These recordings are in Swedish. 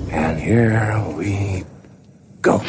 And here we go.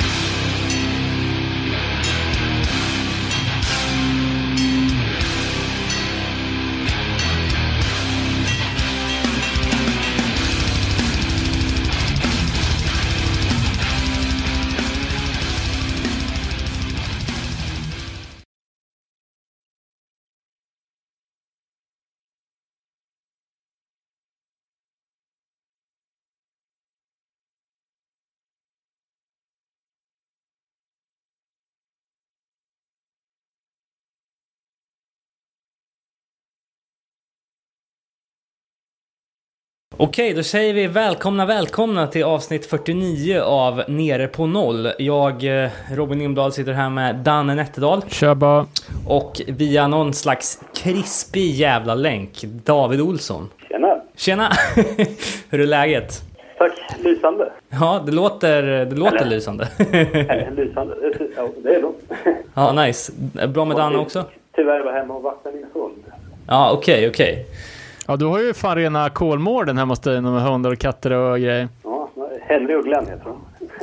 Okej, då säger vi välkomna till avsnitt 49 av Nere på noll. Jag, Robin Nimdahl, sitter här med Danne Nätterdal. Tjaba. Och via någon slags krispig jävla länk, David Olsson. Tjena. Hur är läget? Tack, lysande. Ja, det låter lysande. Lysande, ja, det är långt. Ja, nice. Bra med Danne också? Tyvärr var hemma och vattnade min hund. Ja, okej. Ja, du har ju fan rena Kolmården hemma hos dig med hundar och katter och grejer. Ja, Henry och Glenn heter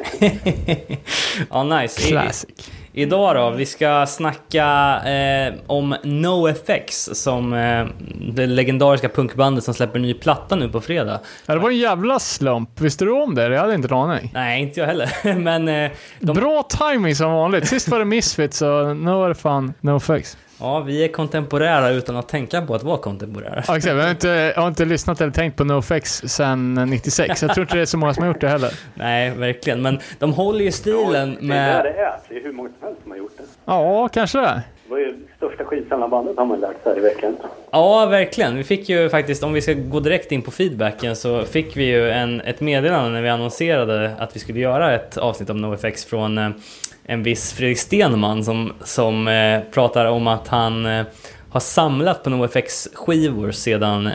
de. Ja, nice. Classic. Idag då, vi ska snacka om NoFX, som det legendariska punkbandet som släpper en ny platta nu på fredag. Ja, det var en jävla slump. Visste du om det? Jag hade inte en aning. Nej, inte jag heller. Men bra timing som vanligt. Sist var det Misfits så nu är det fan NoFX. Ja, vi är kontemporära utan att tänka på att vara kontemporära. Ja, exakt. Jag har inte lyssnat eller tänkt på NoFX sedan 96. Jag tror inte det är så många som har gjort det heller. Nej, verkligen. Men de håller ju stilen med... Det är det är. Det är hur många som helst som har gjort det. Ja, kanske det. Det var ju största skitsamlarbandet har man lärt sig här i veckan. Ja, verkligen. Vi fick ju faktiskt, om vi ska gå direkt in på feedbacken, så fick vi ju ett meddelande när vi annonserade att vi skulle göra ett avsnitt om NoFX från en viss Fredrik Stenman som pratar om att han har samlat på NoFX-skivor sedan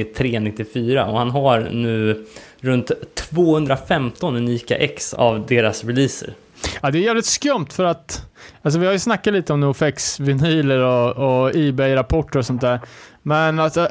93-94 och han har nu runt 215 unika ex av deras releaser. Ja, det är jävligt skumt för att alltså vi har ju snackat lite om NoFX vinyler och eBay-rapporter och sånt där. Men alltså,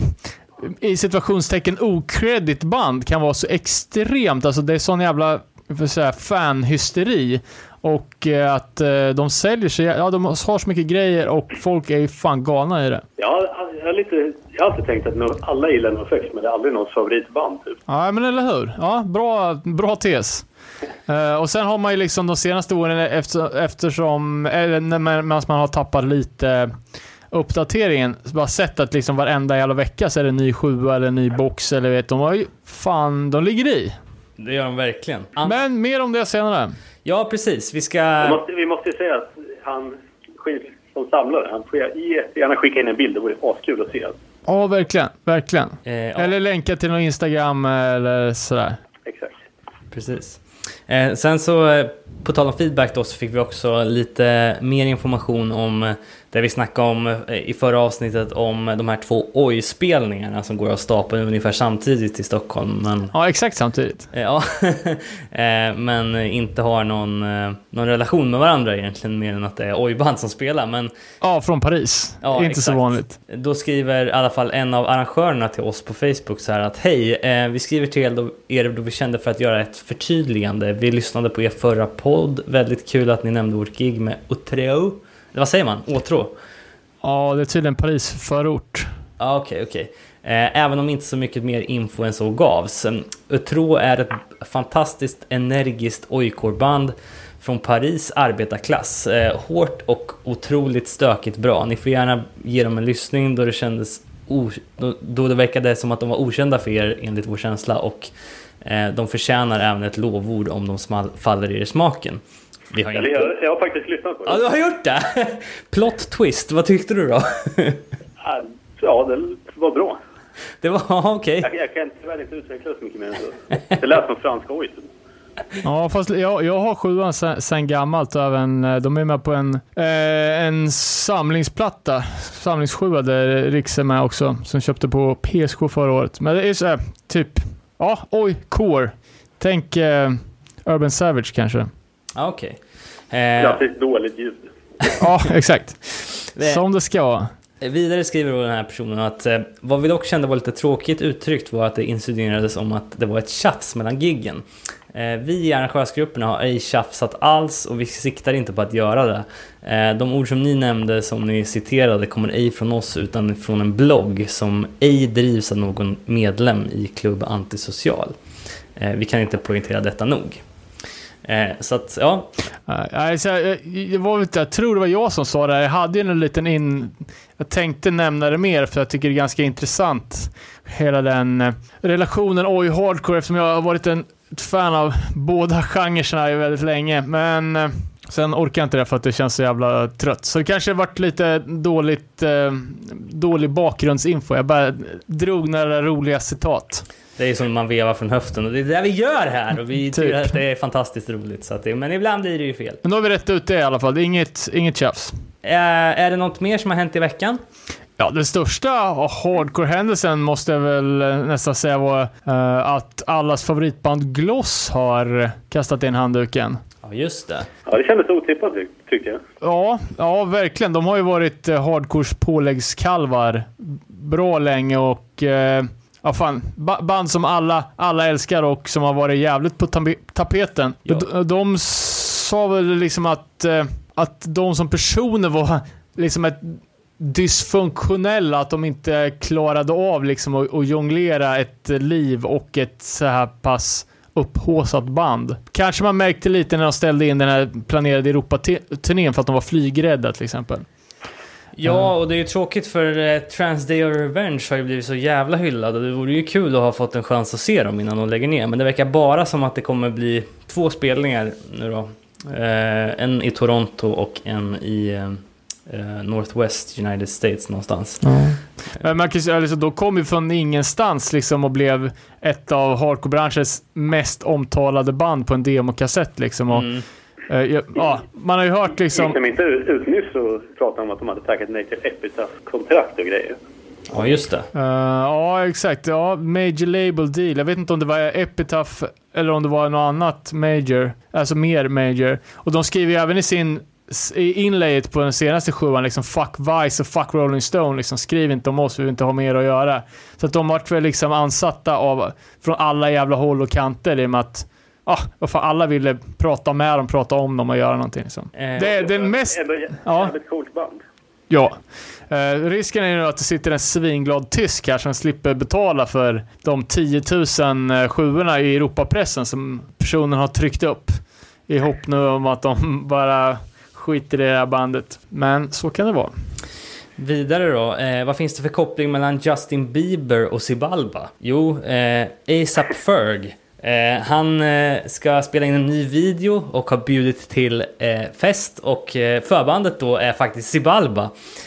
i situationstecken okredit band kan vara så extremt, alltså det är sån jävla fanhysteri och att de säljer sig, ja de har så mycket grejer och folk är ju fan galna i det. Ja, jag har alltid tänkt att alla gillar NoFX, men det är aldrig någons favoritband typ. Ja, men eller hur? Ja, bra tes. Och sen har man ju liksom de senaste åren eftersom medan man har tappat lite uppdateringen, bara sett att liksom varenda jävla vecka så är det en ny 7 eller en ny box eller vet de har ju de ligger i. Det gör de verkligen. Men mer om det senare. Ja, precis. Vi måste ju säga att han som samlare, han får gärna skicka in en bild, det vore askul att se. Ja, verkligen. Ja. Eller länka till någon Instagram eller sådär. Exakt. Precis. Sen så, på tal om feedback då, så fick vi också lite mer information om det vi snackade om i förra avsnittet om de här 2 Oj-spelningarna som går att stapla ungefär samtidigt i Stockholm. Men, ja, exakt samtidigt. Ja, men inte har någon relation med varandra egentligen, mer än att det är Oj-band som spelar. Men, ja, från Paris. Ja, inte exakt. Så vanligt. Då skriver i alla fall en av arrangörerna till oss på Facebook så här att hej, vi skriver till er då vi kände för att göra ett förtydligande. Vi lyssnade på er förra podd. Väldigt kul att ni nämnde vårt gig med Utreo. Vad säger man? Åtrå? Ja, det är tydligen Paris förort. Ja, okej. Även om inte så mycket mer info än så gavs. Utrå är ett fantastiskt energiskt ojkorband från Paris arbetarklass. Hårt och otroligt stökigt bra. Ni får gärna ge dem en lyssning då det kändes då det verkade som att de var okända för er enligt vår känsla, och de förtjänar även ett lovord om de faller i er smaken. Jag har faktiskt lyssnat på det. Ja, du har gjort det. Plot twist, vad tyckte du då? Ja, det var bra. Det var okej. Jag kan tyvärr inte utveckla så mycket mer än så. Det lät som franska oj. Ja, fast jag har 7 sen gammalt. Även, de är med på en samlingsplatta. Samlingssjua där Riks är med också. Som köpte på PSK förra året. Men det är så här, typ, ja, oj, core. Tänk Urban Savage kanske. Ja, okej. Klassiskt dåligt ljud. Ja, exakt. Som det ska vara. Vidare skriver då den här personen att vad vi dock kände var lite tråkigt uttryckt var att det insinuerades om att det var ett tjafs mellan giggen. Vi i arrangörsgrupperna har ej tjafsat alls och vi siktar inte på att göra det. De ord som ni nämnde, som ni citerade, kommer ej från oss utan från en blogg som ej drivs av någon medlem i Klubb Antisocial. Vi kan inte poängtera detta nog. Så att, ja. Jag tror det var jag som sa det. Jag hade ju en liten jag tänkte nämna det mer för jag tycker det är ganska intressant. Hela den relationen oj hardcore, eftersom jag har varit ett fan av båda genrerna väldigt länge. Men sen orkar jag inte det för att det känns så jävla trött. Så det kanske har varit lite dålig bakgrundsinfo. Jag bara drog några roliga citat. Det är som man vevar från höften och det är det vi gör här och vi tycker att det är fantastiskt roligt så att men ibland blir det ju fel. Men då har vi rätt ut det i alla fall. Det är inget tjafs. Är det något mer som har hänt i veckan? Ja, den största hardcore-händelsen måste jag väl nästan säga var att allas favoritband Gloss har kastat in handduken. Ja, just det. Ja, det kändes otippat tycker jag. Ja, verkligen. De har ju varit hardcores påläggskalvar bra länge och band som alla älskar och som har varit jävligt på tapeten. De sa väl liksom att de som personer var liksom ett dysfunktionella, att de inte klarade av liksom att jonglera ett liv och ett så här pass upphåsat band. Kanske man märkte lite när de ställde in den här planerade Europa-turnén för att de var flygrädda till exempel. Ja, och det är ju tråkigt för Transday of Revenge har ju blivit så jävla hyllad och det vore ju kul att ha fått en chans att se dem innan de lägger ner. Men det verkar bara som att det kommer bli 2 spelningar nu då. En i Toronto och en i Northwest United States någonstans. Man kan säga liksom, då kom ju från ingenstans liksom och blev ett av hardcore-branschens mest omtalade band på en demokassett liksom och man har ju hört liksom... Gick de inte ut nyss så pratade om att de hade tackat nej till Epitaph-kontrakt och grejer. Ja, just det. Ja, exakt. Ja, major label deal. Jag vet inte om det var Epitaph eller om det var något annat major. Alltså mer major. Och de skriver ju även i inlayet på den senaste 7:an liksom fuck Vice och fuck Rolling Stone liksom, skriv inte om oss, vi vill inte ha mer att göra. Så att de har väl liksom ansatta från alla jävla håll och kanter i och med att varför alla ville prata med dem, prata om dem och göra någonting liksom. Det är den mest ett coolt band. Ja. Risken är ju att det sitter en svinglad tysk här som slipper betala för de 10 000 sjuorna i Europapressen som personen har tryckt upp i hopp nu om att de bara skiter i det här bandet. Men så kan det vara. Vidare då, vad finns det för koppling mellan Justin Bieber och Xibalba? Jo, A$AP Ferg. Han ska spela in en ny video och har bjudit till fest och förbandet då är faktiskt Xibalba.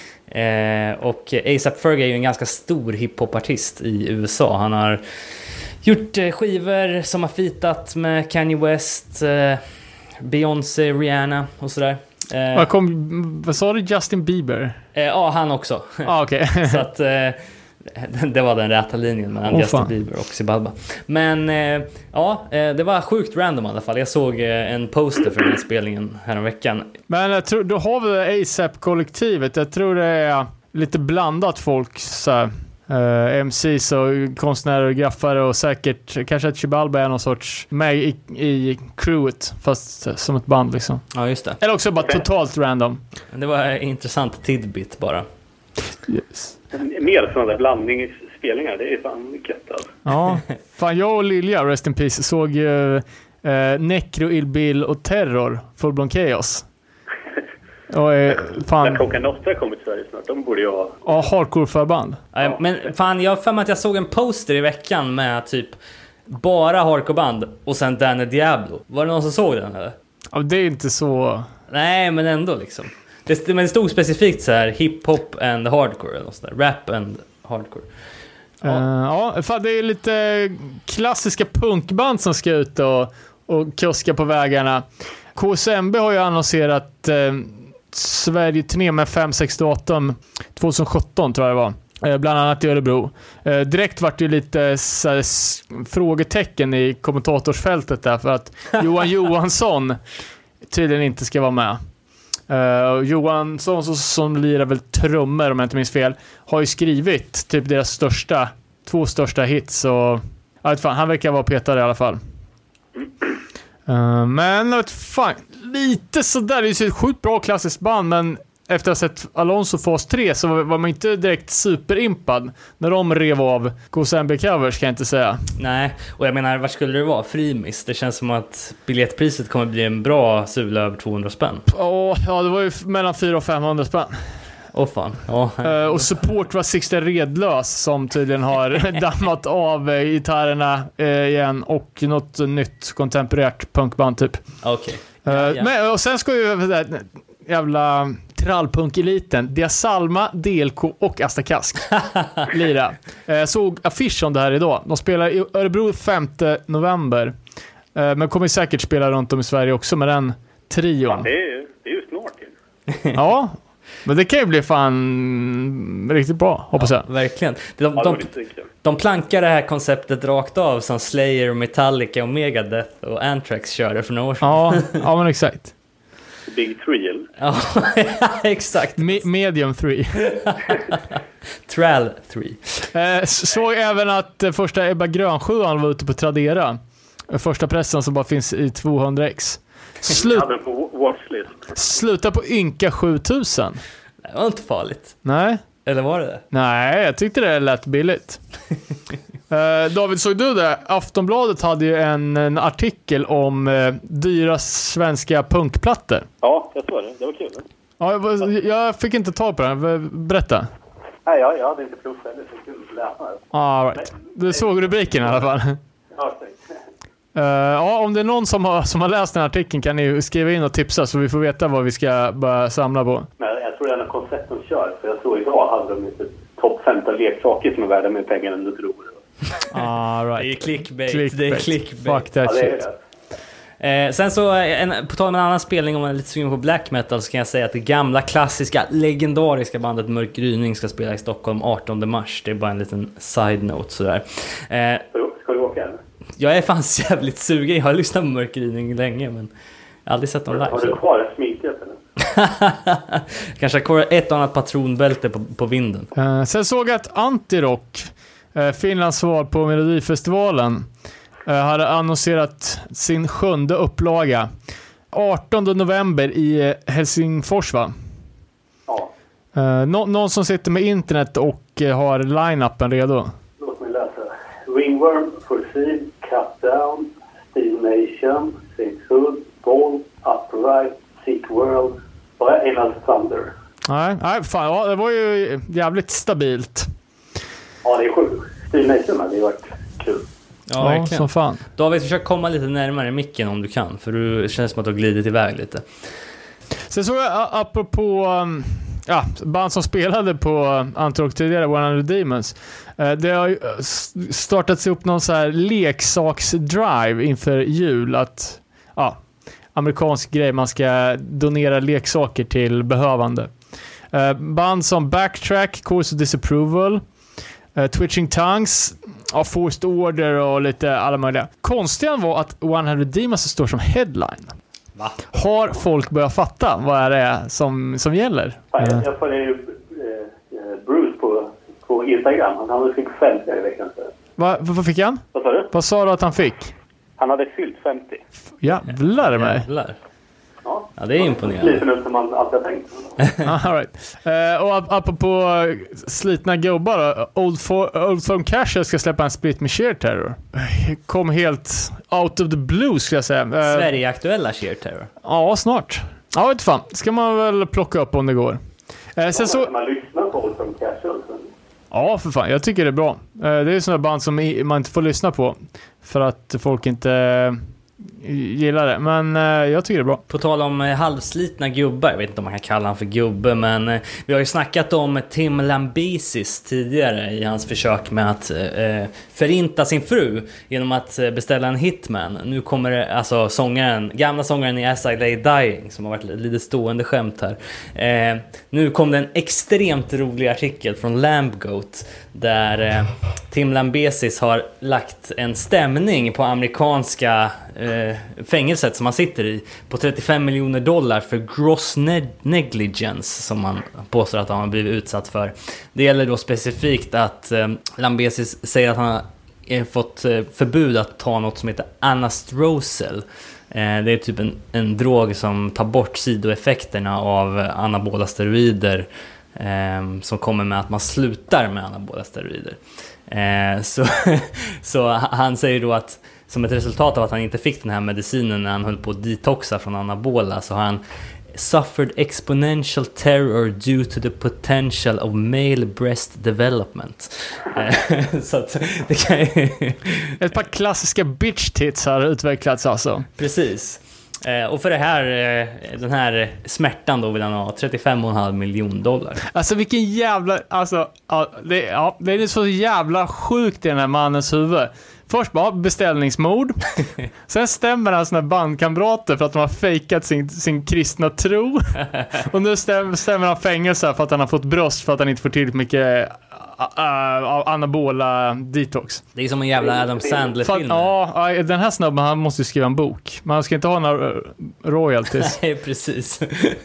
Och A$AP Ferg är ju en ganska stor hiphopartist i USA. Han har gjort skivor som har fitat med Kanye West, Beyoncé, Rihanna och sådär. Vad sa du? Justin Bieber? Ja, han också. Okay. Så att det var den rätta linjen mellan Justin Bieber och Xibalba. Men det var sjukt random i alla fall. Jag såg en poster för den här spelningen häromveckan. Men jag tror, då har vi A$AP-kollektivet. Jag tror det är lite blandat folk så här. MCs och konstnärer och graffare och säkert kanske att Xibalba är någon sorts med i crewet fast som ett band liksom. Ja, just det. Eller också bara totalt random. Det var en intressant tidbit bara. Yes. Mer sådana där blandningsspelningar, det är fan gött alltså. Ja, fan jag och Lilja, rest in peace, såg Necro, Ill Bill och Terror, Full Blown Chaos. Och fan... När Coca Nostra kommer till Sverige snart, de borde ju ha... Ja, hardcore-förband. Ja, men fan, jag har för mig att jag såg en poster i veckan med typ bara hardcore-band och sen Danny Diablo. Var det någon som såg den eller? Ja, det är inte så... Nej, men ändå liksom. Men det stod specifikt så här hip-hop and hardcore eller något sådär. Rap and hardcore. Fan, det är lite klassiska punkband som ska ut och kuska på vägarna. KSMB har ju annonserat Sverige-turné med 5-6 datum 2017 tror jag det var. Bland annat i Örebro. Direkt vart det lite frågetecken i kommentatorsfältet där för att Johan Johansson tydligen inte ska vara med. Johansson som lirar väl trummor om jag inte minns fel, har ju skrivit typ deras två största hits, och han verkar vara petad i alla fall. Men fan, lite sådär, det är ju ett sjukt bra klassiskt band, men efter att ha sett Alonso Fas 3 så var man inte direkt superimpad när de rev av Gosembe-covers, kan jag inte säga. Nej, och jag menar, vad skulle det vara? Frimis? Det känns som att biljettpriset kommer bli en bra sula över 200 spänn. Ja, det var ju mellan 400 och 500 spänn. Fan. Ja. Och support var Sixten Redlös som tydligen har dammat av gitarrerna igen, och något nytt kontemporärt punkband typ. Okej. Men och sen ska ju jävla trallpunk-eliten Dia Salma, DLK och Asta Kask lira. Såg affisch om det här idag. De spelar i Örebro 5 november. Men kommer säkert spela runt om i Sverige också med den trion. Ja, det är ju snart till. Ja, men det kan ju bli fan riktigt bra, hoppas jag. Verkligen. De plankar det här konceptet rakt av som Slayer, Metallica och Megadeth och Anthrax körde för några år sedan. Ja, men exakt. Big Three, eller? Ja, exakt. Medium 3. Trall 3. Såg även att första Ebba Grönsjöan var ute på Tradera. Första pressen som bara finns i 200x. Hade på watchlist. Sluta på ynka 7000. Det var inte farligt. Nej. Eller var det? Nej, jag tyckte det lät billigt. David, såg du det? Aftonbladet hade ju en artikel om dyra svenska punkplattor. Ja, jag såg det. Det var kul. Ja, jag fick inte ta på den. Berätta. Nej, jag hade inte plussat. Det så kul att läsa det. Right. Du såg rubriken i alla fall. Ja, om det är någon som har läst den artikeln kan ni skriva in och tipsa så vi får veta vad vi ska börja samla på. Men jag tror det är en koncept de kör. För jag tror idag hade de inte topp 15 leksaker som är värda mer pengar än du tror. Right. Det är clickbait. Det är clickbait. Fuck that shit. Sen så, på tal om en annan spelning, om man är lite sugen på black metal, så kan jag säga att det gamla, klassiska, legendariska bandet Mörk Gryning ska spela i Stockholm 18 mars. Det är bara en liten side-note sådär. Ska du åka? Jag är fan jävligt sugen. Jag har lyssnat på Mörk Gryning länge, men jag har aldrig sett dem live. Har du kvar ett smiket eller? Kanske kvar ett annat patronbälte på vinden. Sen såg jag att Antirock, Finlands svar på Melodifestivalen, hade annonserat sin 7:e upplaga 18 november i Helsingfors, va? Ja. Någon som sitter med internet och har line-upen redo. Låt mig läsa. Ringworm, Proceed, Cut Down, Steel Nation, Saints Hood, Ball, Upright, Seek World och Inal Thunder. Nej, fan, ja, det var ju jävligt stabilt. Ja, det är sjukt. Steel Nation hade ju varit kul. Ja, verkligen. Som fan. David, försök komma lite närmare micken om du kan, för du känns som att du har glidit iväg lite. Sen såg jag apropå band som spelade på Antirock tidigare, 100 Demons. Det har ju startats upp någon så här leksaksdrive inför jul, att amerikansk grej, man ska donera leksaker till behövande. Band som Backtrack, Course of Disapproval, Twitching Tongues, Forced Order och lite alla möjliga. Konstiga var att 100 Demons står som headline. Va? Har folk börjat fatta vad det är som gäller? Jag följer ju Bruce på Instagram. Han hade fyllt 50 i veckan. Vad fick han? Vad sa du? Vad sa du att han fick? Han hade fyllt 50. Jävlar mig. Jävlar. Ja, Det är imponerande. Lite nu som man alltid har tänkt. All right. Och apropå slitna gubbar då, Old Firm Casual ska släppa en split med Sheer Terror. Kom helt out of the blue, ska jag säga. Sverige-aktuella Sheer Terror. Ja, snart. Ja, vet fan. Ska man väl plocka upp om det går. Sen så... Man lyssnar på Old Firm Casual. Ja, för fan. Jag tycker det är bra. Det är sådana band som man inte får lyssna på för att folk inte gillar det. Men jag tycker det är bra. På tal om halvslitna gubbar, jag vet inte om man kan kalla han för gubbe, men vi har ju snackat om Tim Lambesis tidigare i hans försök med att förinta sin fru genom att beställa en hitman. Nu kommer det, alltså gamla sångaren i As I Lay Dying, som har varit lite stående skämt här. Nu kom det en extremt rolig artikel från Lambgoat där Tim Lambesis har lagt en stämning på amerikanska fängelset som han sitter i på $35 miljoner för gross negligence, som man påstår att han har blivit utsatt för. Det gäller då specifikt att Lambesis säger att han har fått förbud att ta något som heter anastrozole. Det är typ en drog som tar bort sidoeffekterna av anabola steroider, som kommer med att man slutar med anabola steroider. Så han säger då att som ett resultat av att han inte fick den här medicinen när han höll på att detoxa från anabola, så har han suffered exponential terror due to the potential of male breast development. Så att det kan ett par klassiska bitch tits har utvecklats alltså. Precis. Och för det här, den här smärtan då vill han ha $35,5 miljoner. Alltså vilken jävla, alltså det är så jävla sjukt i den här mannens huvud. Först bara beställningsmord. Sen stämmer han sina bandkamrater för att de har fejkat sin kristna tro. Och nu stämmer han fängelse för att han har fått bröst för att han inte får tillräckligt mycket anabola detox. Det är som en jävla Adam Sandler-film. Ja, den här snubben, han måste ju skriva en bok. Man ska inte ha några royalties. Nej, precis.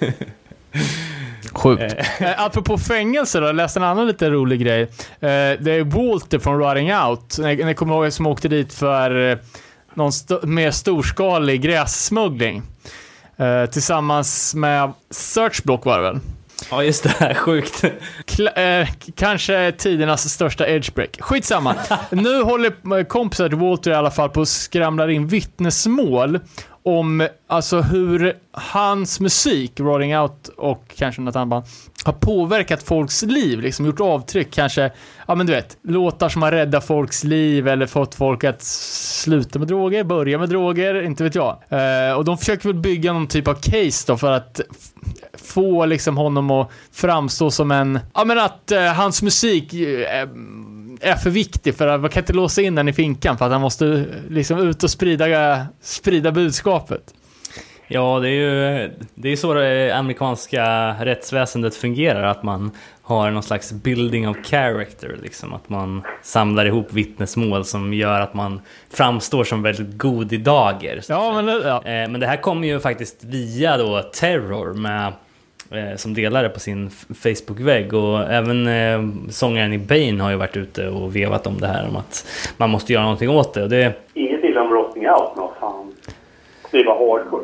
Sjukt. Apropå fängelse då, jag läste en annan lite rolig grej. Det är Walter från Rotting Out. Ni kommer ihåg som åkte dit för någon mer storskalig grässmuggling. Tillsammans med Searchblock var det väl? Ja, just det här, sjukt. Kanske tidernas största edgebreak. Skitsamma. Nu håller kompisar till Walter i alla fall på att skramla in vittnesmål om alltså hur hans musik, Rotting Out och kanske något annat, har påverkat folks liv, liksom gjort avtryck, kanske, ja men du vet, låtar som har räddat folks liv eller fått folk att sluta med droger, börja med droger, inte vet jag. Och de försöker väl bygga någon typ av case då för att få liksom honom att framstå som en, ja men att hans musik är för viktig för att man kan inte låsa in den i finkan för att han måste liksom ut och sprida budskapet. Ja, det är så det amerikanska rättsväsendet fungerar, att man har någon slags building of character, liksom att man samlar ihop vittnesmål som gör att man framstår som väldigt god i dager. Ja, men det här kommer ju faktiskt via då Terror med som delare på sin Facebook-vägg, och även sångaren i Bane har ju varit ute och vevat om det här, om att man måste göra någonting åt det. Och det inget illa om Rotting Out, nå fan. Det var hardcore.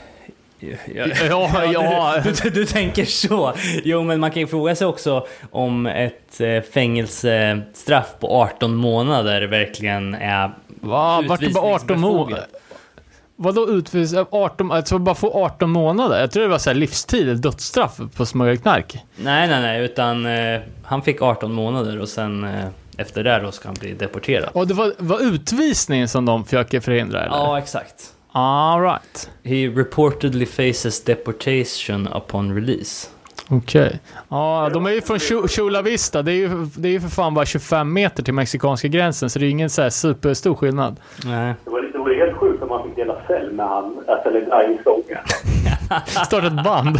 Ja. Du tänker så. Jo, men man kan ju fråga sig också om ett fängelsestraff på 18 månader verkligen är vart det bara 18 månader? Vadå utvisning? 18, alltså bara få 18 månader? Jag tror det var så här livstid eller dödsstraff på smuggelknark. Nej, utan han fick 18 månader och sen efter det då ska han bli deporterad. Och det var utvisningen som de försöker förhindra, eller? Ja, exakt. All right. He reportedly faces deportation upon release. Okej. Ja, de är ju från Chula Vista. Det är ju för fan bara 25 meter till mexikanska gränsen, så det är ingen så här superstor skillnad. Nej. Det var helt sjukt om man fick dela cell med han, eller i sången. Starta ett band.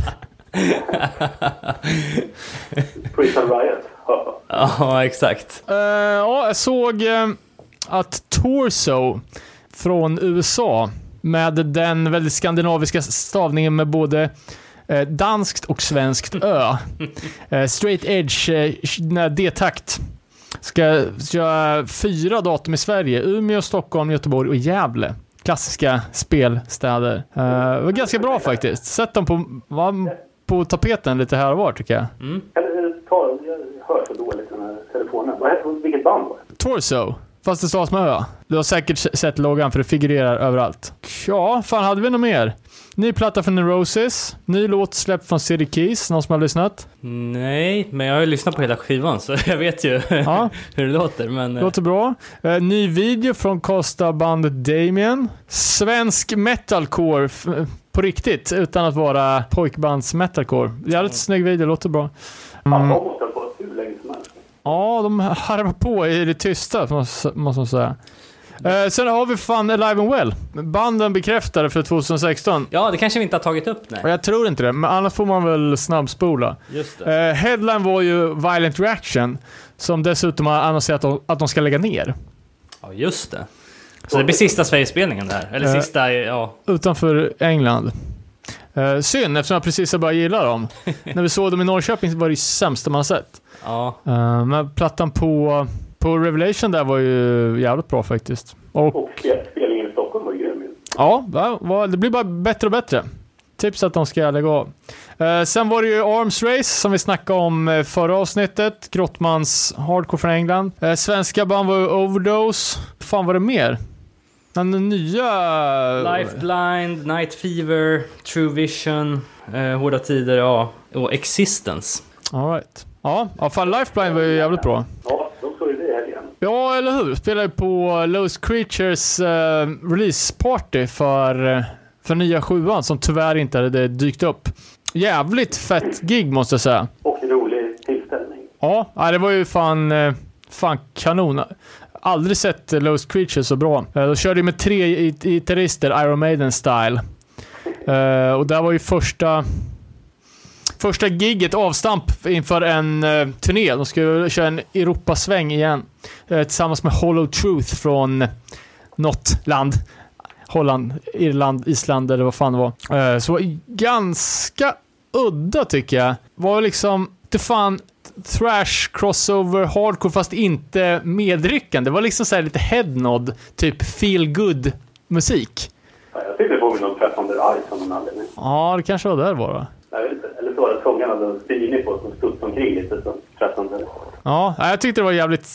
Prison Riot. Ja, exakt. Ja, jag såg att Torso från USA med den väldigt skandinaviska stavningen med både danskt och svenskt ö. Straight Edge D-takt ska köra 4 datum i Sverige: Umeå, Stockholm, Göteborg och Gävle. Klassiska spelstäder. Det var ganska bra faktiskt. Sätt dem på tapeten lite här och var, tycker jag. Jag hör så dåligt den här telefonen. Vilket band var det? Torso. Fast det stavas med ö. Du har säkert sett loggan för det figurerar överallt. Ja, fan, hade vi något mer? Ny platta från Neurosis. Ny låt släppt från City Keys. Någon som har lyssnat? Nej, men jag har ju lyssnat på hela skivan, så jag vet ju hur det låter. Men låter bra. Ny video från Costa-bandet Damien. Svensk metalcore på riktigt, utan att vara pojkbands metalcore. Det är lite snygg video, låter bra. De måste ha fått hur länge som helst. Ja, de harvar på i det tysta, måste man säga. Sen har vi fan Alive and Well. Banden bekräftade för 2016. Ja, det kanske vi inte har tagit upp. Nej. Jag tror inte det, men annars får man väl snabbspola. Just det. Headline var ju Violent Reaction, som dessutom har annonserat att de ska lägga ner. Ja, just det. Så det blir sista Sverigespelningen där? Eller sista, ja. Utanför England. Synd, eftersom jag precis har börjat gilla dem. När vi såg dem i Norrköping var det sämsta man har sett. Ja. Men plattan på Revelation där var ju jävligt bra faktiskt. Och spelningen i Stockholm var ju grym. ja, det blir bara bättre och bättre. Tips att de ska lägga av. Sen var det ju Arms Race som vi snackade om förra avsnittet. Grottmans hardcore från England. Svenska band var Overdose. Fan var det mer? Den nya... Lifeline, Night Fever, True Vision, Hårda Tider, ja. Och Existence. All right. Ja, fan Lifeline var ju jävligt bra. Ja, de såg ju det här igen. Ja, eller hur? Spelade på Lost Creatures release party för nya 7an som tyvärr inte hade dykt upp. Jävligt fett gig måste jag säga. Och en rolig tillställning. Ja, det var ju fan kanon. Aldrig sett Lost Creatures så bra. De körde med 3 gitarrister, Iron Maiden style. Och där var ju första gigget avstamp inför en turné. De skulle köra en Europasväng igen. Tillsammans med Hollow Truth från något land. Holland, Irland, Island eller vad fan det var. Så ganska udda tycker jag. Var liksom det fan thrash, crossover, hardcore fast inte medryckande. Det var liksom så här lite headnod, typ feel good musik. Ja, jag tyckte det var någon Träffande Eye som någon anledning. Ja, det kanske var där var det. Jag vet inte. Eller så var det sången hade styrning på som stod omkring lite så Träffande. Ja, jag tyckte det var jävligt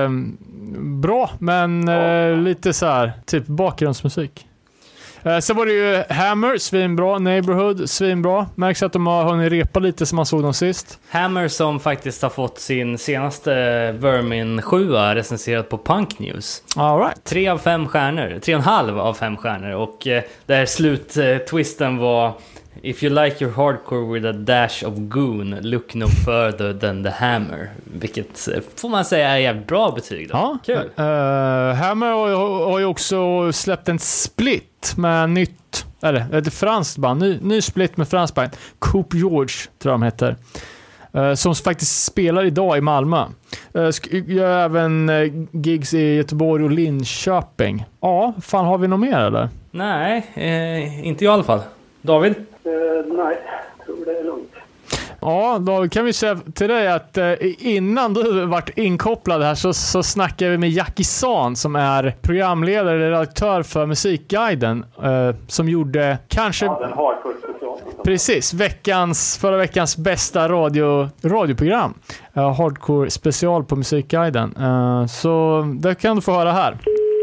bra, men lite så här typ bakgrundsmusik. Så var det ju Hammer, svinbra. Neighborhood, svinbra. Märks att de har hunnit repa lite som man såg dem sist. Hammer som faktiskt har fått sin senaste Vermin 7 recenserad på Punk News. All right. 3 av 5 stjärnor. 3,5 av 5 stjärnor. Och där sluttwisten var: If you like your hardcore with a dash of goon, look no further than the Hammer. Vilket får man säga är jävligt bra betyg då. Ja, kul. Hammer har ju också släppt en split med nytt, eller ett franskt band, ny split med franskt band. Coupe George tror jag de heter. Som faktiskt spelar idag i Malmö. Gör även gigs i Göteborg och Linköping. Ja, fan har vi något mer eller? Nej, inte jag i alla fall. David? Nej, jag tror det är lugnt. Ja, då kan vi säga till dig att innan du varit inkopplad här så snackade vi med Jackie San som är programledare eller redaktör för Musikguiden som gjorde kanske... Ja, den hardcore special. Precis, förra veckans bästa radioprogram. Hardcore special på Musikguiden. Så det kan du få höra här.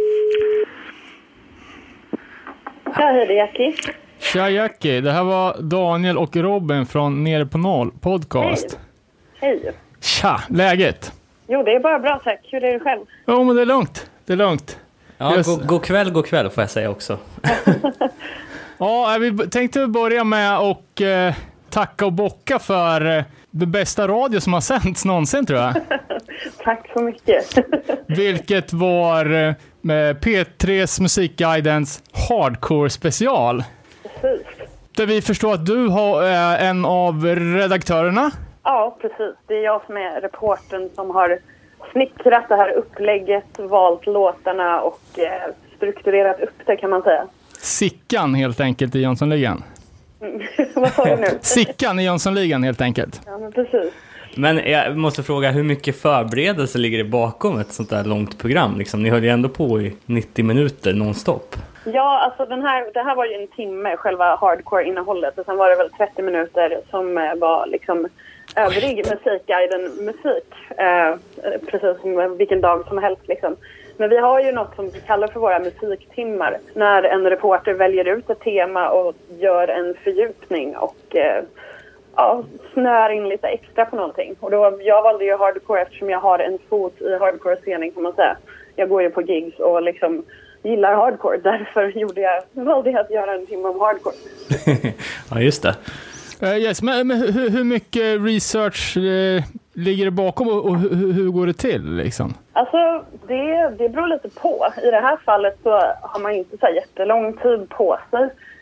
Hej, det är Jackie. Tja Jackie, det här var Daniel och Robin från Nere på Noll podcast. Hej. Tja, läget? Jo, det är bara bra tack. Hur är det själv? Jo, men det är lugnt. Ja, god kväll får jag säga också. Ja, vi tänkte börja med att tacka och bocka för det bästa radio som har sänts någonsin tror jag. Tack så mycket. Vilket var med P3s Musikguidens Hardcore special. Precis. Där vi förstår att du har en av redaktörerna. Ja, precis. Det är jag som är reportern som har snickrat det här upplägget, valt låtarna och strukturerat upp det kan man säga. Sickan helt enkelt i Jönssonligan. Vad sa du nu? Sickan i Jönssonligan helt enkelt. Ja, men precis. Men jag måste fråga, hur mycket förberedelse ligger det bakom ett sånt där långt program? Liksom, ni höll ju ändå på i 90 minuter nonstop. Ja, alltså det här var ju en timme, själva hardcore-innehållet. Och sen var det väl 30 minuter som var liksom övrig Musikguiden musik. Precis som vilken dag som helst liksom. Men vi har ju något som vi kallar för våra musiktimmar. När en reporter väljer ut ett tema och gör en fördjupning och snör in lite extra på någonting. Och jag valde ju hardcore eftersom jag har en fot i hardcore-scenen kan man säga. Jag går ju på gigs och liksom gillar hardcore. Därför valde jag att göra en timme om hardcore. Ja, just det. Yes, men hur mycket research ligger det bakom och hur går det till liksom? Alltså det beror lite på. I det här fallet så har man inte så jättelång tid på sig.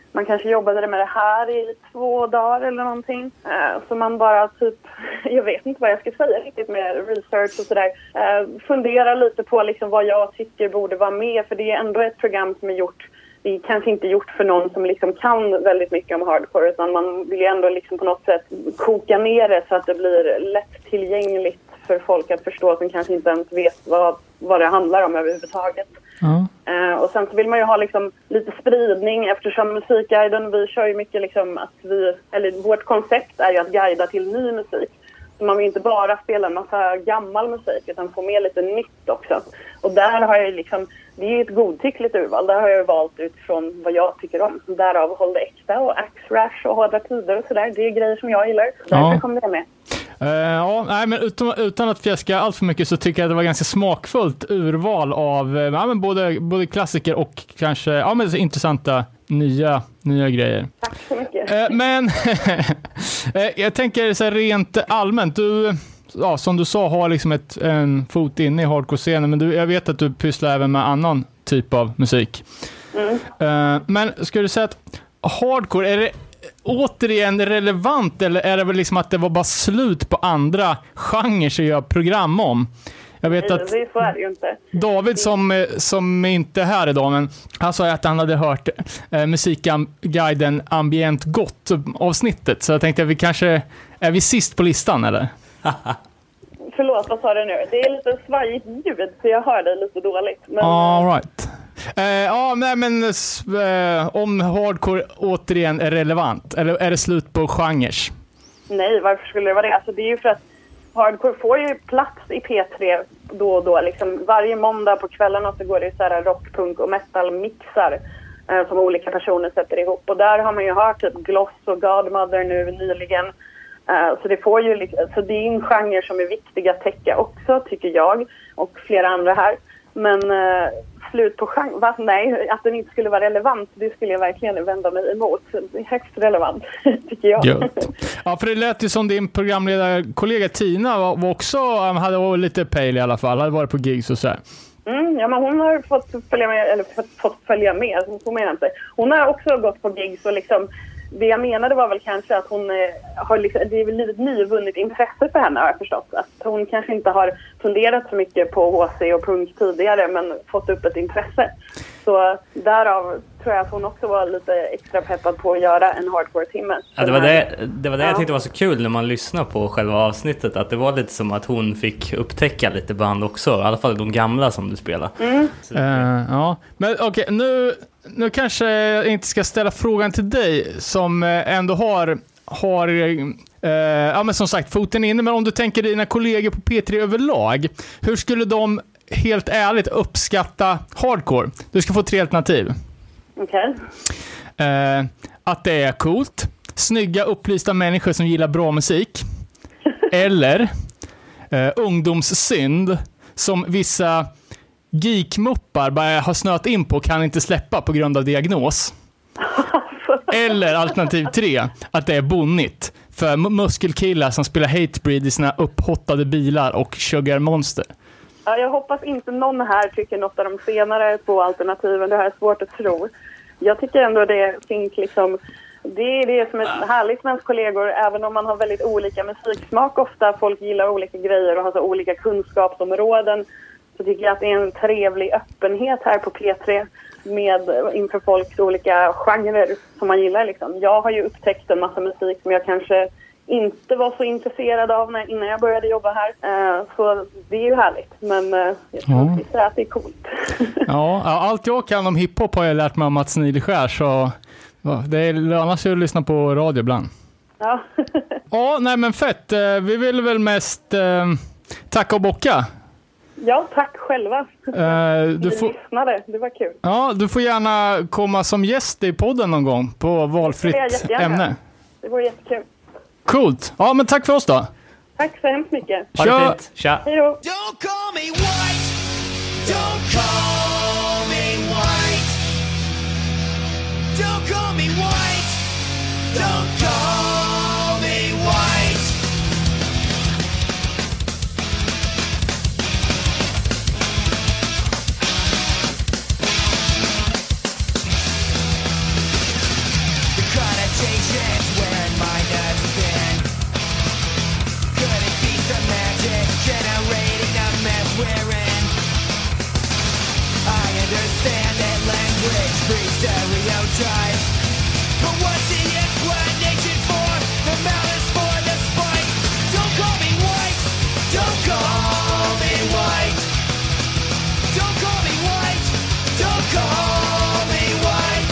man kanske jobbade med det här i 2 dagar eller någonting. Så man bara typ, jag vet inte vad jag ska säga riktigt med research och sådär. Funderar lite på liksom vad jag tycker borde vara med, för det är ändå ett program som är gjort. Det är kanske inte gjort för någon som liksom kan väldigt mycket om hardcore, utan man vill ju ändå liksom på något sätt koka ner det så att det blir lättillgängligt för folk att förstå som kanske inte ens vet vad det handlar om överhuvudtaget. Och sen så vill man ju ha liksom lite spridning, eftersom Musikguiden, vi kör ju mycket liksom att vårt koncept är ju att guida till ny musik. Så man vill inte bara spela en massa gammal musik utan få med lite nytt också. Och där har jag liksom, det är ju ett godtyckligt urval. Där har jag valt utifrån vad jag tycker om. Därav Håll det äkta och Axe Rash och Hårda tider och sådär. Det är grejer som jag gillar. Därför kommer det med. Men utan att fjäska allt för mycket så tycker jag att det var ganska smakfullt urval av både klassiker och kanske intressanta nya grejer. Tack så mycket. Men jag tänker så här rent allmänt, du, som du sa, har liksom en fot inne i hardcore-scenen, men jag vet att du pysslar även med annan typ av musik. Men ska du säga att hardcore, är det återigen relevant, eller är det väl liksom att det var bara slut på andra genrer som gör program om? Jag vet att så är det ju inte. David som inte är här idag, men han sa att han hade hört Musikguiden Ambient Gott avsnittet, så jag tänkte att vi kanske är vi sist på listan, eller? Förlåt, vad sa du nu? Det är lite svajigt ljud så jag hör dig lite dåligt. Men... All right. Om hardcore återigen är relevant, eller är det slut på genres? Nej, varför skulle det vara det? Alltså det är ju för att hardcore får ju plats i P3 då och då. Liksom varje måndag på kvällen så går det så här rock, punk och metal-mixar som olika personer sätter ihop. Och där har man ju hört typ Gloss och Godmother nu nyligen. Så det får ju så det är en genre som är viktig att täcka också, tycker jag och flera andra här. Men slut på genre, nej, att den inte skulle vara relevant, det skulle jag verkligen vända mig emot. Det är högst relevant, tycker jag. Ja, för det lät ju som din programledarkollega Tina var också, hade lite pejl i alla fall, hade varit på gigs och så här. Ja, men hon har fått följa med, så menar jag inte. Hon har också gått på gigs och liksom, det jag menade var väl kanske att hon har liksom, det är väl lite nyvunnit intresse för henne, har jag förstått. Att hon kanske inte har funderat så mycket på HC och punk tidigare, men fått upp ett intresse. Så därav tror jag att hon också var lite extra peppad på att göra en hardcore-timme. Ja, det var det jag tyckte var så kul när man lyssnar på själva avsnittet, att det var lite som att hon fick upptäcka lite band också, i alla fall de gamla som du spelar. Ja, men okej, nu kanske jag inte ska ställa frågan till dig som ändå har men som sagt foten inne, men om du tänker dina kollegor på P3 överlag, hur skulle de helt ärligt uppskatta hardcore? Du ska få 3 alternativ. Okej. Att det är coolt, snygga upplysta människor som gillar bra musik, eller ungdomssynd som vissa geekmuppar bara har snöat in på och kan inte släppa på grund av diagnos. Eller alternativ 3, att det är bonnigt för muskelkillar som spelar Hatebreed i sina upphottade bilar och sugar monster. Ja, jag hoppas inte någon här tycker något av de senare 2 alternativen. Det här är svårt att tro. Jag tycker ändå det finns liksom, det är det som är härligt med ens kollegor, även om man har väldigt olika musiksmak ofta. Folk gillar olika grejer och har så olika kunskapsområden. Så tycker jag att det är en trevlig öppenhet här på P3 med inför folks olika genrer som man gillar liksom. Jag har ju upptäckt en massa musik som jag kanske inte var så intresserad av innan jag började jobba här. Så det är ju härligt. Men jag tror inte att det är coolt. Ja, allt jag kan om hiphop har jag lärt mig om Mats Nileskär, så det lönar sig att lyssna på radio ibland. Ja. Ja, nej men fett. Vi vill väl mest tacka och bocka. Ja, tack själva. Du lyssnade, det var kul. Ja, du får gärna komma som gäst i podden någon gång på valfritt ämne. Det var jättekul. Coolt. Ja, men tack för oss då. Tack så hemskt mycket. Ha det fint. Tja. Hej då. Don't call me white. Don't call me white. Don't call me white. Don't call me white. free stereo drive. But what's the explanation for the malice, for the spite? Don't call me white, don't call me white. Don't call me white, don't call me white.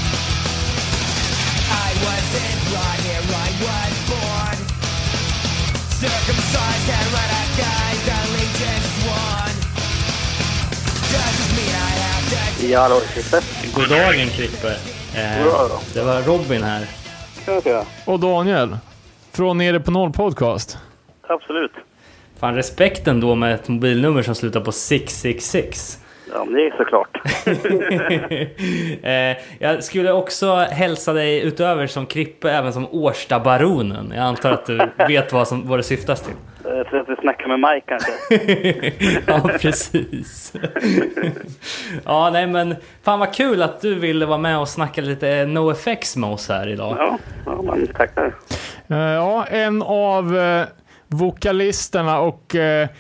I wasn't brought here, I was born circumcised and when I died, allegiance won. Doesn't mean I have to. Ja, hallå, Krippe. God dagen, Krippe. Det var Robin här. Ja. Och Daniel, från Nere på Noll podcast. Absolut. Fan, respekten då med ett mobilnummer som slutar på 666. Ja, men det är såklart. Jag skulle också hälsa dig utöver som Krippe även som Årstabaronen. Jag antar att du vet vad det syftas till. Så att du snackar med Mike kanske. Ja, precis. Ja, nej men fan vad kul att du ville vara med och snacka lite NoFX med oss här idag. Ja, man tackar. Ja, en av vokalisterna och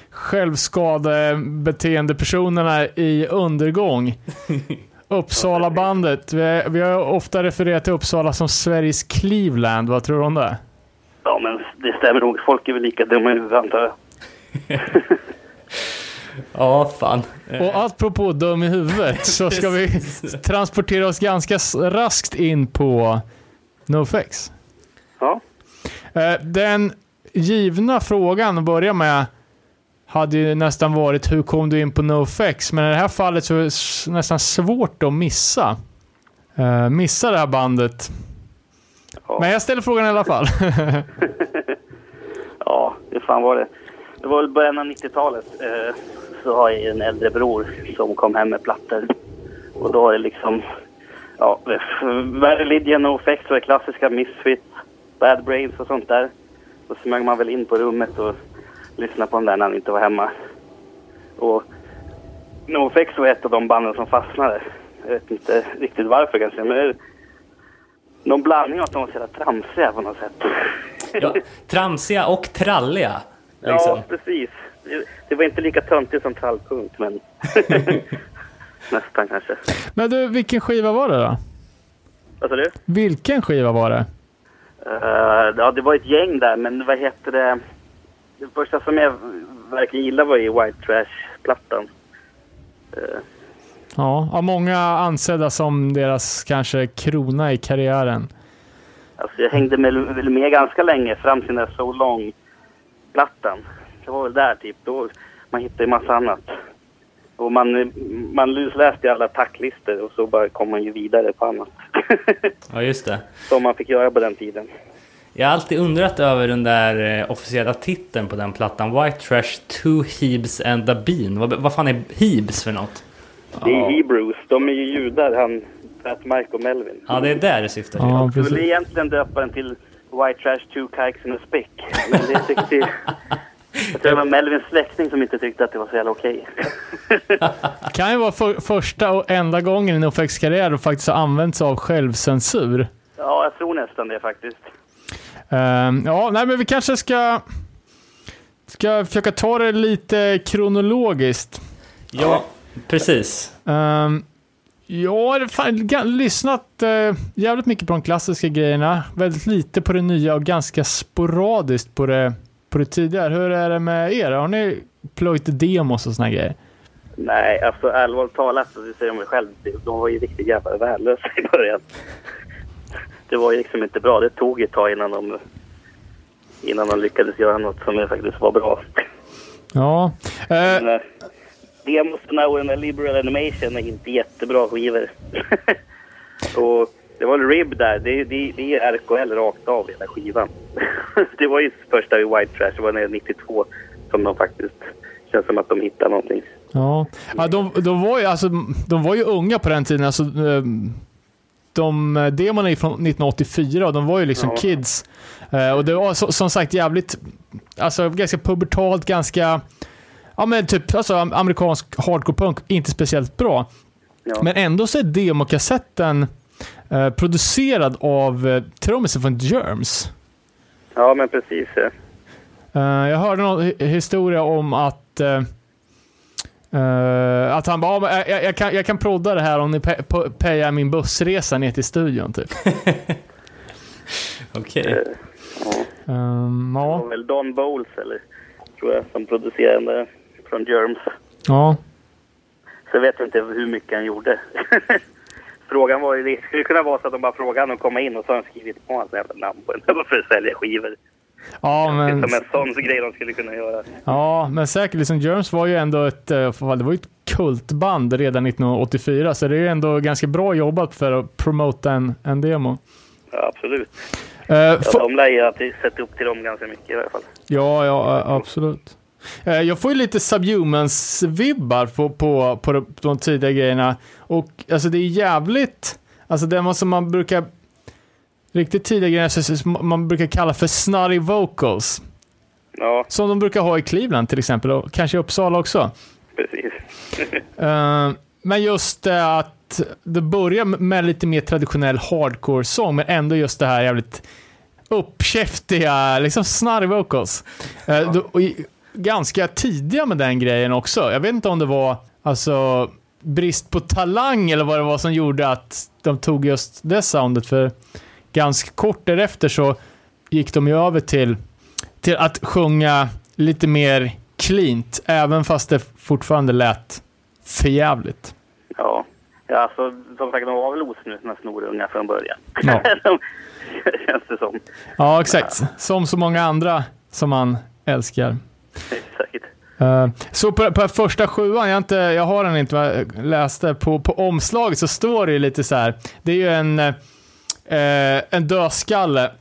självskadebeteendepersonerna i Undergång. Uppsala bandet. Vi har ofta refererat till Uppsala som Sveriges Cleveland. Vad tror du om det? Ja, men det stämmer nog. Folk är väl lika dumma i huvudet, antar jag. Ja, fan. Och apropå dum i huvudet så ska vi transportera oss ganska raskt in på NoFX. Ja. Den givna frågan att börja med hade ju nästan varit hur kom du in på NoFX, men i det här fallet så är det nästan svårt att missa det här bandet. Ja. Men jag ställer frågan i alla fall. Ja, det fan var det. Det var väl början av 90-talet. Så har jag en äldre bror som kom hem med plattor. Och då är det liksom... Ja, Religion, NoFX och klassiska Misfits, Bad Brains och sånt där. Då smög man väl in på rummet och lyssnade på den där när han inte var hemma. Och NoFX var ett av de banden som fastnade. Jag vet inte riktigt varför kanske, men det är någon blandning av att de var så jävla tramsiga på något sätt. Ja, tramsiga och tralliga. Liksom. Ja, precis. Det var inte lika töntigt som trallpunkt, men nästan kanske. Men du, vilken skiva var det då? Vad sa du? Vilken skiva var det? Ja, det var ett gäng där, men vad heter det? Det första som jag verkligen gillade var ju White Trash-plattan. Ja, av många ansedda som deras kanske krona i karriären. Alltså jag hängde med ganska länge fram till den där So Long-plattan. Det var väl där typ, då man hittade en massa annat. Och man lusläste alla tacklistor och så bara kom man ju vidare på annat. Ja, just det. Som man fick göra på den tiden. Jag har alltid undrat över den där officiella titeln på den plattan. White Trash, Two Hebes and a Bean. Vad fan är Hebes för något? Det är Hebrews. De är ju judar, han Pat, Mike och Melvin. Ja, det är där det syftar till. Ja, Jag skulle egentligen döpa den till White Trash, Two Kikes and a Spick. Men det tyckte jag tror det var Melvins släkting som inte tyckte att det var så jävla okej. Kan ju vara första och enda gången i NoFX karriär och faktiskt har använts av självcensur. Ja, jag tror nästan det faktiskt. Ja, nej men vi kanske ska försöka ta det lite kronologiskt. Ja, precis. Jag har lyssnat jävligt mycket på de klassiska grejerna. Väldigt lite på det nya och ganska sporadiskt på det tidigare. Hur är det med er? Har ni plöjt demos och såna grejer? Nej, alltså allvarligt talat, så säger de mig själv, de var ju riktigt jävla värdelösa i början. Det var ju liksom inte bra. Det tog ett tag innan de lyckades göra något som faktiskt var bra. Ja. Demosarna och den där Liberal Animation är inte jättebra skivor. Och det var en rib där. Det är RKL rakt av hela skivan. Det var ju första vid White Trash. Det var 92 som de faktiskt känns som att de hittade någonting. Ja, de var ju unga på den tiden. Alltså, demorna är från 1984 och de var ju liksom kids. Och det var som sagt jävligt, alltså ganska pubertalt, ganska, ja men typ alltså amerikansk hardcore punk, inte speciellt bra. Ja. Men ändå så är demokassetten producerad av trummisen från Germs. Ja, men precis. Jag hörde någon historia om att Att han bara, jag kan prodda det här om ni pejar min bussresa ner till studion typ. Okej. Det Ja. var väl Don Bowles, eller tror jag, som producerade från Germs. Ja. Så jag vet inte hur mycket han gjorde. Frågan var ju, det skulle kunna vara så att de bara frågade honom att komma in och så har han skrivit på hans jävla namn på en för att sälja skivor. Ja, men Som en sån grej de skulle kunna göra. ja, men säkert liksom Germs var ju ändå det var ju ett kultband redan 1984, så det är ju ändå ganska bra jobbat för att promota en demo. Ja, absolut. Ja, De lär ju att sätta upp till dem ganska mycket i alla fall. ja, absolut. Jag får ju lite Subhumans-vibbar på de tidiga grejerna. Och alltså det är jävligt... Alltså det som man brukar... Riktigt tidiga grejer man brukar kalla för snarry vocals. Ja, Som de brukar ha i Cleveland till exempel. Och kanske i Uppsala också. precis. Men just det att det börjar med lite mer traditionell hardcore-sång, men ändå just det här jävligt uppkäftiga, liksom snarry vocals. Ganska tidiga med den grejen också. Jag vet inte om det var alltså brist på talang eller vad det var som gjorde att de tog just det soundet, för ganska kort därefter så gick de ju över till att sjunga lite mer cleant, även fast det fortfarande lät förjävligt. Ja, alltså som sagt, de var väl osnutna snorungar från början. Ja. Känns det som. Ja, exakt. Som så många andra som man älskar. Exakt. Så på första sjuan, jag har den inte, jag läste på omslaget så står det ju lite så här. Det är ju en dödskalle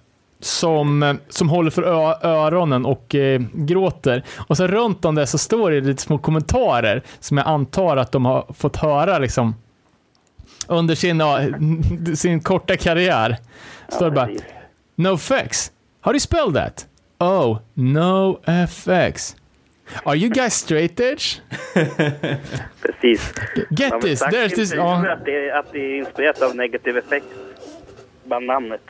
som håller för öronen och gråter. Och så runt om det så står det lite små kommentarer som jag antar att de har fått höra liksom under sin korta karriär. Står det bara NoFX. How do you spell that? Oh, NoFX. Are you guys straight edge? Precis. Get this. There's this. Att det är inspirerat av Negative Effect. Bara namnet.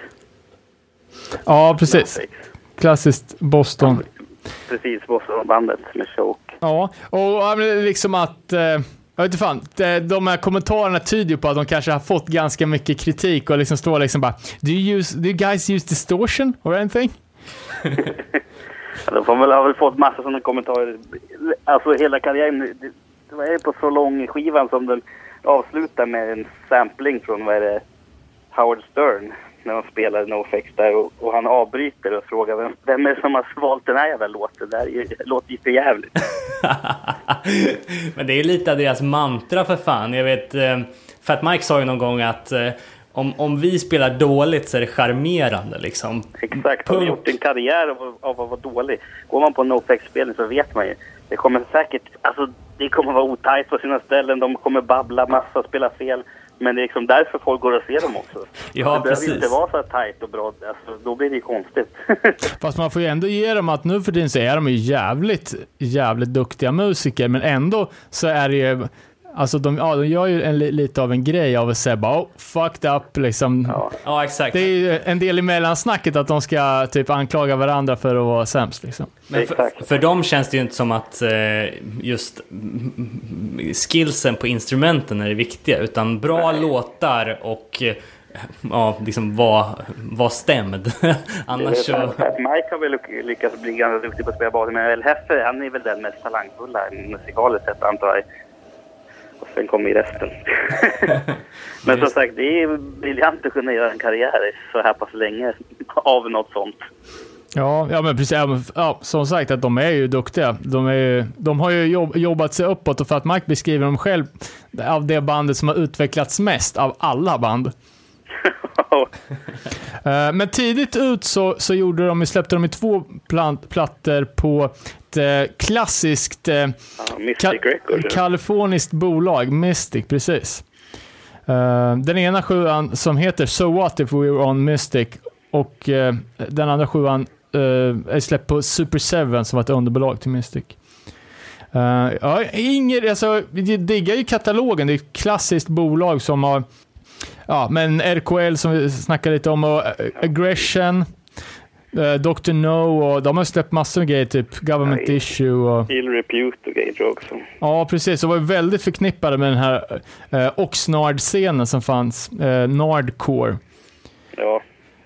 Ja, precis. Klassiskt Boston. Precis, Boston-bandet med Choke. Ja, och liksom att... jag vet inte fan, de här kommentarerna tyder ju på att de kanske har fått ganska mycket kritik och liksom står liksom bara Do you guys use distortion or anything? Ja, de har väl fått massa sådana kommentarer. Alltså hela karriären, det var på så lång skivan som den avslutar med en sampling från Howard Stern när de spelade NoFX där och han avbryter och frågar vem är det som har valt den här jävla låten? Det här låter ju för jävligt. Men det är ju lite av deras mantra för fan. Jag vet, Fat Mike sa ju någon gång att om vi spelar dåligt så är det charmerande liksom. Exakt, de har gjort en karriär av att vara dålig. Går man på NoFX-spelning så vet man ju. Det kommer säkert, alltså det kommer vara otajt på sina ställen. De kommer babbla massa och spela fel. Men det är liksom därför folk går och ser dem också. Ja, det precis. behöver inte vara så tajt och bra. Alltså, då blir det ju konstigt. Fast man får ju ändå ge dem att nu för tiden så är de ju jävligt duktiga musiker. Men ändå så är det ju... Alltså de gör ju lite av en grej av att säga bara fucked up liksom. Ja, exakt. Det är ju en del i mellansnacket att de ska typ anklaga varandra för att vara sämst liksom. Men för dem känns det ju inte som att just skillsen på instrumenten är det viktiga, utan bra låtar och liksom var stämd. Annars så... Mike har väl lyckats bli ganska duktig på att spela bas, men El Jefe, han är väl den mest talangfulla musikaliskt sett, antar jag. Och sen kommer ju resten. Men som sagt, det är briljant att kunna göra en karriär så här pass länge av något sånt. Ja, men precis. Ja, som sagt att de är ju duktiga. De har ju jobbat sig uppåt, och för att Mike beskriver dem själv av det bandet som har utvecklats mest av alla band. Men tidigt ut så släppte de 2 plattor på ett klassiskt kaliforniskt bolag, Mystic, precis. Den ena 7:an som heter So What If We Were On Mystic, och den andra 7:an är släppt på Super 7 som var ett underbolag till Mystic. Jag diggar ju katalogen. Det är ett klassiskt bolag som har men RKL som vi snackade lite om, och Aggression, Dr. No, och de har släppt massor av grejer, typ Government Issue och... Ill Repute och grejer också. Ja, precis. De var väldigt förknippade med den här Oxnard-scenen som fanns. Nardcore. Ja.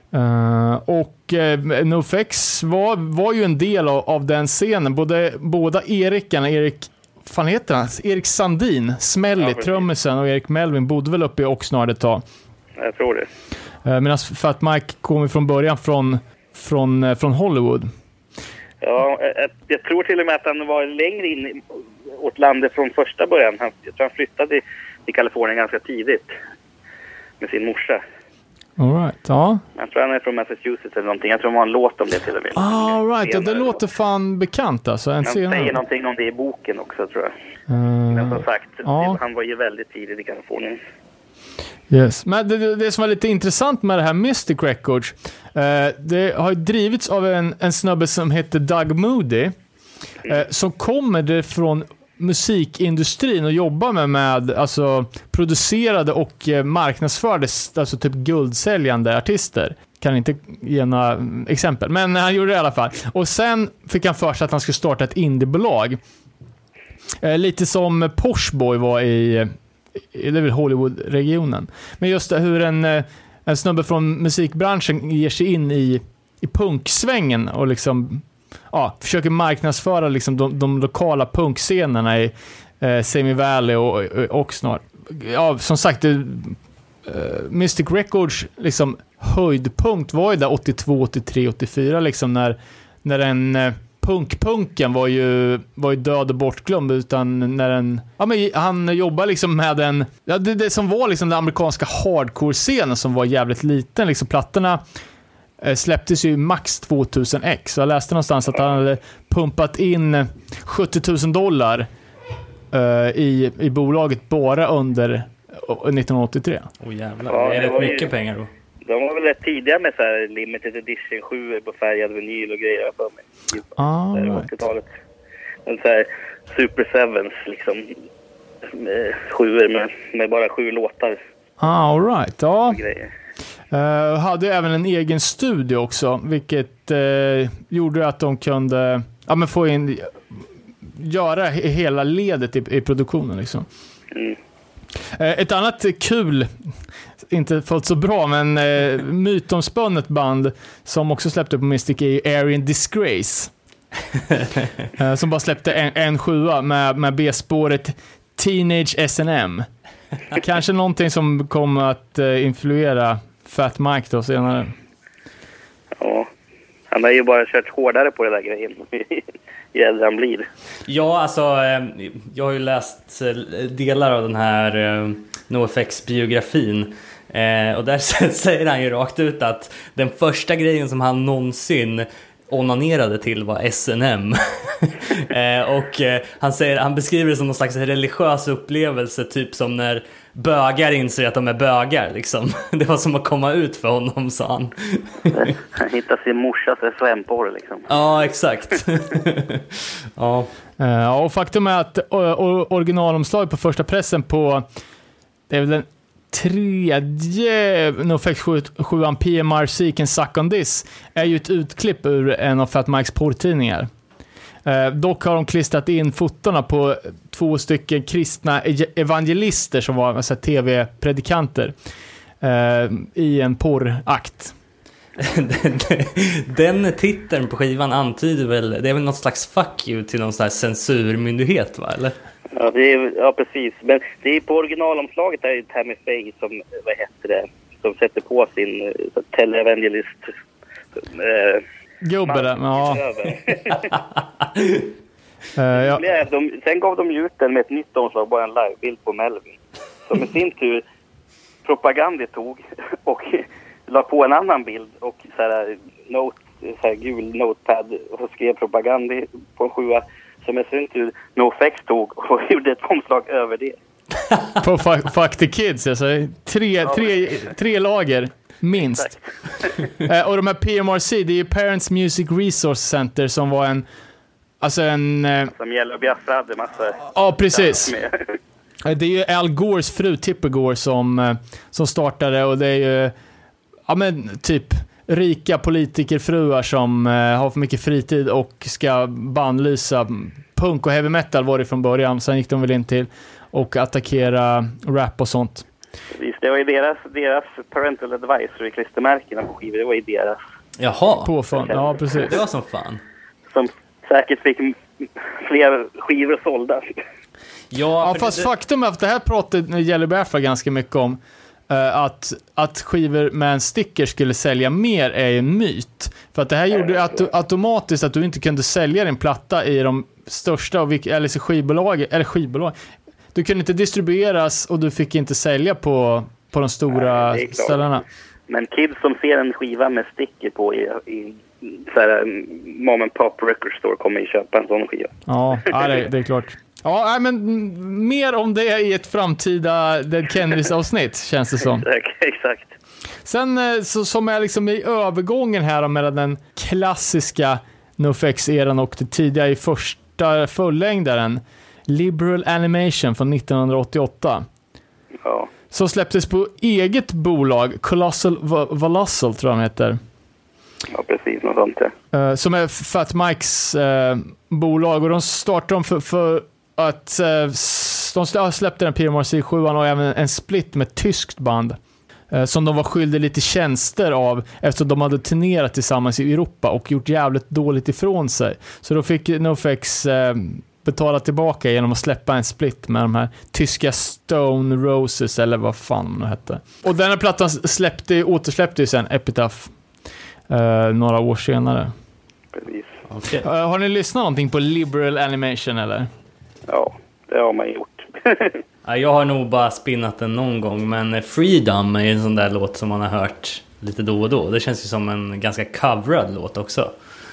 Och NoFX var ju en del av den scenen. Båda fan heter han? Erik Sandin, Smelly, trummisen, och Erik Melvin bodde väl uppe i Oxnard ett tag. Jag tror det. Medan Fat Mike kom från början från Hollywood. Ja, jag tror till och med att han var längre in åt landet från första början. Jag tror han flyttade till Kalifornien ganska tidigt med sin morsa. All right, ja. Jag tror han är från Massachusetts eller någonting. Jag tror han har en låt om det till och med. All right, ja, det låter fan bekant alltså. Han säger någonting om det i boken också, tror jag. Men som sagt, han var ju väldigt tidigt i Kalifornien. Yes. Men det som var lite intressant med det här Mystic Records, det har drivits av en snubbe som heter Doug Moody, som kommer från musikindustrin och jobbar med alltså producerade och marknadsförde alltså typ guldsäljande artister. Kan inte ge några exempel, men han gjorde det i alla fall. Och sen fick han för sig att han skulle starta ett indiebolag. Lite som Porsboy var i det är väl Hollywood-regionen. Men just det, hur en snubbe från musikbranschen ger sig in i punksvängen och liksom försöker marknadsföra liksom de lokala punkscenerna i Simi Valley och Oxnard. Ja, som sagt, Mystic Records liksom höjdpunkt var ju där 82, 83, 84 liksom när den punken var ju död och bortglömd, utan när han jobbar liksom med det som var liksom den amerikanska hardcore-scenen som var jävligt liten liksom. Plattorna släpptes ju max 2000 ex. Jag läste någonstans att han hade pumpat in $70,000 i bolaget bara under 1983. Jävlar, det är rätt mycket pengar då. De var väl rätt tidiga med så här limited edition 7 på färgad vinyl och grejer för mig. Right. 80-talet. En så här Super Sevens liksom. Sjuor med bara 7 låtar. All right, ja. Grejer. Hade även en egen studio också, vilket gjorde att de kunde få in, göra hela ledet i produktionen liksom. Ett annat kul, inte fått så bra, men mytomspunnet band som också släppte på Mystic är Aryan Disgrace. Som bara släppte en 7 med B-spåret Teenage S&M. Kanske någonting som kommer att influera Fat Mike då senare. Ja, han har ju bara kört hårdare på det där grejen ju äldre han blir. Ja, alltså jag har ju läst delar av den här NoFX-biografin. Och där säger han ju rakt ut att den första grejen som han någonsin onanerade till var S&M. Och han beskriver det som någon slags religiös upplevelse, typ som när bögar inser att de är bögar liksom. Det var som att komma ut för honom, sa han. Han hittar sin morsas SM-porr liksom. Ja, exakt. Ja. Och faktum är att originalomslaget på första pressen på, det är väl den tredje NoFX 7 PMRC Can Suck On This, är ju ett utklipp ur en av Fat Mikes porrtidningar. Dock har de klistrat in fotona på 2 stycken kristna evangelister som var tv-predikanter i en porrakt. Den titeln på skivan antyder väl, det är väl något slags fuck you till någon sån här censurmyndighet, va, eller? Ja, precis. Men det är på originalomslaget är ju Tammy Faye som, som sätter på sin televangelist gubbe där, ja. Sen gav de ut den med ett nytt omslag, bara en livebild på Melvin. Som i sin tur propaganda tog och la på en annan bild och gul notepad och skrev propaganda på en 7 som i sin tur NoFX tog och gjorde ett omslag över det. På Fuck the Kids, alltså. Tre lager. Minst. Och de här PMRC, det är ju Parents Music Resource Center, som var en som Yellow Biafra hade massa. Ja, precis. Det är ju Al Gores fru Tipper Gore som startade, och det är ju typ rika politikerfruar som har för mycket fritid och ska bannlysa punk och heavy metal var det från början. Sen gick de väl in till och attackera rap och sånt. Visst, det var ju deras parental advisory klistermärkena på skivor. Det var ju deras. Jaha, Påfund. Ja, precis. det var som fan. Som säkert fick fler skivor sålda. Ja, fast faktum är att det här pratade Jelly Biafra ganska mycket om. Att skivor med en sticker skulle sälja mer är ju en myt. För att det här gjorde automatiskt att du inte kunde sälja din platta i de största eller skivbolag. Du kunde inte distribueras och du fick inte sälja på de stora ställena. Men kids som ser en skiva med sticker på i så här, mom and pop record store kommer ju köpa en sån skiva. Ja, det är klart. Ja, men mer om det i ett framtida Dead Kennedys avsnitt känns det som. Exakt. Sen så som är liksom i övergången här mellan den klassiska NoFX-eran och det tidiga i första fullängdaren Liberal Animation från 1988. Ja. Som släpptes på eget bolag, Colossal Valossal tror jag de heter. Ja, precis, något sånt ja. Som är Fat Mikes bolag och de startade för att de släppte en PMRC 7 och även en split med ett tyskt band som de var skyldiga lite tjänster av eftersom de hade turnerat tillsammans i Europa och gjort jävligt dåligt ifrån sig. Så då fick NoFX betala tillbaka genom att släppa en split med de här tyska Stone Roses eller vad fan de hette. Och den här plattan återsläppte ju sen Epitaph några år senare. Precis. Okay. Har ni lyssnat någonting på Liberal Animation eller? Ja, det har man gjort. Jag har nog bara spinnat den någon gång, men Freedom är en sån där låt som man har hört lite då och då. Det känns ju som en ganska coverad låt också.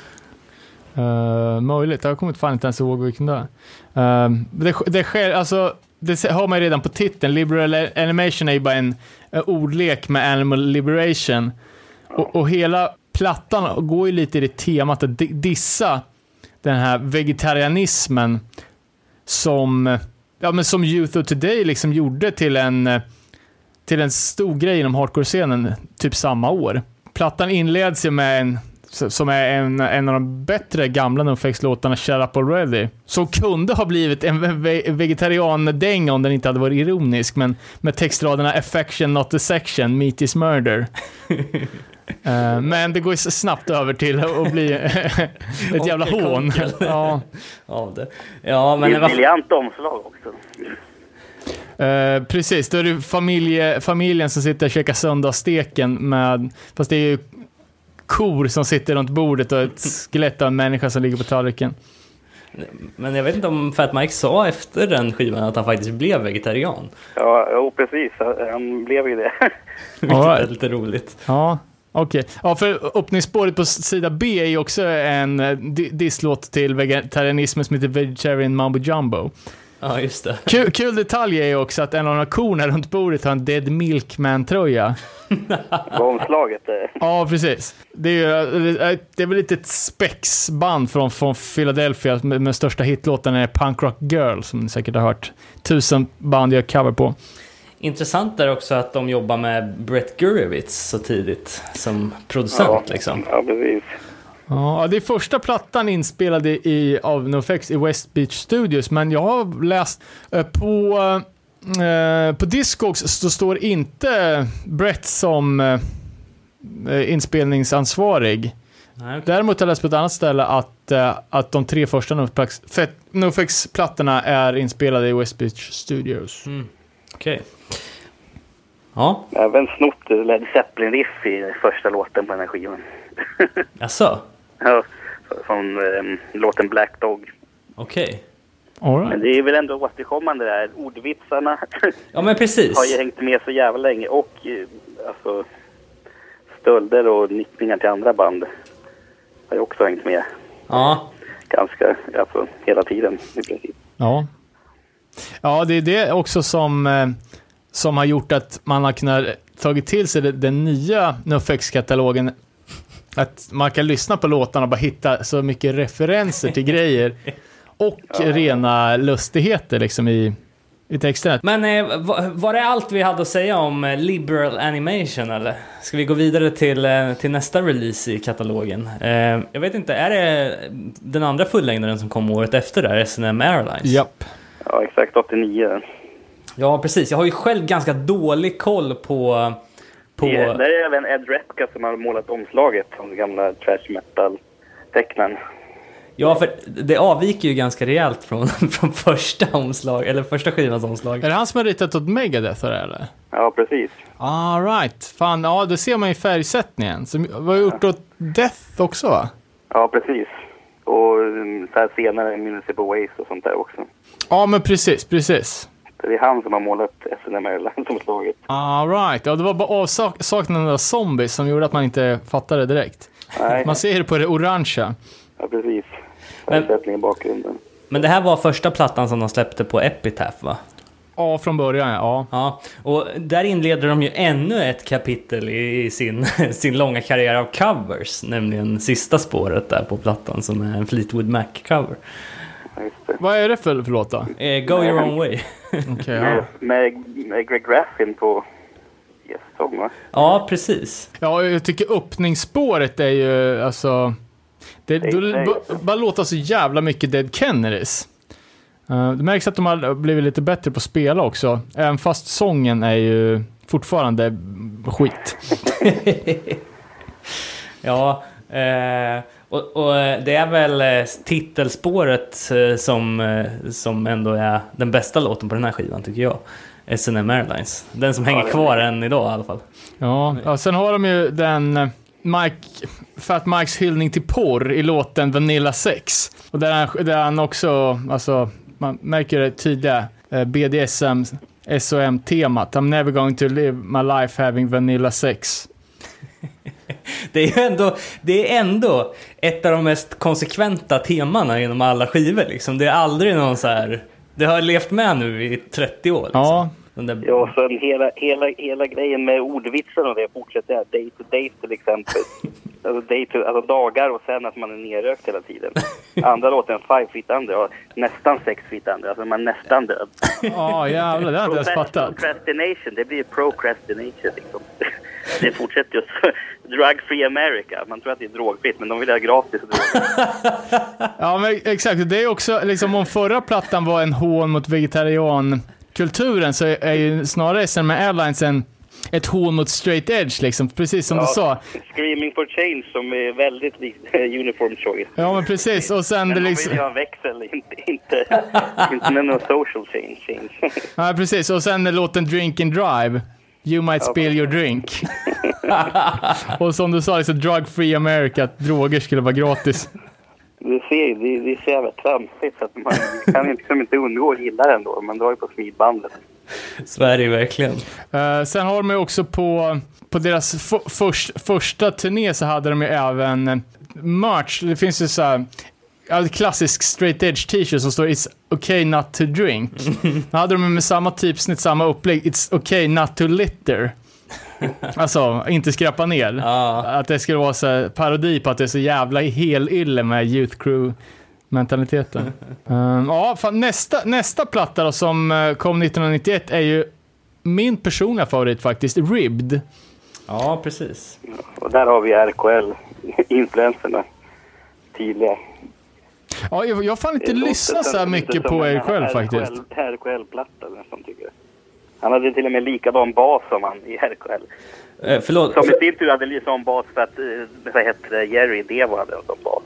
Möjligt, jag kommer fan inte ens ihåg vilken det är. Det sker, alltså, det har man ju redan på titeln. Liberal Animation är ju bara en ordlek med Animal Liberation. Och hela plattan går ju lite i det temat att dissa den här vegetarianismen som Youth of Today liksom gjorde till en stor grej inom hardcore-scenen typ samma år. Plattan inleds ju med som är en av de bättre gamla NoFX-låtarna, Shut Up Already, som kunde ha blivit en vegetarian-dänga om den inte hade varit ironisk, men med textraderna Affection not a section, meat is murder. Men det går snabbt över till att bli ett jävla hån. Ja. Ja, men det är ett briljant omslag också. Precis, då är det familjen som sitter och käkar söndagssteken med, fast det är ju kor som sitter runt bordet och ett skelett av en människa som ligger på tallriken. Men jag vet inte om Fat Mike sa efter den skivan att han faktiskt blev vegetarian. Ja, precis. Han blev ju det. Vilket är lite roligt. Ja, okej. Ja, för öppningsspåret på sida B är ju också en disslåt till vegetarianismen som heter Vegetarian Mambo Jumbo. Ja, just det. Kul detalj är ju också att en av de korna runt bordet har en Dead Milkman-tröja. Omslaget. Ja, precis. Det är väl lite ett spexband från Philadelphia med största hitlåten är Punk Rock Girl som ni säkert har hört. 1000 band gör cover på. Intressant är också att de jobbar med Brett Gurewitz så tidigt som producent liksom. Ja, precis. Ja, det är första plattan inspelad av NoFX i West Beach Studios, men jag har läst på Discogs så står inte Brett som inspelningsansvarig. Nej, okay. Däremot har jag läst på ett annat ställe att de 3 första NoFX-plattorna är inspelade i West Beach Studios. Okej. Okay. Ja. Även snott Led Zeppelin-riff i första låten på den här skivan. Asså? Ja, från låten Black Dog. Okej. Okay. Men det är väl ändå återkommande där. Ordvitsarna ja, men precis. har ju hängt med så jävla länge. Och alltså stölder och nickningar till andra band har ju också hängt med. Ja. Ganska, alltså hela tiden i princip. Ja. Ja, det är det också som har gjort att man har kunnat tagit till sig den nya NoFX-katalogen. Att man kan lyssna på låtarna och bara hitta så mycket referenser till grejer och rena lustigheter liksom i lite extra. Men var det allt vi hade att säga om Liberal Animation, eller? Ska vi gå vidare till nästa release i katalogen? Jag vet inte, är det den andra fullängdaren som kom året efter där, S&M Airlines? Japp. Ja, exakt 89. Ja, precis. Jag har ju själv ganska dålig koll på... Det är även Ed Repka som har målat omslaget från gamla trash metal-tecknaren. Ja, för det avviker ju ganska rejält från första omslag, eller första skivans omslag. Är det han som har ritat åt Megadeth eller? Ja, precis. All right. Fan, ja, det ser man i färgsättningen. Som var gjort åt Death också, va? Ja, precis. Och så här senare Municipal Waste och sånt där också. Ja, men precis. Det är han som har målat S&M Airlines-omslaget. All right. Ja, det var bara avsaknaden av zombies som gjorde att man inte fattade det direkt. Nej. Man ser det på det orangea. Ja, precis. Färgsättning i bakgrunden. Men det här var första plattan som de släppte på Epitaph, va? Ja, från början, ja. Ja, och där inleder de ju ännu ett kapitel i sin långa karriär av covers, nämligen sista spåret där på plattan som är en Fleetwood Mac-cover. Ja, just det. Vad är det för låt då? Go Your Own Way. Okej, ja. Med Greg Graffin på gästsång, va? Ja, precis. Ja, jag tycker öppningsspåret är ju, alltså... Det bara låter så jävla mycket Dead Kennedys. Det märks att de har blivit lite bättre på att spela också. Även fast sången är ju fortfarande skit. Ja, och det är väl titelspåret som ändå är den bästa låten på den här skivan, tycker jag. S&M Airlines. Den som hänger kvar än idag i alla fall. Ja, sen har de ju den Fat Mikes hyllning till porr i låten Vanilla Sex. Och där han också, alltså man märker det tydliga BDSM SOM-temat. I'm never going to live my life having vanilla sex. Det är ändå ett av de mest konsekventa temana genom alla skivor liksom. Det är aldrig någon så här, det har levt med nu i 30 år liksom. Ja. Ja, och sen hela grejen med ordvitsen och det fortsätter här. Day to day till exempel. Alltså dagar och sen att man är nerrökt hela tiden. Andra låten 5 feet under och nästan 6 feet under. Alltså man är nästan död. Ja, jävlar, det har jag inte ens fattat. Procrastination, det blir procrastination liksom. Det fortsätter just drug-free America. Man tror att det är drogfritt, men de vill ha gratis drog. Ja, men exakt. Det är också, liksom, om förra plattan var en hån mot vegetariankulturen så är ju snarare S&M Airlines ett hån mot straight edge, liksom. Precis som du sa. Screaming for change som är väldigt likt Uniform Choice. Ja, men precis. Och sen men det man liksom... vill ju ha en växel, inte med någon social change. Ja, precis. Och sen låten Drink and Drive. You might spill your drink. Och som du sa, liksom drug-free America, att droger skulle vara gratis. Det är så jävla tramsigt så att man kan liksom inte undgå att gilla den då. Man drar ju på smidbandet. Sverige verkligen. Sen har de ju också på deras första turné så hade de ju även merch. Det finns ju så här klassisk straight edge t-shirt som står It's okay not to drink. Då hade de med samma typsnitt, samma upplägg. It's okay not to litter. Alltså, inte skrapa ner. Att det skulle vara så parodi på att det är så jävla helylle med Youth Crew-mentaliteten. Ja, fan, nästa platta då, som kom 1991 är ju min personliga favorit faktiskt, Ribbed. Ja, precis. Och där har vi RKL-influenserna tydliga. Ja, jag har fan inte lyssnat så här mycket på er själv faktiskt. RKL-platta eller sånt tycker jag. Han hade till och med likadan bas som han i RKL. Förlåt. Som i sin tur hade likadan bas för att vad heter Jerry Devo hade en sån bas.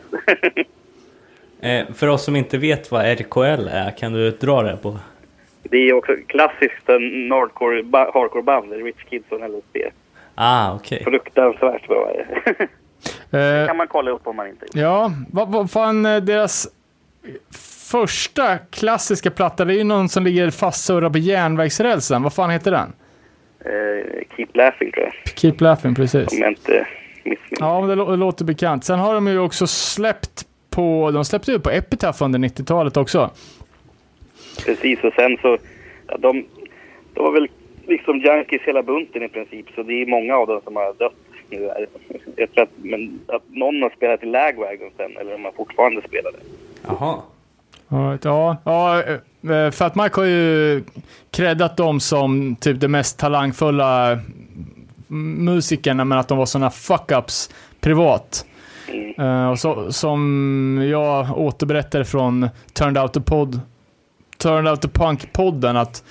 För oss som inte vet vad RKL är, kan du dra det på? Det är också klassiskt en hardcore-band, Rich Kids on LSD. Okej. Fruktansvärt bra är det. Det kan man kolla upp om man inte vill. Ja, vad fan deras första klassiska platta, det är ju någon som ligger fastsurrad på järnvägsrälsen. Vad fan heter den? Keep Laughing, tror jag. Keep Laughing, precis. Om jag inte missminner. Ja, det låter bekant. Sen har de ju också de släppte ju på Epitaph under 90-talet också. Precis, och sen så de var väl liksom junkies hela bunten i princip, så det är många av dem som har dött nu här. Jag tror att någon har spelat i Lagwagon sen, eller om man fortfarande spelar det. Jaha. Ja, Fat Mike har ju creddat dem som typ de mest talangfulla musikerna, men att de var såna fuck-ups privat. Och så, som jag återberättade från Turned Out to Punk-podden att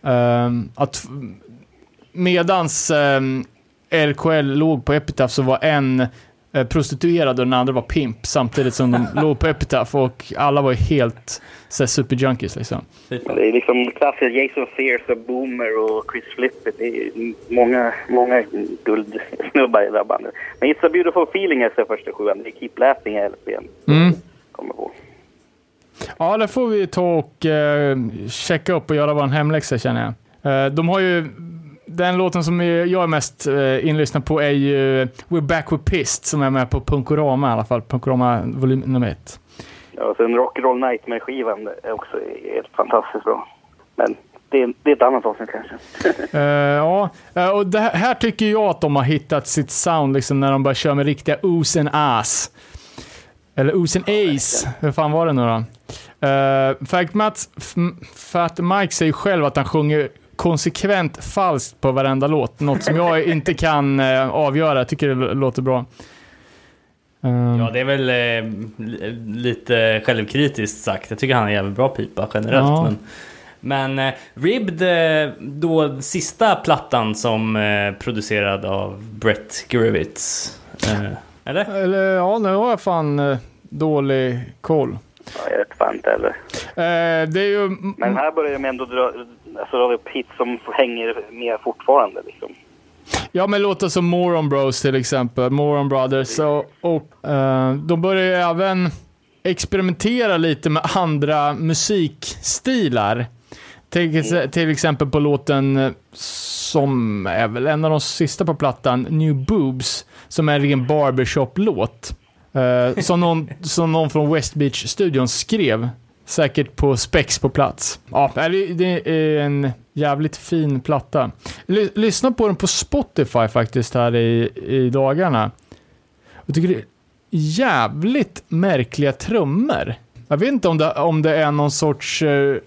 medans RKL låg på Epitaph så var en prostituerad och den andra var pimp samtidigt som de låg på Epitaph och alla var helt superjunkies liksom. Det är liksom klassiskt Jason Sears och Boomer och Chris Flippett. Det är många guldsnubbar i det här bandet. Men It's a Beautiful Feeling är första sjuan. Det är Keep Laughing i LPn. Kommer på. Ja, det får vi ta och checka upp och göra vår hemläxa, känner jag. De har ju den låten som jag är mest inlyssnad på är ju We're Back With Pissed, som är med på Punkorama i alla fall. Punkorama volym nummer 1. Ja, och sen Rock'n'Roll Nightmare-skivan är också helt fantastiskt bra. Men det är ett annat avsnitt kanske. Ja, och det här tycker jag att de har hittat sitt sound liksom, när de börjar köra med riktiga Ooze and Ass. Eller Ooze and Ace. Hur fan var det nu då? Fat Mike säger själv att han sjunger konsekvent falskt på varenda låt. Något som jag inte kan avgöra. Jag tycker det låter bra. Ja, det är väl lite självkritiskt sagt. Jag tycker han är jävligt bra pipa generellt. Ja. Men Ribbed, då sista plattan som producerad av Brett Gurewitz. Eller? Ja, nu har jag fan dålig koll. Ja, jag vet fan inte heller. Det är ju... Men här börjar de ändå dra upp hits som hänger med fortfarande liksom. Ja, men låter som Moron Bros till exempel, Moron Brothers, och de börjar ju även experimentera lite med andra musikstilar. Till exempel på låten som är väl en av de sista på plattan, New Boobs, som är en ren barbershop-låt. Som någon från West Beach-studion skrev, säkert på spex på plats. Ja, det är en jävligt fin platta. Lyssna på den på Spotify faktiskt här i dagarna. Jag tycker det är jävligt märkliga trummor. Jag vet inte om det är någon sorts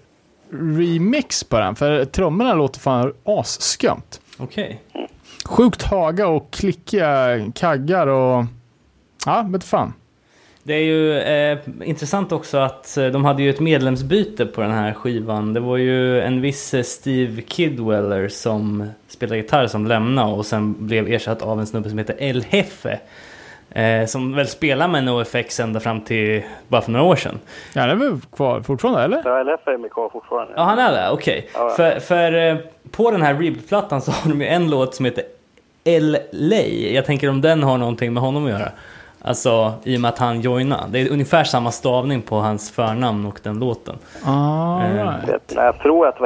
remix på den, för trummorna låter fan asskömt. Okej. Sjukt höga och klickiga kaggar och ja, vet fan. Det är ju intressant också att de hade ju ett medlemsbyte på den här skivan. Det var ju en viss Steve Kidweller som spelade gitarr som lämnade och sen blev ersatt av en snubbe som heter El Jefe. Som väl spelar med NoFX ända fram till bara för några år sedan. Ja, det är väl kvar fortfarande, eller? Ja, El Jefe är kvar fortfarande. Ja, han är det, okej. Ja. För på den här Ribbed-plattan så har de ju en låt som heter LA. Jag tänker om den har någonting med honom att göra. Alltså, i och med att han joinar. Det är ungefär samma stavning på hans förnamn och den låten. Right. Jag tror att,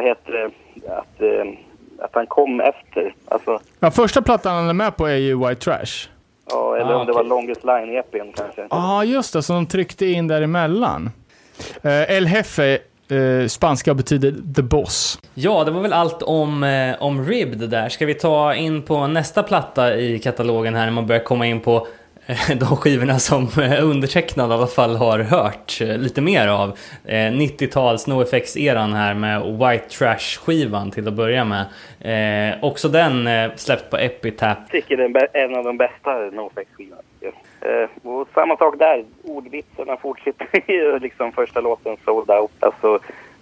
att han kom efter. Alltså. Ja, första plattan han är med på är ju White Trash. Ja, eller om det var Longest Line i EPn kanske. Just det, så de tryckte in däremellan. El Jefe, spanska, betyder The Boss. Ja, det var väl allt om Ribbed där. Ska vi ta in på nästa platta i katalogen här när man börjar komma in på de skivorna som undertecknad i alla fall har hört lite mer av. 90-tals NoFX-eran här med White Trash-skivan till att börja med. Också den släppt på Epitaph. Jag tycker det är en av de bästa NoFX-skivorna. Och samma sak där, ordvitsarna fortsätter ju liksom första låten Sold Out. Alltså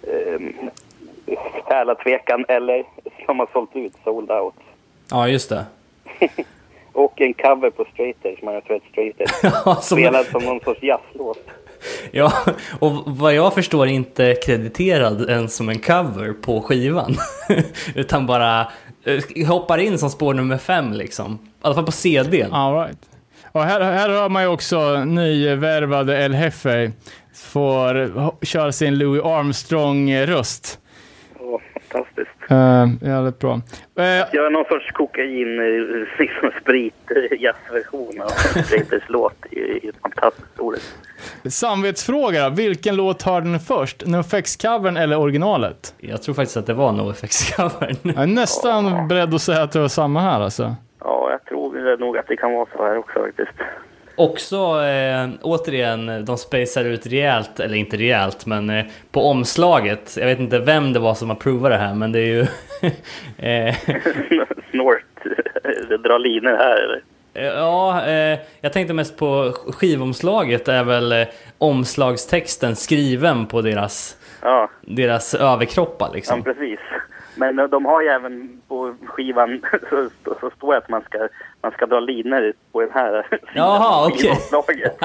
härla tvekan eller som har sålt ut Sold Out. Ja, just det. Och en cover på Straight Edge, man har trätt Straight Edge. Spelad som någon sorts jazzlåt. Ja, och vad jag förstår inte krediterad ens som en cover på skivan. Utan bara hoppar in som spår nummer 5 liksom. I alla fall på CD:n. All right. Och här har man ju också nyvärvade El Jefe får köra sin Louis Armstrong-röst. Fantastiskt. Jävligt bra. Jag är någon sorts kokain, liksom sprit-jazzversion av Straighters låt. Det är fantastiskt roligt. Samvetsfråga, vilken låt har den först? NoFX-covern eller originalet? Jag tror faktiskt att det var NoFX-covern. Jag är nästan beredd att säga att det var samma här alltså. Ja, jag tror nog att det kan vara så här också faktiskt. Också återigen, de spacear ut rejält, eller inte rejält, men på omslaget. Jag vet inte vem det var som har provat det här, men det är ju... Snort. Dra linor här, eller? Ja, jag tänkte mest på skivomslaget är väl omslagstexten skriven på deras överkroppar liksom. Ja, precis. Men de har ju även på skivan så står det att man ska dra linor på den här sidan. Jaha, okej. Omslaget.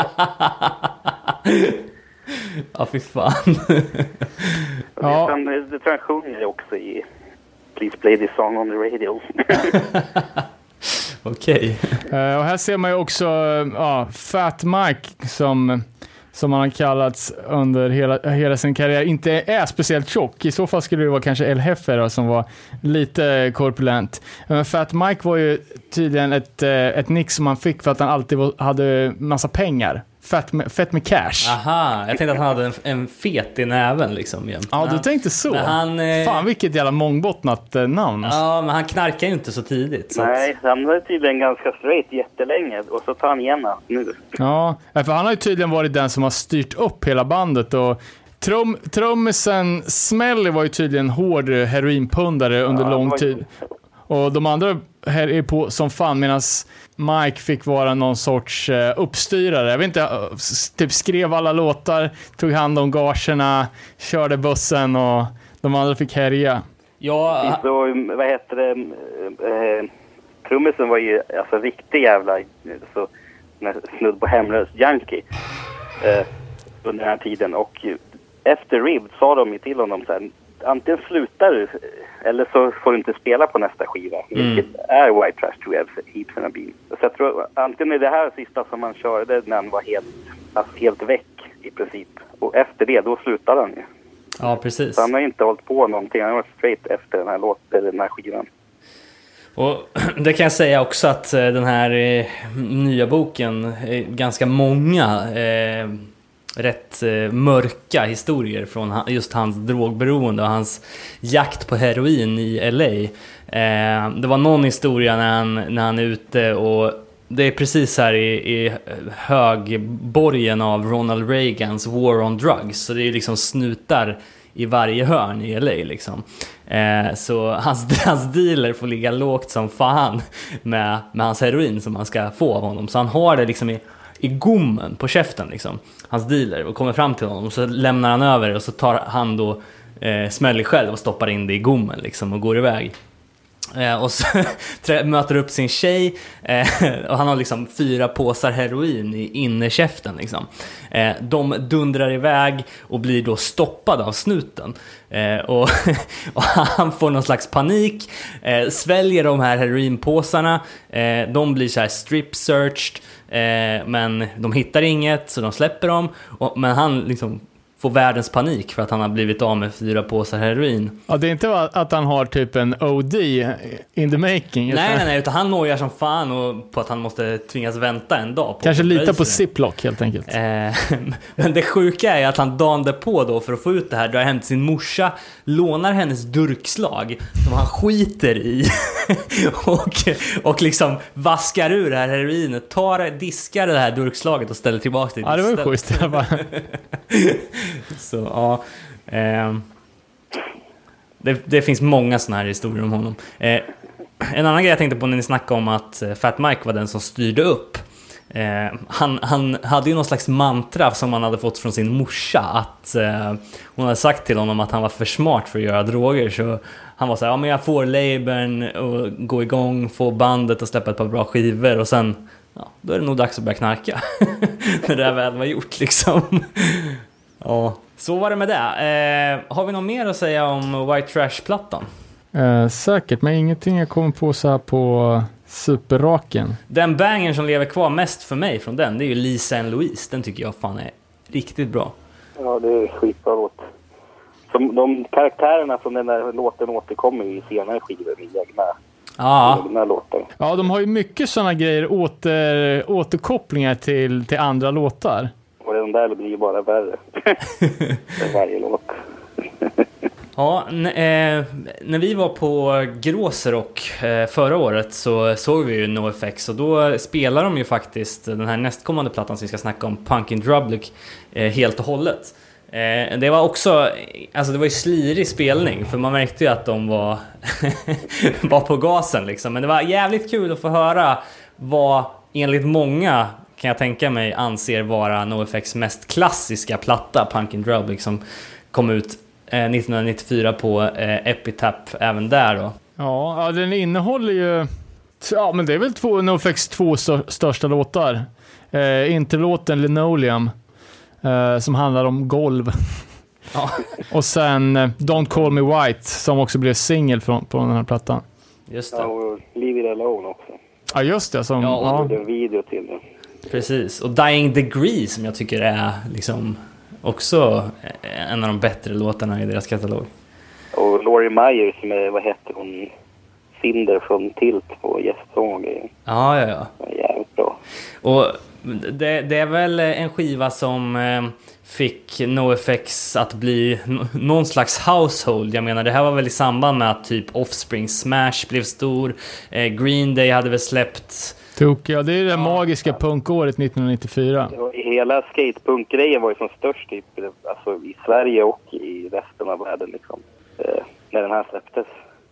Ja, fy fan. Ja. Det tror jag sjunger också i Please Play This Song on the Radio. Okej. Och här ser man ju också Fat Mike som han har kallats under hela sin karriär, inte är speciellt tjock. I så fall skulle det vara kanske El Jefe då, som var lite korpulent. Men Fat Mike var ju tydligen ett nick som han fick för att han alltid hade massa pengar. Fett med cash. Aha, jag tänkte att han hade en fet i näven liksom igen. Ja, du tänkte så. Fan, vilket jävla mångbottnat namn. Ja, men han knarkar ju inte så tidigt. Så nej, han var tydligen ganska straight jättelänge och så tar han igen nu. Ja, för han har ju tydligen varit den som har styrt upp hela bandet och trummisen Smelly var ju tydligen hård heroinpundare under lång tid. Och de andra här är på som fan, medan Mike fick vara någon sorts uppstyrare. Jag vet inte, typ skrev alla låtar, tog hand om gagerna, körde bussen och de andra fick härja. Ja, så, vad heter det? Trummisen var ju alltså riktig jävla så snudd på hemlös junkie under den här tiden, och efter Rib sa de ju till honom så här: antingen slutar du eller så får du inte spela på nästa skiva. Vilket är White Trash tror jag, Heat Gonna Be. Så jag tror antingen är det här sista som man körde när han var helt väck i princip. Och efter det, då slutade han ju. Ja, precis. Så han har inte hållit på någonting. Han var straight efter den här skivan. Och det kan jag säga också att den här nya boken är ganska många rätt mörka historier från just hans drogberoende och hans jakt på heroin i LA. Det var någon historia när han är ute, och det är precis här i högborgen av Ronald Reagans War on Drugs, så det är liksom snutar i varje hörn i LA liksom. Så hans dealer får ligga lågt som fan med hans heroin som han ska få av honom, så han har det liksom i gommen på käften liksom, hans dealer, och kommer fram till honom och så lämnar han över och så tar han då Smelly själv och stoppar in det i gommen liksom och går iväg. Och så möter upp sin tjej och han har liksom 4 påsar heroin i innerkäften liksom. De dundrar iväg och blir då stoppad av snuten, och han får någon slags panik, sväljer de här heroinpåsarna, de blir så här strip searched, men de hittar inget så de släpper dem, men han liksom får världens panik för att han har blivit av med 4 påsar heroin. Ja, det är inte att han har typ en OD in the making. Nej, utan han nojar som fan och på att han måste tvingas vänta en dag. Kanske lita på Ziploc helt enkelt. Men det sjuka är att han dagen på då för att få ut det här drar hem till sin morsa, lånar hennes durkslag som han skiter i och liksom vaskar ur det här heroinet, diskar det här durkslaget och ställer tillbaka det. Ja, det var ju schysst. Så ja, det finns många såna här historier om honom. En annan grej jag tänkte på när ni snackade om att Fat Mike var den som styrde upp. Han hade ju någon slags mantra som han hade fått från sin morsa, att hon hade sagt till honom att han var för smart för att göra droger, så han var så här: ja, men jag får labeln och gå igång, få bandet och släppa ett par bra skivor, och sen då är det nog dags att börja knarka när det här väl var gjort liksom. Ja, så var det med det. Har vi något mer att säga om White Trash-plattan? Säkert, men ingenting jag kommer på så här på superraken. Den banger som lever kvar mest för mig från den, det är ju Lisa and Louise. Den tycker jag fan är riktigt bra. Ja, det är skitbra låt. Som de karaktärerna från den där låten återkommer i senare skivor i egna låtar. Ja, de har ju mycket sådana grejer, återkopplingar till andra låtar. Och den där blir ju bara värre. För varje låt. Ja, när vi var på Gråsrock förra året så såg vi ju NoFX och då spelar de ju faktiskt den här nästkommande plattan som vi ska snacka om, Punk in Drublic, helt och hållet. Det var också, alltså det var ju slirig spelning för man märkte ju att de var var på gasen liksom, men det var jävligt kul att få höra vad enligt många, kan jag tänka mig, anser vara NoFX mest klassiska platta, Punk in Drublic, som kom ut 1994 på Epitaph även där då. Ja, den innehåller ju... Ja, men det är väl NoFX två största låtar. Interlåten Linoleum, som handlar om golv. Ja. Och sen Don't Call Me White, som också blev singel på den här plattan. Just det. Ja, och Leave It Alone också. Ja, just det. Som, Ja, Det är en video till det. Precis. Och Dying Degree som jag tycker är liksom också en av de bättre låtarna i deras katalog. Och Laurie Meyer som är, vad heter hon? Cinder från Tilt på gästsång och grejer. Ja. Det är jävligt bra. Och det är väl en skiva som fick NoFX att bli någon slags household. Jag menar, det här var väl i samband med att typ Offspring Smash blev stor. Green Day hade väl släppt... Ja, det är det magiska punkåret 1994. Hela skatepunk-grejen var ju som störst typ, alltså i Sverige och i resten av världen liksom, när den här släpptes.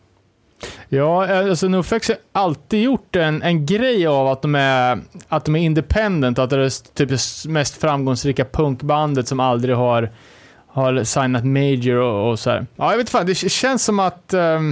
Ja, alltså NoFX har alltid gjort en grej av att de är independent, att det är typ det mest framgångsrika punkbandet som aldrig har signat major och så här. Ja, jag vet fan, det känns som att...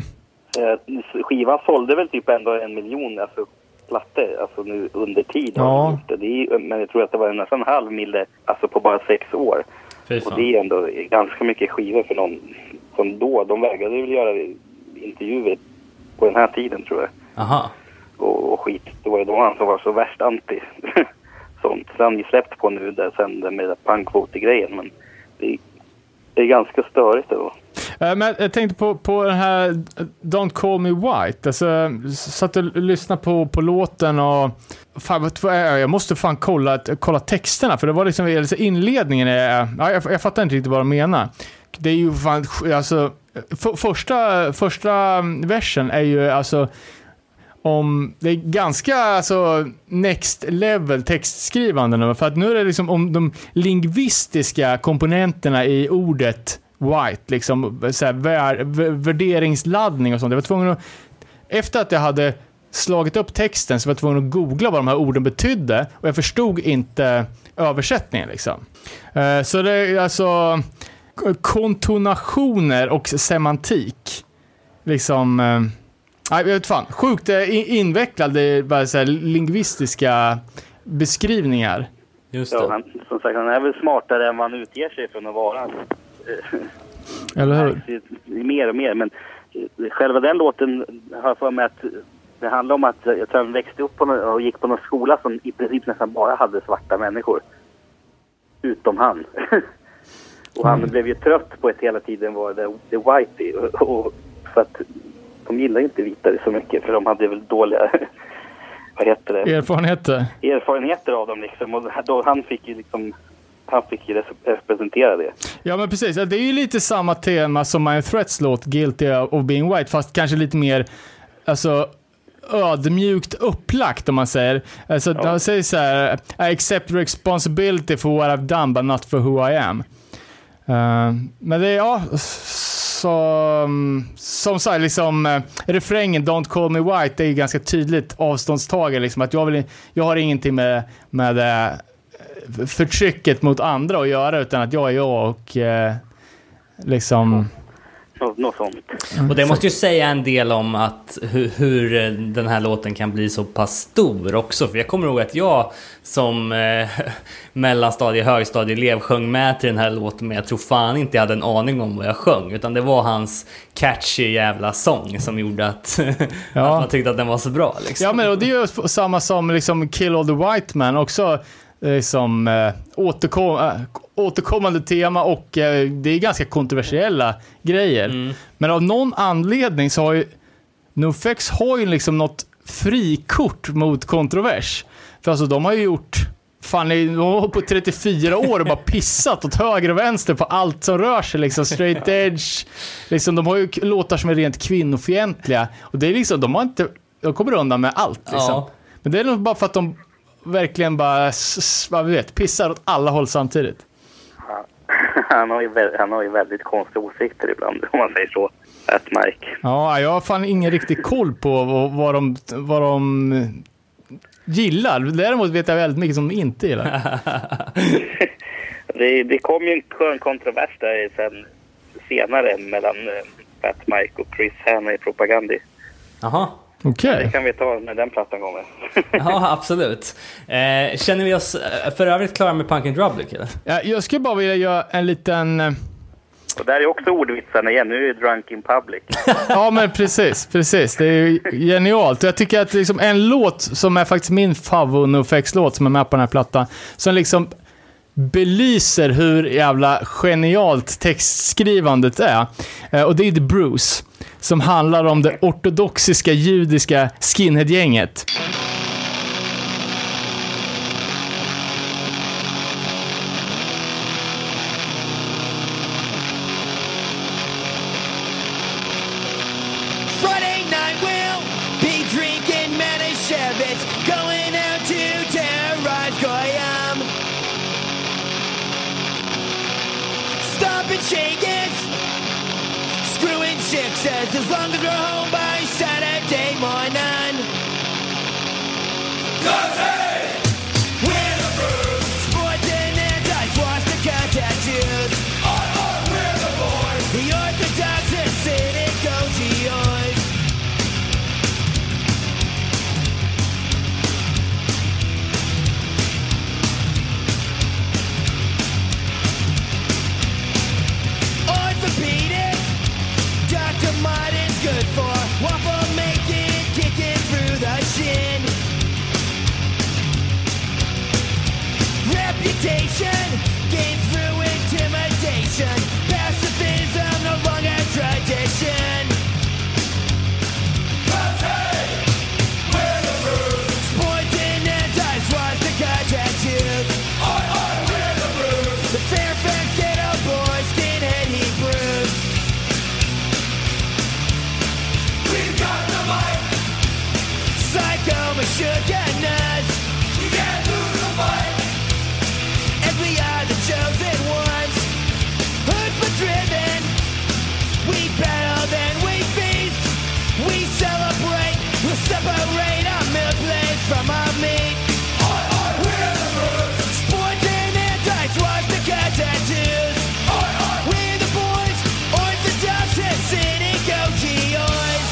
Skivan sålde väl typ ändå 1 miljon alltså, plattor, alltså nu under tid. Ja. Men jag tror att det var nästan 500 000 alltså på bara 6 år. Och det är ändå ganska mycket skivor för någon som då. De vägrade väl göra intervjuer på den här tiden, tror jag. Aha. Och skit. Det var ju då han som var så värst anti sånt. Sen har ni släppt på nu där sen med punkvote-grejen, men det är ganska störigt då. Men jag tänkte på den här Don't Call Me White. Alltså, satt och lyssnade på låten och fan, jag måste fan kolla texterna, för det var liksom inledningen. Jag fattar inte riktigt vad de menar. Det är ju fan, alltså första versen är ju alltså om det är ganska alltså next level textskrivande nu, för att nu är det liksom om de lingvistiska komponenterna i ordet white, liksom så här, värderingsladdning och sånt. Jag var tvungen att, efter att jag hade slagit upp texten, så var jag tvungen att googla vad de här orden betydde, och jag förstod inte översättningen liksom. Så det är alltså kontonationer och semantik liksom, jag vet fan, sjukt invecklade bara så här lingvistiska beskrivningar. Just det. Ja, som sagt, han är väl smartare än man utger sig från att vara. Eller hur? Mer och mer, men själva den låten har jag för mig att det handlar om att jag tror han växte upp och gick på någon skola som i princip nästan bara hade svarta människor. Utom han. Och han blev ju trött på att hela tiden var the whitey. Och för att de gillar inte vitare så mycket, för de hade väl dåliga vad heter det? Erfarenheter av dem liksom. Och då han fick ju representera det. Ja, men precis. Det är ju lite samma tema som My Threats låt Guilty of Being White, fast kanske lite mer alltså ödmjukt upplagt, om man säger. Alltså, de säger så här: I accept responsibility for what I've done but not for who I am. Men det är som sagt liksom refrängen Don't Call Me White, det är ju ganska tydligt avståndstagare liksom, att jag har ingenting med förtrycket mot andra att göra, utan att jag är jag och liksom något sånt. Och det måste ju säga en del om att hur den här låten kan bli så pass stor också. För jag kommer ihåg att jag som högstadieelev sjöng med till den här låten, men jag tror fan inte jag hade en aning om vad jag sjöng, utan det var hans catchy jävla sång som gjorde att, att man tyckte att den var så bra liksom. Ja, men och det är ju samma som liksom Kill All the White Man också, som återkommande tema, och det är ganska kontroversiella grejer. Men av någon anledning så har ju NoFX liksom något frikort mot kontrovers. För alltså de har ju gjort fan, de har på 34 år och bara pissat åt höger och vänster på allt som rör sig, liksom straight edge. Liksom, de har ju låtar som är rent kvinnofientliga. Och det är liksom, de kommer undan med allt liksom. Ja. Men det är nog bara för att de verkligen bara, vad vi vet, pissar åt alla håll samtidigt. Han har ju väldigt konstiga åsikter ibland, om man säger så. Mike. Ja, jag har fan ingen riktig koll på vad de gillar. Däremot vet jag väldigt mycket som de inte gillar. det kom ju en skön kontrovers där sen senare mellan Fat Mike och Chris Hanna i Propagandi. Jaha. Okay. Det kan vi ta när den plattan kommer. Ja, absolut. Känner vi oss för övrigt klara med Punk in Drublic, eller? Ja, jag skulle bara vilja göra en liten... Och där är också ordvitsarna igen. Nu är det Drunk in Public. Ja, men precis. Det är ju genialt. Jag tycker att liksom en låt som är faktiskt min favorit-NoFX-låt som är med på den här plattan, som liksom belyser hur jävla genialt textskrivandet är. Och det är The Bruce, som handlar om det ortodoxiska judiska skinhead-gänget. Friday night we'll be drinking Manischewitz, going out to terrorize Goyam. Stomping shakers, screwing sixes, as long as we're home by Saturday morning. 'Cause hey, we're the Bruce, sporting anti-swastika tattoos. We're the boys, the Orthodox and cynical GOs. Orthopedic, Dr. Martin's good for waffle making, kicking through the shin. Reputation gained through intimidation. Pacifism no longer tradition. 'Cause hey, we're the Bruce, sporting anti-swastika tattoos. We're the Bruce, the Fairfax Ghetto Boys, skinhead Hebrews. We've got the mic, psycho Meshuggahs. You can't lose the fight. And we are the chosen ones, hood for driven. We battle, then we feast. We celebrate, we'll separate our milk plates from our meat. We're the Bruce, sporting anti-swastika tattoos. We're the boys, Orthodox and cynical GOs.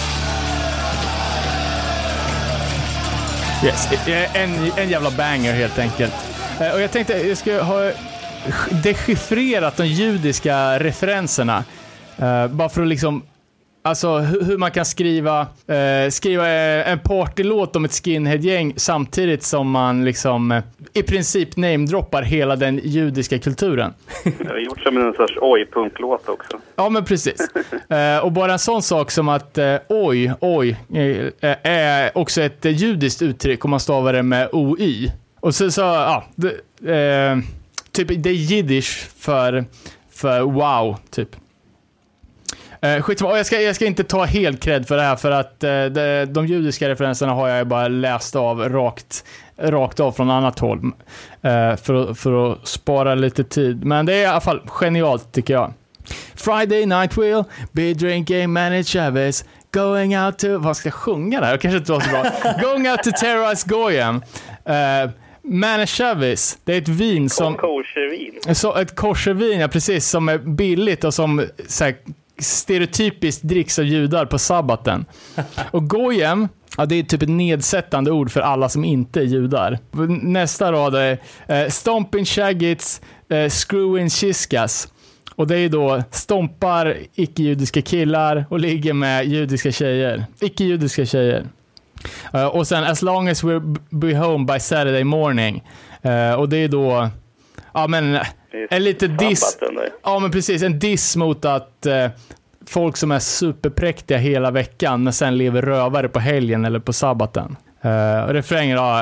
Yes, en jävla banger helt enkelt. Och jag tänkte jag skulle ha dechiffrerat de judiska referenserna. Bara för att liksom, alltså hur man kan skriva en partylåt om ett skinhead-gäng samtidigt som man liksom i princip namedroppar hela den judiska kulturen. Det har gjort som en sorts oj-punklåt också. Ja, men precis. Och bara en sån sak som att oj är också ett judiskt uttryck om man stavar det med OY. Och så ja, typ det är jiddisch för wow, typ. Skitsamma. Jag ska inte ta helt cred för det här, för att de judiska referenserna har jag bara läst av rakt av från annat håll för att spara lite tid. Men det är i alla fall genialt, tycker jag. Friday night we'll be drinking Manischewitz, going out to... Vad ska jag sjunga där? Jag kanske inte var så bra. Going out to terrorize Goyam. Manischewitz, det är ett vin som... Koshervin. Så ett koshervin, ja, precis, som är billigt och som så här, stereotypiskt dricks av judar på sabbaten. Och Goyam, ja, det är typ ett nedsättande ord för alla som inte är judar. Nästa rad är stomping shaggits, screwing shiskas. Och det är då stompar icke-judiska killar och ligger med judiska tjejer. Icke-judiska tjejer. Och sen as long as we'll be home by Saturday morning. Och det är då, ja, men en liten diss. Ja, men precis, en diss mot att folk som är superpräktiga hela veckan men sen lever rövare på helgen eller på sabbaten. Och refrängen, ja,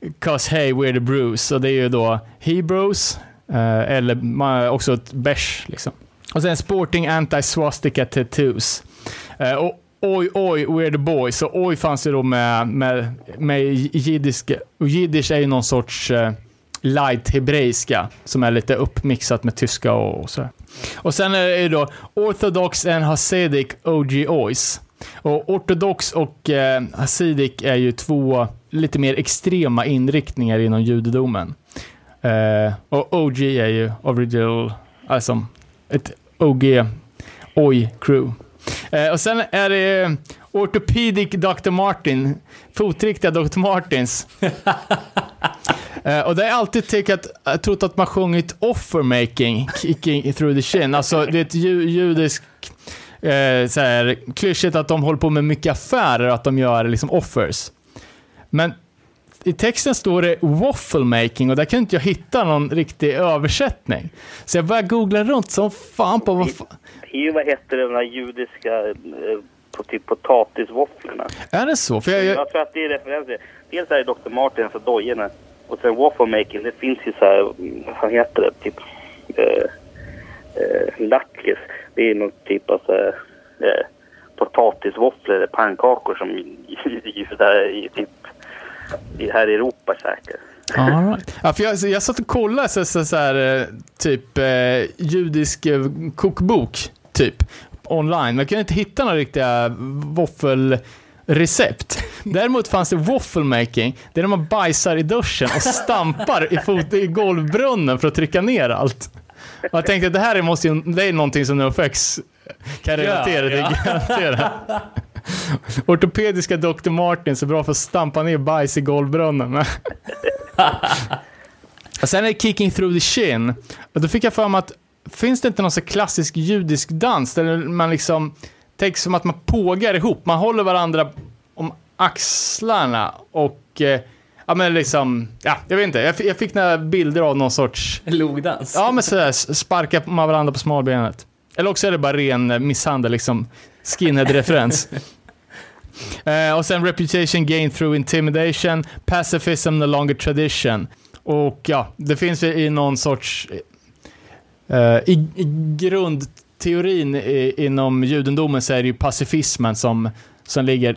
'Cause hey, we're the Brews. Och det är ju då Hebrews, eller också ett beige liksom. Och sen Sporting Anti-Swastika Tattoos. Och oj, we're the boys. Och oj fanns ju då med jiddiska. Och jiddisch är ju någon sorts light hebreiska som är lite uppmixat med tyska och så. Och sen är det då Orthodox and Hasidic OG-Oys. Och ortodox och hasidic är ju två lite mer extrema inriktningar inom judedomen. Och OG är ju original, alltså ett OG-Oj-crew. Och sen är det Orthopedic Dr. Martin, fotriktiga Dr. Martins. Och det är alltid trott att man sjungit offermaking, kicking through the chin. Alltså det är ett judisk så här klyschigt att de håller på med mycket affärer, att de gör liksom offers. Men i texten står det waffle making och där kan inte jag hitta någon riktig översättning. Så jag började googla runt som fan på vad Vad heter det, de här judiska på typ potatisvåfflorna? Är det så? För jag tror att det är referenser. Dels är det Dr. Martins och dojorna. Och sen waffle making, det finns ju så här, vad heter det, typ latkes. Det är någon typ av potatisvåfflor eller pannkakor som judar i typ här i Europa säkert. All right. Ja, för jag satt och kollade så här typ judisk kokbok typ online, men jag kunde inte hitta några riktiga våffelrecept. Däremot fanns det waffle making, det är när man bajsar i duschen och stampar i golvbrunnen för att trycka ner allt. Och jag tänkte att det här det är någonting som NoFX kan relatera till. Garantera. Ortopediska Dr. Martin så bra för att stampa ner bajs i golvbrunnen. Och sen är det kicking through the chin. Och då fick jag för mig att finns det inte någon så klassisk judisk dans där man liksom tänker som att man pågar ihop. Man håller varandra om axlarna och ja men liksom, ja, jag vet inte. Jag fick några bilder av någon sorts logdans. Ja, men sådär, sparka med varandra på smalbenet. Eller också är det bara ren misshandel, liksom skinhead-referens. Och sen reputation gain through intimidation, pacifism no longer tradition. Och ja, det finns i någon sorts i grundteorin inom judendomen så är det ju pacifismen som ligger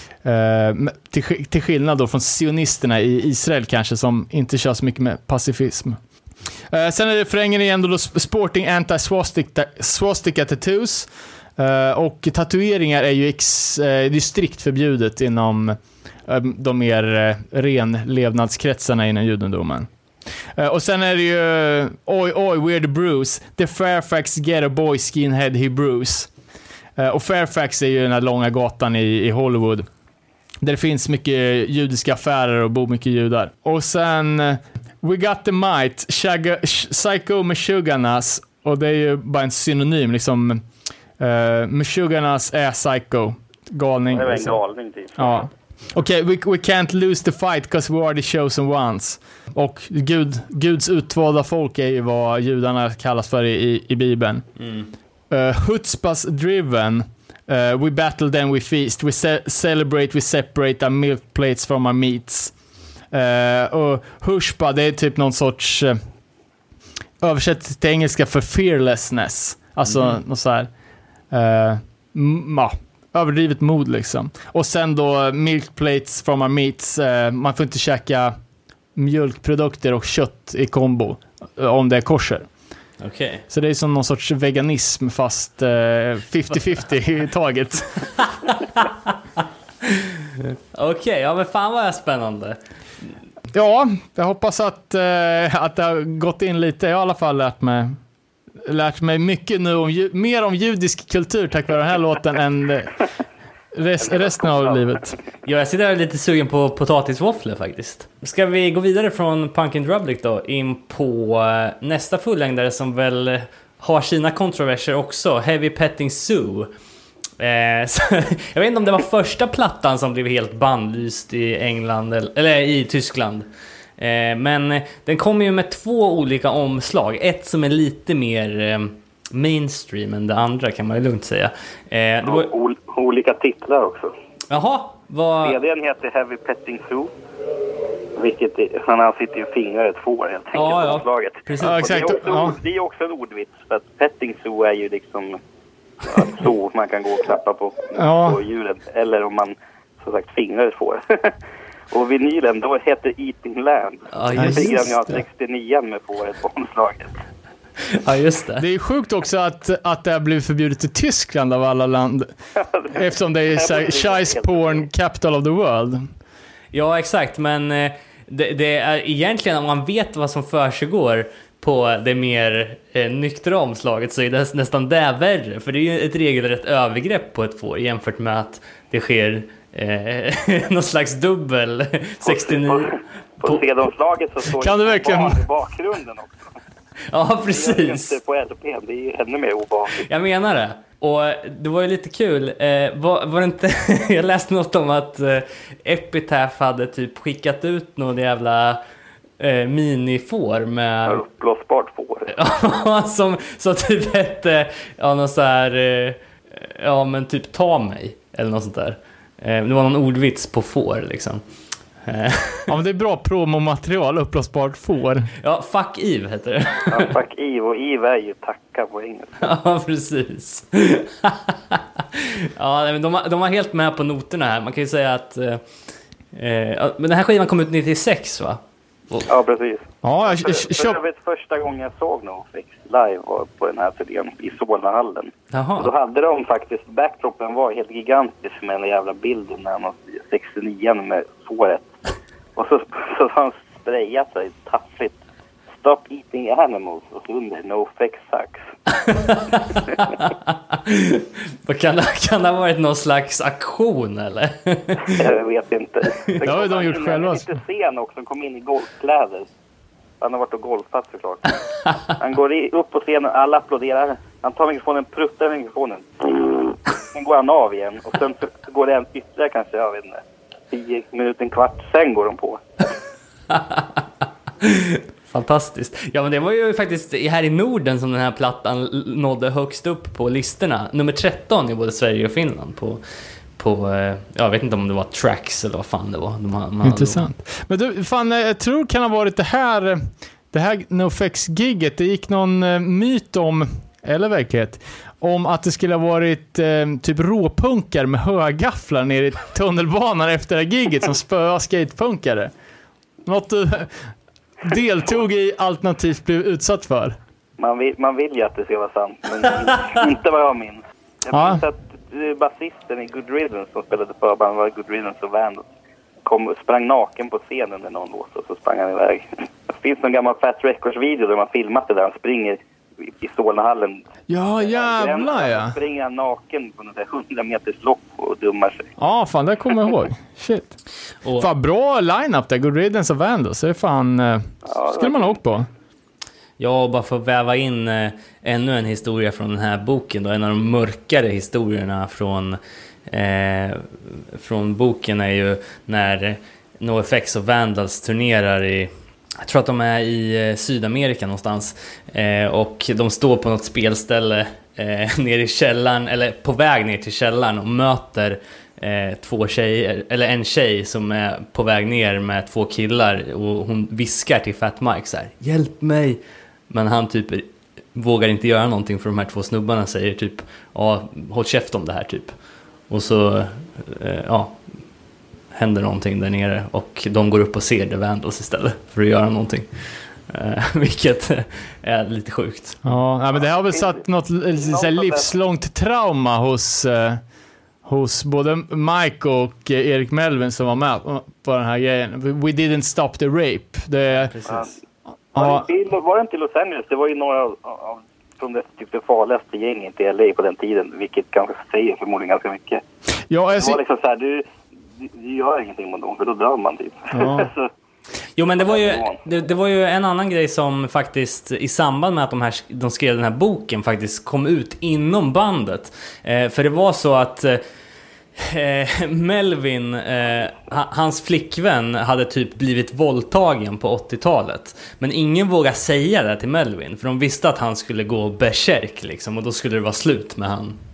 till skillnad då från sionisterna i Israel kanske, som inte kör så mycket med pacifism. Sen är det förängen igen då Sporting Anti-Swastika Tattoos. Och tatueringar är ju det är strikt förbjudet inom de mer renlevnadskretsarna inom judendomen. Och sen är det ju oj, we're the Brews, the Fairfax Ghetto Boy Skinhead Hebrews. Och Fairfax är ju den här långa gatan i Hollywood där det finns mycket judiska affärer och bor mycket judar. Och sen We Got the Might, Psycho Meshuggahs, och det är ju bara en synonym liksom. Meshuggahs är psycho, galning. Det är en galning typ. Ja. Okej, we can't lose the fight because we are the chosen ones. Och Guds utvalda folk är ju vad judarna kallas för i Bibeln. Hutzpas driven, we battle then we feast, we celebrate, we separate our milk plates from our meats. Och hushpa, det är typ någon sorts översätt till engelska för fearlessness. Alltså något så här överdrivet mod liksom. Och sen då milk plates from our meats, man får inte käka mjölkprodukter och kött i kombo om det är kosher. Okay. Så det är som någon sorts veganism fast 50-50 i taget. Okej, ja men fan vad är spännande. Ja, jag hoppas att det har gått in lite. Jag har i alla fall lärt mig mycket nu mer om judisk kultur tack vare den här låten än resten av livet. Ja, jag sitter lite sugen på potatisvåfflor faktiskt. Ska vi gå vidare från Punk in Drublic då in på nästa fullängdare som väl har sina kontroverser också, Heavy Petting Zoo. Jag vet inte om det var första plattan som blev helt bannlyst i England eller i Tyskland. Men den kommer ju med 2 olika omslag. Ett som är lite mer mainstream än det andra kan man ju lugnt säga. Det var olika titlar också. Jaha, vad... VD:n heter Heavy Petting Zoo. Han sitter ju fingrar ett får helt enkelt. Ja, slaget. precis. Ja, exakt. Det är också en ordvits. För att petting zoo är ju liksom så man kan gå och klappa på djuren. Eller om man som sagt fingrar ett får. Och vinylen då heter Eating Land. Ja, Det just fick det. jag 69 med fåret på omslaget. Ja, just det. Det är sjukt också att det har blivit förbjudet i Tyskland av alla land. Eftersom det är Scheisse Porn Capital of the World. Ja, exakt. Men det är egentligen, om man vet vad som försiggår på det mer nyktra omslaget, så är det nästan det värre. För det är ju ett regelrätt övergrepp på ett får jämfört med att det sker någon slags dubbel 69. På sedomslaget så står Kan du verkligen- barn i bakgrunden också. Ja, Det precis. är inte på LP, det är ju ännu mer obehagligt. Jag menar det. Och det var ju lite kul. Var det inte... Jag läste något om att Epitaph hade typ skickat ut någon jävla minifår med... Uppblåsbart får. som typ hette... Ja, någon så här... Ja, men typ ta mig. Eller något sånt där. Det var någon ordvits på får liksom. Ja, men det är bra promomaterial, uppblåsbart får. Ja, fuck Eve heter det. Ja, fuck Eve, och Eve är ju tacka på engelska. Ja, precis. Ja, men de var helt med på noterna här. Man kan ju säga att... men den här skivan kom ut 96, va? Ja, precis. Ja, För övrigt första gången jag såg NoFX live var på den här turnén i Solnahallen. Och då Jaha. hade de faktiskt, backdropen var helt gigantisk med den jävla bilden när han var 69 med fåret. Och så har han sprayat sig taffligt. Stop eating animals och så under NoFX sucks. Kan det ha varit någon slags aktion, eller? Jag vet inte. Det har ju de gjort själva. Lite sen också, kom in i golfkläder. Han har varit och golfat såklart. Han går upp på scenen, alla applåderar. Han tar mikrofonen, pruttar med mikrofonen. Sen går han av igen. Och sen så går det en ytterligare kanske, jag vet inte, 10 minuter, en kvart. Sen går de på. Fantastiskt. Ja, men det var ju faktiskt här i Norden som den här plattan nådde högst upp på listorna. Nummer 13 i både Sverige och Finland på jag vet inte om det var Tracks eller vad fan det var. Intressant. Men du, fan, jag tror kan ha varit det här NoFX-gigget. Det gick någon myt om, eller verklighet, om att det skulle ha varit typ råpunkar med högafflar nere i tunnelbanan efter det här gigget som spöade skatepunkare. Något du deltog i alternativt blev utsatt för. Man vill ju att det ska vara sant, men inte vad jag minns. Jag minns att basisten i Good Riddance som spelade förband var Good Riddance och Vandals sprang naken på scenen när någon lås och så sprang han iväg. Det finns någon gammal Fat Records-video där man filmat det där han springer i Solnahallen. Ja, jävlar ja. Springer han naken på något 100 meters lopp och dummar sig. Ja, fan, det kommer jag ihåg. Shit. Och- Fan, bra line-up där. Good Riddance och Vandals. Det är fan... skulle man ha åkt på. Ja, och bara för att väva in ännu en historia från den här boken då, en av de mörkare historierna från boken är ju när NoFX och Vandals turnerar i, jag tror att de är i Sydamerika någonstans, och de står på något spelställe nere i källaren, eller på väg ner till källaren, och möter två tjejer, eller en tjej som är på väg ner med två killar, och hon viskar till Fat Mike så här: hjälp mig. Men han typ vågar inte göra någonting, för de här två snubbarna säger typ, ja, håll käft om det här typ. Och så händer någonting där nere, och de går upp och ser The Vandals istället för att göra någonting. Vilket är lite sjukt. Ja, men det har väl satt något så här livslångt trauma hos både Mike och Erik Melvin som var med på den här grejen. We didn't stop the rape. Precis. Var det inte i Los Angeles? Det var ju några av från det farligaste gänget i LA på den tiden, vilket kanske säger förmodligen ganska mycket. Ja, Det var liksom så här, du gör ingenting mot dem, för då dör man typ. Ja. Så, Jo, men det var ju en annan grej som faktiskt i samband med att de skrev den här boken faktiskt kom ut inom bandet. För det var så att Melvin, hans flickvän, hade typ blivit våldtagen på 80-talet. Men ingen vågade säga det till Melvin, för de visste att han skulle gå berserk liksom, och då skulle det vara slut med han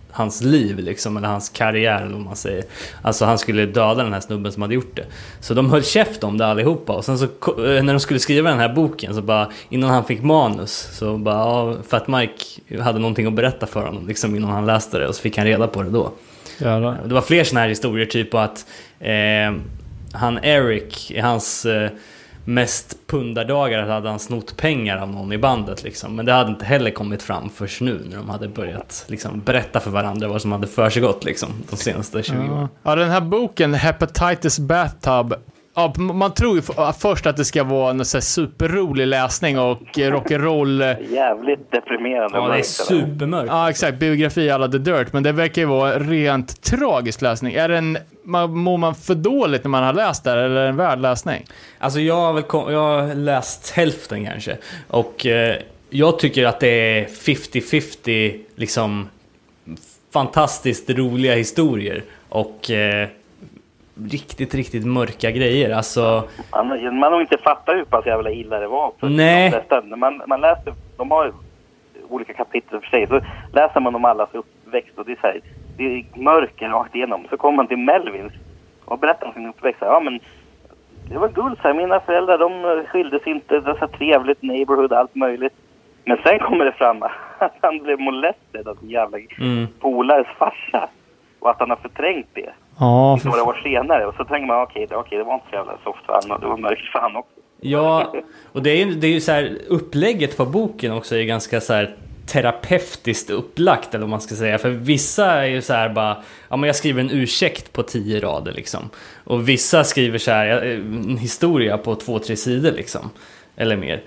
hans liv liksom, eller hans karriär eller vad man säger. Alltså han skulle döda den här snubben som hade gjort det. Så de höll käft om det allihopa. Och sen så när de skulle skriva den här boken så bara, innan han fick manus så bara, ja, Fat Mike hade någonting att berätta för honom liksom, innan han läste det, och så fick han reda på det då. Jävlar. Det var fler såna här historier, typ att han Eric i hans mest pundardagar hade han snott pengar av någon i bandet liksom. Men det hade inte heller kommit fram först nu när de hade börjat liksom berätta för varandra vad som hade försiggått liksom de senaste 20 åren. Ja, den här boken Hepatitis Bathtub, ja, man tror ju först att det ska vara en så här superrolig läsning och rock'n'roll. Jävligt deprimerande. Ja, det är supermörkt. Ja, exakt. Biografi alla The Dirt. Men det verkar ju vara rent tragisk läsning. Är den, mår man för dåligt när man har läst det, eller är det en värd läsning? Alltså jag har läst hälften kanske. Och jag tycker att det är 50-50 liksom fantastiskt roliga historier. Och riktigt mörka grejer. Alltså, man har inte fattat hur pass jävla illa det var. Nej. Man läser, de har olika kapitel för sig, så läser man om allas uppväxt, och det är så här, det är mörker rakt igenom. Så kommer man till Melvins och berättar om sin uppväxt. Ja, men det var guld så här. Mina föräldrar, de skildes inte, det var så trevligt neighborhood, allt möjligt. Men sen kommer det fram att han blev molested av en jävla polares farsa, och att han har förträngt det. Ja, några år senare, och så tänker man okej, det var inte så jävla soft för han, och det var mörkt för han också. Ja, och det är ju så här, upplägget på boken också är ganska så här terapeutiskt upplagt, eller vad man ska säga. För vissa är ju så här bara, ja men jag skriver en ursäkt på 10 rader liksom. Och vissa skriver så här en historia på 2-3 sidor liksom, eller mer.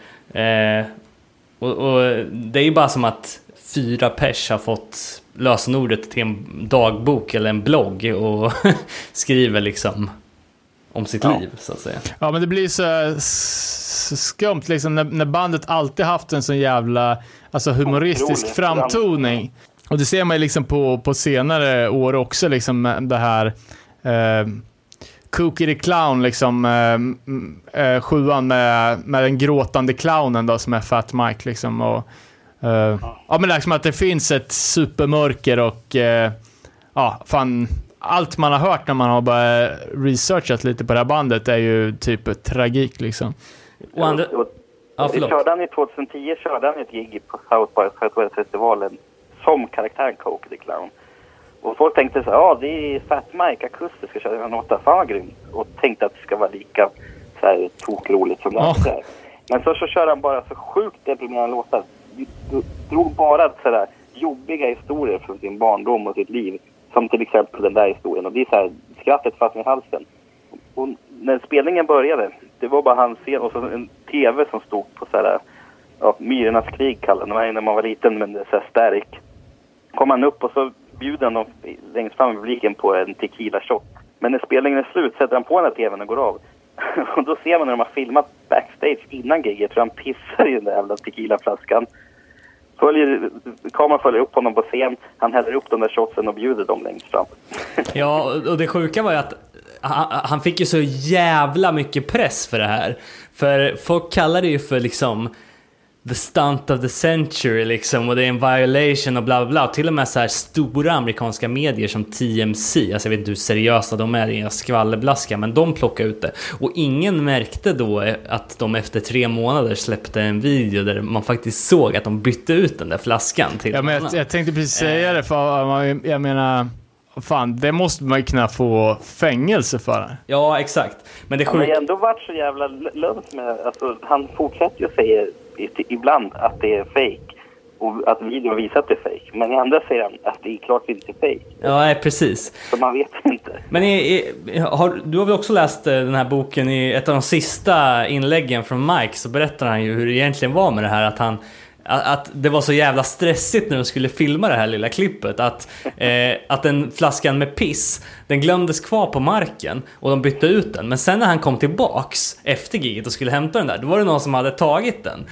Och det är ju bara som att 4 pers har fått lösenordet till en dagbok eller en blogg och skriver liksom om sitt liv, så att säga. Ja, men det blir så skumt liksom när bandet alltid haft en sån jävla humoristisk framtoning. Och det ser man ju liksom på senare år också liksom, det här Cookie the Clown liksom, 7an med den gråtande clownen då, som är Fat Mike liksom, och ja, men liksom att det finns ett supermörker och fan, allt man har hört när man har bara researchat lite på det här bandet är ju typ tragik liksom. Och andra... körde han i 2010 körde han ett gig på South by Southwest-festivalen som karaktären Coke the Clown. Och folk tänkte så här, det är Fat Mike akustiska köra en låta, fan vad grymt. Och tänkte att det ska vara lika så här tokroligt som det är. Men så körde han bara så sjukt deprimerande låtar. Drog bara sådär jobbiga historier från sin barndom och sitt liv, som till exempel den där historien, och det är så här, skrattet fast i halsen. Och när spelningen började, det var bara hans scen och så en tv som stod på sådär, Myrornas krig kallade man när man var liten, men det är så här stärk. Kom han upp och så bjuder han längst fram i publiken på en tequila shot. Men när spelningen är slut sätter han på den här tvn och går av. Och då ser man när de har filmat backstage innan giget, för han pissar i den där jävla tequilaflaskan. Kameran följer upp honom på scen. Han häller upp de där shotsen och bjuder dem längst fram. Ja, och det sjuka var ju att han fick ju så jävla mycket press för det här. För folk kallar det ju för liksom the stunt of the century liksom, och det är en violation och bla bla bla. Och till och med så här stora amerikanska medier som TMC, alltså jag vet inte hur seriösa de är i skvallerblaska, men de plockade ut det. Och ingen märkte då att de efter 3 månader släppte en video där man faktiskt såg att de bytte ut den där flaskan till. Ja, men jag tänkte precis säga det, för jag menar, fan, det måste man ju kunna få fängelse för. Ja, exakt. Men det har ändå varit så jävla lönt med, alltså, han fortsätter ju att säga ibland att det är fake och att videon visar att det är fake, men i andra säger han att det är klart inte är fake. Ja, precis. Så man vet inte. Men du har väl också läst den här boken? I ett av de sista inläggen från Mike så berättar han ju hur det egentligen var med det här, att det var så jävla stressigt när de skulle filma det här lilla klippet, att den flaskan med piss, den glömdes kvar på marken och de bytte ut den. Men sen när han kom tillbaks efter giget och skulle hämta den där, då var det någon som hade tagit den.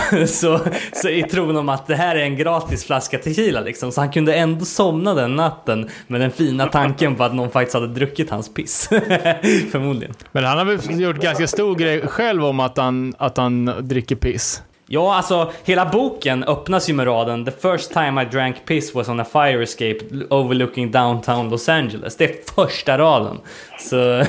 Så i tron om att det här är en gratis flaska tequila liksom. Så han kunde ändå somna den natten med den fina tanken på att någon faktiskt hade druckit hans piss. Förmodligen. Men han har väl gjort ganska stor grej själv om att han dricker piss. Ja, alltså hela boken öppnas ju med raden: The first time I drank piss was on a fire escape overlooking downtown Los Angeles. Det är första raden. Så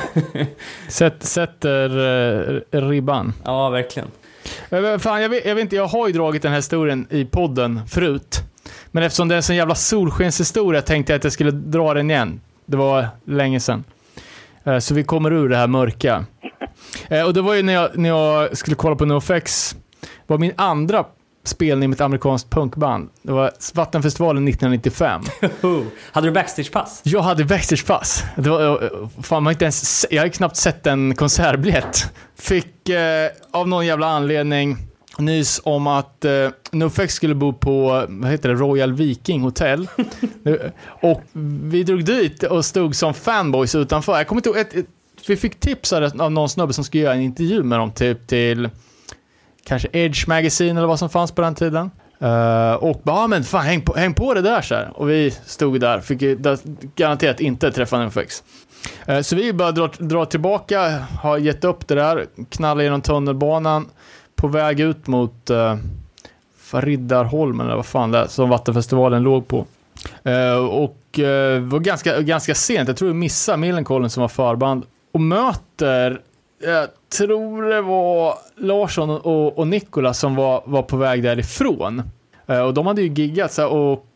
Sätter ribban. ja, verkligen. Fan, jag vet inte, jag har ju dragit den här historien i podden förut. Men eftersom det är en sån jävla solskenshistoria tänkte jag att jag skulle dra den igen. Det var länge sedan. Så vi kommer ur det här mörka. Och det var ju när jag skulle kolla på NoFX, var min andra spelning med ett amerikanskt punkband. Det var Vattenfestivalen 1995. Hade du backstagepass? Jag hade backstagepass. Det var, fan, jag hade knappt sett en konsertbiljett. Fick av någon jävla anledning nys om att NoFX skulle bo på, vad heter det, Royal Viking Hotel. Och vi drog dit och stod som fanboys utanför. Jag kommer inte ihåg, vi fick tips av någon snubbe som skulle göra en intervju med dem typ till kanske Edge Magazine eller vad som fanns på den tiden. Och bara, men fan, häng på det där så här. Och vi stod där, fick garanterat inte träffa NoFX. Så vi bara dra tillbaka, har gett upp det där, knalla genom tunnelbanan på väg ut mot Riddarholmen eller vad fan det är, som Vattenfestivalen låg på. Och var ganska sent, jag tror vi missade Millencolin som var förband, och möter, jag tror det var Larsson och Nikola som var på väg därifrån. Och de hade ju giggat så,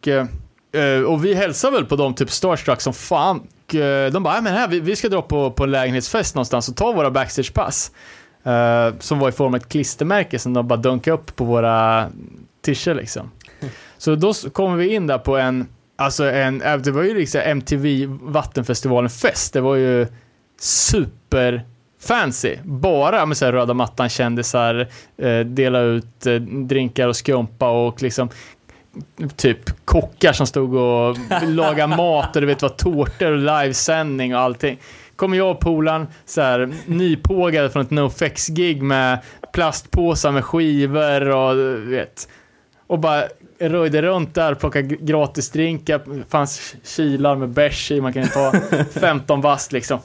och vi hälsade väl på dem typ starstruck som fan. De bara, men här, vi ska dra på en lägenhetsfest någonstans och ta våra backstagepass. Som var i form av ett klistermärke som de bara dunkade upp på våra t-shirts liksom. Så då kommer vi in där på det var ju liksom MTV Vattenfestivalen fest. Det var ju super fancy. Bara med så här röda mattan kändisar, dela ut drinkar och skumpa och liksom typ kockar som stod och lagade mat och det vet vad, tårtor och livesändning och allting. Kommer jag och polaren så här nypågade från ett NoFX-gig med plastpåsar med skivor och vet, och bara röjde runt där, plockade gratis drinkar, fanns kylar med bärs i, man kan ta 15 bast liksom.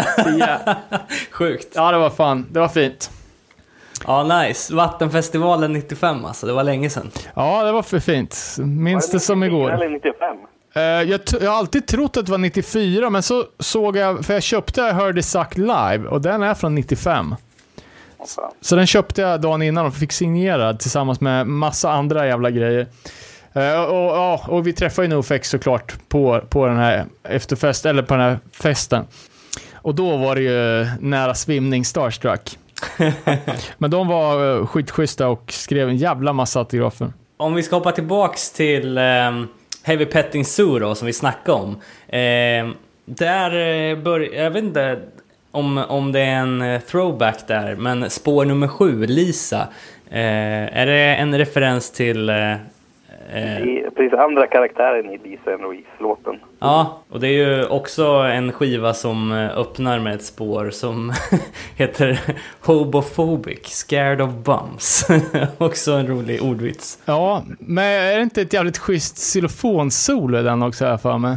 Sjukt. Ja, det var fint. Ja, nice. Vattenfestivalen 95 alltså, det var länge sedan. Ja, det var för fint. Minns det som igår. Eller 95? Jag har alltid trott att det var 94, men så såg jag, för jag köpte Heard It Suck Live och den är från 95. Så den köpte jag dagen innan och fick signerad tillsammans med massa andra jävla grejer. Och vi träffade ju NoFX såklart på den här efterfest, eller på den här festen. Och då var det ju nära svimning starstruck. Men de var skitschyssta och skrev en jävla massa autografer. Om vi ska hoppa tillbaks till Heavy Petting Zoo då, som vi snackade om. Jag vet inte om det är en throwback där, men spår nummer 7, Lisa. Är det en referens till... Precis, andra karaktären i Lisa and Louise-låten. Ja, och det är ju också en skiva som öppnar med ett spår som heter Hobophobic, Scared of Bums. Också en rolig ordvits. Ja, men är det inte ett jävligt schysst xylofonsolo i den också här för mig?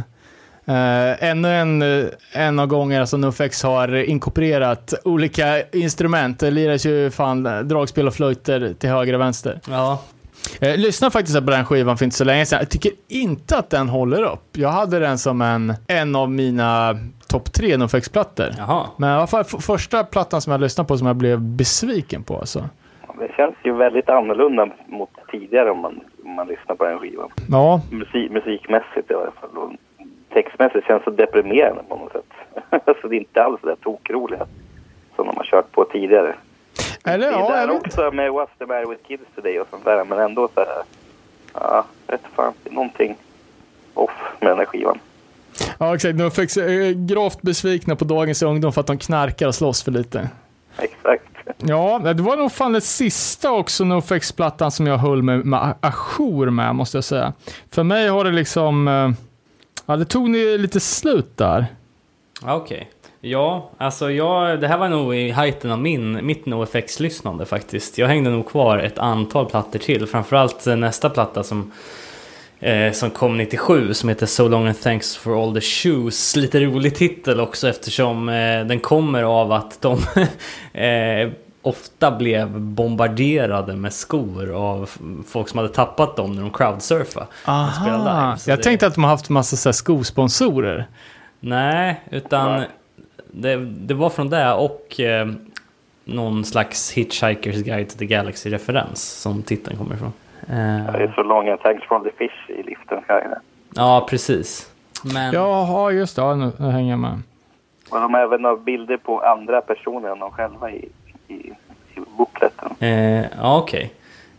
Ännu en av gångerna som NoFX har inkorporerat olika instrument. Det liras ju fan dragspel och flöjter till höger och vänster. Ja. Lyssna faktiskt på den skivan för inte så länge sedan. Jag tycker inte att den håller upp. Jag hade den som en av mina topp 3 NoFX-plattor. Jaha. Men i alla fall första plattan som jag lyssnade på som jag blev besviken på alltså. Det känns ju väldigt annorlunda mot tidigare om man lyssnar på den skivan. Ja. Musikmässigt i alla fall. Och textmässigt känns så deprimerande på något sätt. Alltså det är inte alls det tokroliga som de har kört på tidigare. Eller, det är ja, också med What's the Matter with Kids Today och sånt där, men ändå så här, ja, rätt fan, det är någonting off med den här skivan. Ja, exakt. NoFX är gravt besvikna på dagens ungdom för att de knarkar och slåss för lite. Exakt. Ja, det var nog fan det sista också NoFX-plattan som jag höll med ajour med, måste jag säga. För mig har det liksom... Ja, det tog ni lite slut där. Okej. Ja, alltså det här var nog i heighten av mitt NoFX-lyssnande faktiskt. Jag hängde nog kvar ett antal plattor till. Framförallt nästa platta som kom 97 som heter So Long and Thanks for All the Shoes. Lite rolig titel också eftersom den kommer av att de ofta blev bombarderade med skor av folk som hade tappat dem när de crowdsurfade. Aha, jag tänkte att de har haft massa så här skosponsorer. Nej, utan det var från det och någon slags Hitchhiker's Guide to the Galaxy-referens som titeln kommer ifrån. Det är så långa Thanks from the Fish i liften. Ja, precis. Men... Jaha, just det. Ja, nu hänger jag med. Och de har även har bilder på andra personer än de själva i bookletten. Ja, okej.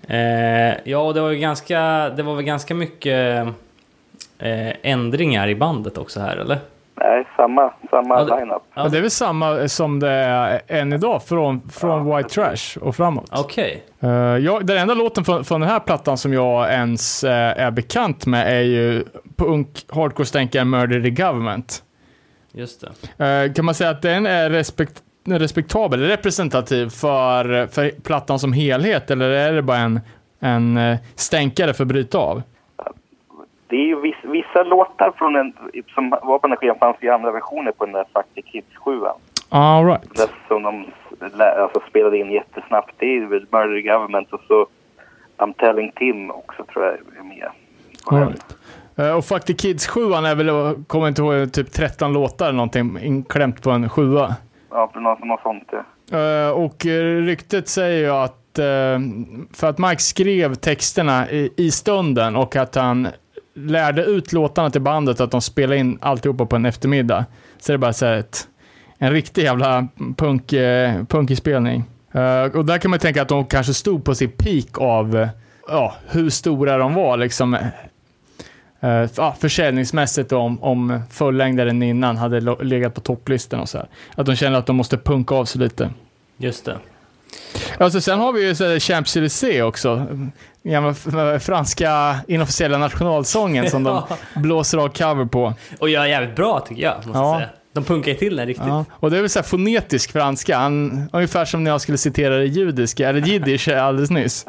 Ja, det var väl ganska mycket ändringar i bandet också här, eller? Nej, samma line-up. Ja. Det är väl samma som det är än idag från White Trash och framåt. Okej. Den enda låten från den här plattan som jag ens är bekant med är ju punk hardcore-stänkaren Murder the Government. Just det. Kan man säga att den är respektabel, representativ för plattan som helhet, eller är det bara en stänkare för att bryta av? Det är ju vissa låtar som var på den här skivan fanns i andra versioner på den där Fuck the Kids 7. All right. Det som de spelade in jättesnabbt. Det är väl Murder the Government och så I'm Telling Tim också, tror jag är med. All right. Och Fuck the Kids 7 är väl, kommer inte ihåg, typ 13 låtar eller någonting inklämt på en 7. Ja, något sånt. Och ryktet säger ju att för att Mike skrev texterna i stunden och att han lärde ut låtarna till bandet, att de spelade in alltihopa på en eftermiddag. Så det är bara så här en riktig jävla punkinspelning. Och där kan man tänka att de kanske stod på sin peak av hur stora de var liksom. Försäljningsmässigt om fullängdaren innan hade legat på topplistan och så här. Att de känner att de måste punka av sig lite. Just det. Alltså sen har vi ju Champs-Élysées också. Gamla franska inofficiella nationalsången som de blåser av cover på. Och jag är jävligt bra, tycker jag, måste säga. De punkar ju till den riktigt. Ja. Och det är väl så här fonetisk franska. Ungefär som när jag skulle citera det judiska eller jiddisch alldeles nyss.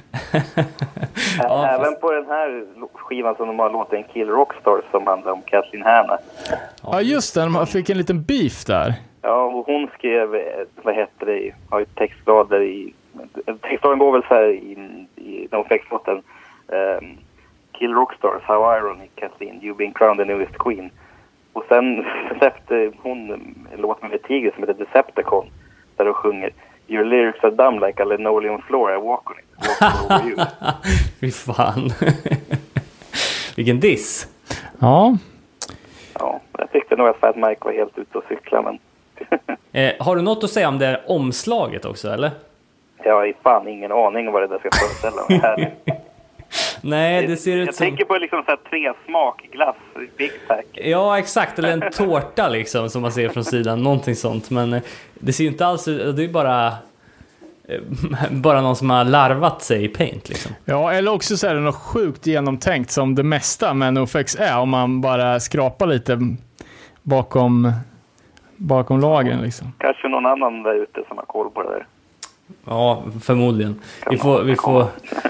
Även på den här skivan som de har låten Kill Rockstar som handlar om Kathleen Hanna. Ja, just det. De fick en liten beef där. Ja, och hon skrev, har ju textrader i... Textraden går väl så här i de textlåten Kill Rockstars, how ironic Kathleen, you've been crowned the newest queen. Och sen släppte hon en låt med Tiger som heter Decepticon, där de sjunger Your lyrics are dumb like a linoleum floor, I walk on it, walk over you. Fy fan. Vilken diss. Ja. Ja, jag tyckte nog att Fat Mike var helt ute och cykla, men... Har du något att säga om det här omslaget också, eller? Jag har fan ingen aning om vad det där ska föreställa mig här. Nej, det ser ut jag som... tänker på liksom så här 3-smak glass, Big Pack. Ja, exakt. Eller en tårta liksom, som man ser från sidan. Någonting sånt. Men det ser ju inte alls ut... Det är bara någon som har larvat sig i paint liksom. Ja, eller också så är det något sjukt genomtänkt som det mesta med NoFX är. Om man bara skrapar lite bakom lagren liksom. Kanske någon annan där ute som har koll på det där. Ja, förmodligen. Vi får...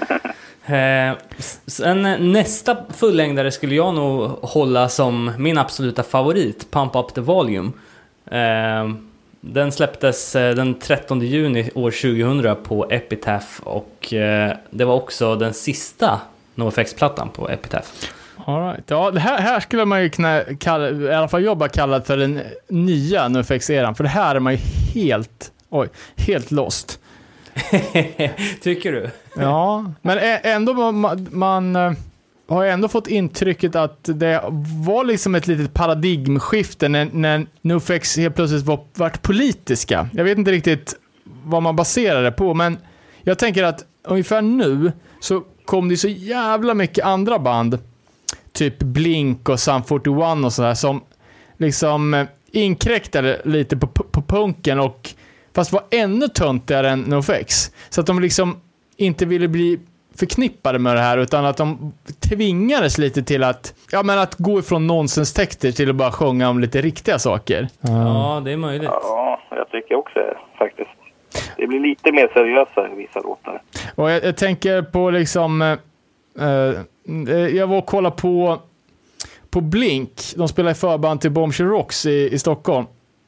Sen nästa fullängdare skulle jag nog hålla som min absoluta favorit, Pump Up the Volume. Den släpptes den 13 juni år 2000 på Epitaph, och det var också den sista NoFX-plattan på Epitaph. All right. Ja, det här skulle man ju kalla, i alla fall jag bara kalla för den nya NoFX-eran, för det här är man ju helt lost. Tycker du? Ja, men ändå man har ändå fått intrycket att det var liksom ett litet paradigmskifte när NoFX helt plötsligt vart politiska. Jag vet inte riktigt vad man baserar det på, men jag tänker att ungefär nu så kom det så jävla mycket andra band, typ Blink och Sum 41 och sådär, som liksom inkräktade lite på punken, och fast var ännu töntigare än NoFX. Så att de liksom inte ville bli förknippade med det här, utan att de tvingades lite till att gå ifrån nonsenstexter till att bara sjunga om lite riktiga saker. Ja, det är möjligt. Ja, jag tycker också faktiskt. Det blir lite mer seriösa i vissa låtar. Och jag tänker på liksom... jag var och kolla på Blink. De spelar i förband till Bombshell Rocks i Stockholm.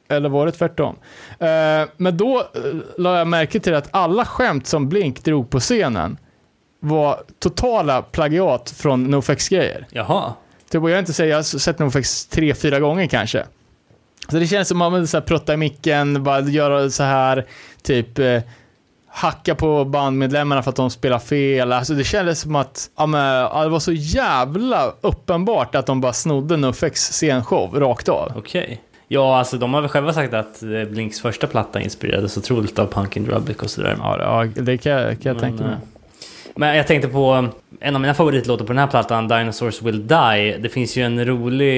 Eller var det tvärtom? Men då la jag märke till att alla skämt som Blink drog på scenen var totala plagiat från NoFX-grejer. Jaha. Typ, jag inte säga, jag har sett NoFX 3-4 gånger kanske. Så det känns som att man vill prutta i micken, bara göra så här, typ hacka på bandmedlemmarna för att de spelar fel. Alltså det kändes som att det var så jävla uppenbart att de bara snodde NoFX scenshow rakt av. Okej. Ja, alltså de har väl själva sagt att Blinks första platta inspirerades så otroligt av Punkin Drublic och sådär. Ja, det kan jag tänka mig. Men jag tänkte på en av mina favoritlåtar på den här plattan, Dinosaurs Will Die. Det finns ju en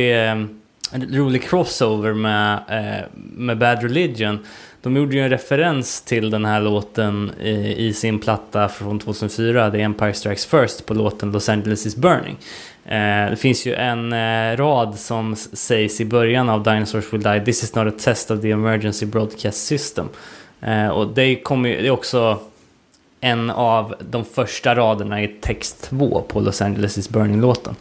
rolig crossover med Bad Religion. De gjorde ju en referens till den här låten i sin platta från 2004, The Empire Strikes First, på låten Los Angeles is Burning. Det finns ju en rad som sägs i början av Dinosaurs Will Die: This is not a test of the emergency broadcast system. Och det är också en av de första raderna i text 2 på Los Angeles is Burning-låten.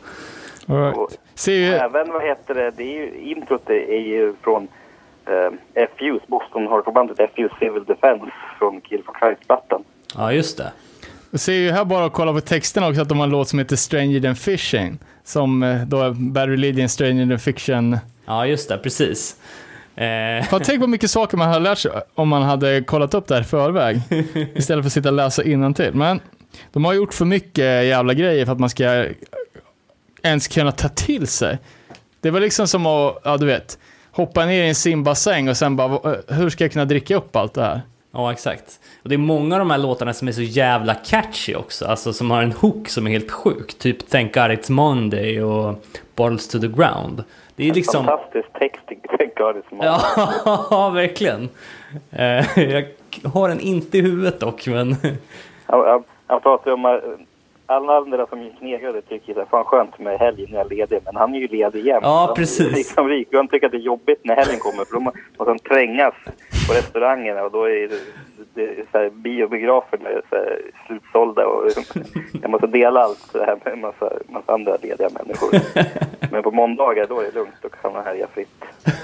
Right. Även, vad heter det är ju, introt är ju från FU's, Boston Hardcore-bandet FU's Civil Defense från Kill for Christ-plattan. Ja, just det. Jag ser ju här bara att kolla på texten också att de har en låt som heter Stranger Than Fishing, som då är Bad Religion, Stranger Than Fiction. Ja, just det, precis. Tänk vad mycket saker man hade lärt sig om man hade kollat upp det här i förväg istället för att sitta och läsa innantill. Men de har gjort för mycket jävla grejer för att man ska ens kunna ta till sig. Det var liksom som att, du vet, hoppa ner i en simbassäng och sen bara, hur ska jag kunna dricka upp allt det här? Ja, exakt. Och det är många av de här låtarna som är så jävla catchy också. Alltså som har en hook som är helt sjuk. Typ Thank God It's Monday och Bottles to the Ground. Det är liksom... Fantastisk text, Thank God It's Monday. Ja, verkligen. Jag har den inte i huvudet dock, men... Jag pratar om alla andra som knegade tycker det är fan skönt med helgen när jag är ledig, men han är ju ledig jämt. Ja, precis. Liksom rik. Han tycker att det är jobbigt när helgen kommer, för de måste trängas på restaurangerna och då är det så här, biobiografer med så här, slutsålda och jag måste dela allt det här med en massa andra lediga människor. Men på måndagar då är det lugnt, då kan man härja fritt.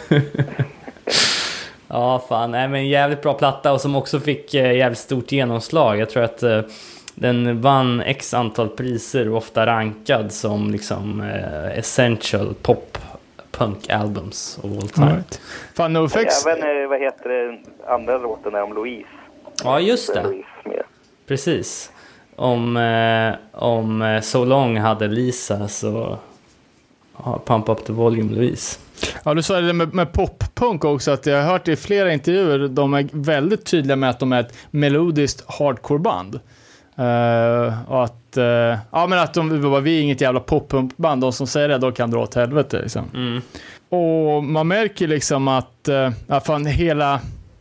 Ja, fan. Nej, men jävligt bra platta och som också fick jävligt stort genomslag. Jag tror att den vann x antal priser och ofta rankad som liksom essential pop punk albums of all time. Right. Fan, NoFX. Även, vad heter det, andra låten är om Louise. Ja, just det. Precis. Om So Long hade Lisa, så Pump Up the Volume Louise. Ja, du sa det med pop-punk också, att jag har hört i flera intervjuer, de är väldigt tydliga med att de är ett melodiskt hardcore-band. Och att men att vi är inget jävla pop-punk-band, de som säger det då kan dra åt helvete liksom. Och man märker liksom att fan, hela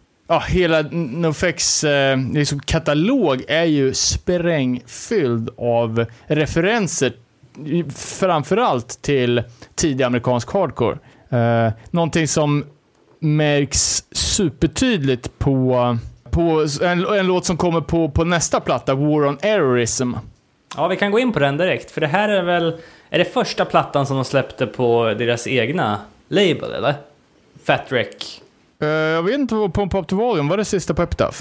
NoFX liksom, katalog är ju sprängfylld av referenser, framförallt till tidig amerikansk hardcore. Någonting som märks supertydligt på en låt som kommer på nästa platta, War on Errorism. Ja, vi kan gå in på den direkt, för det här är det första plattan som de släppte på deras egna label, eller? Fat Wreck. Jag vet inte vad Pump Up the Volume var det sista på Epitaph.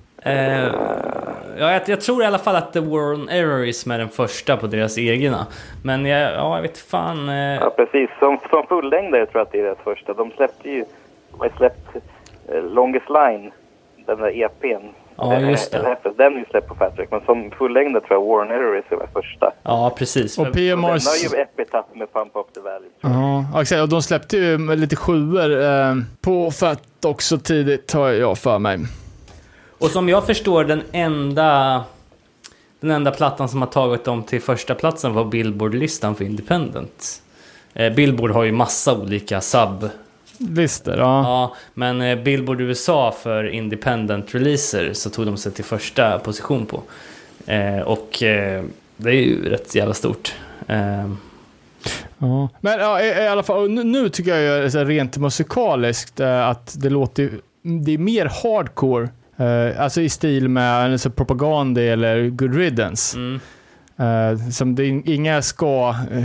Jag tror i alla fall att The War on Errorism är den första på deras egna. Men jag vet fan... Ja, precis. Som fullängdare tror jag att det är deras första. De släppte ju... Longest Line, den där EP:n. Ja, just det. Den är ju släppt på Fat Wreck, men som fullängdare tror jag War on Errorism var första. Ja, precis. Och PMRs... Den har ju Epitaph med Pump Up the Valley. Ja, exakt. Och de släppte ju lite sjuor på Fat också tidigt, har jag för mig. Och som jag förstår, den enda plattan som har tagit dem till första platsen var Billboard-listan för Independent. Billboard har ju massa olika listor, ja. Ja, men Billboard USA för Independent releaser så tog de sig till första position på. Och det är ju rätt jävla stort. Ja. Men i alla fall, nu tycker jag ju rent musikaliskt att det är mer hardcore. Alltså i stil med alltså Propaganda eller Good Riddance. Som det är inga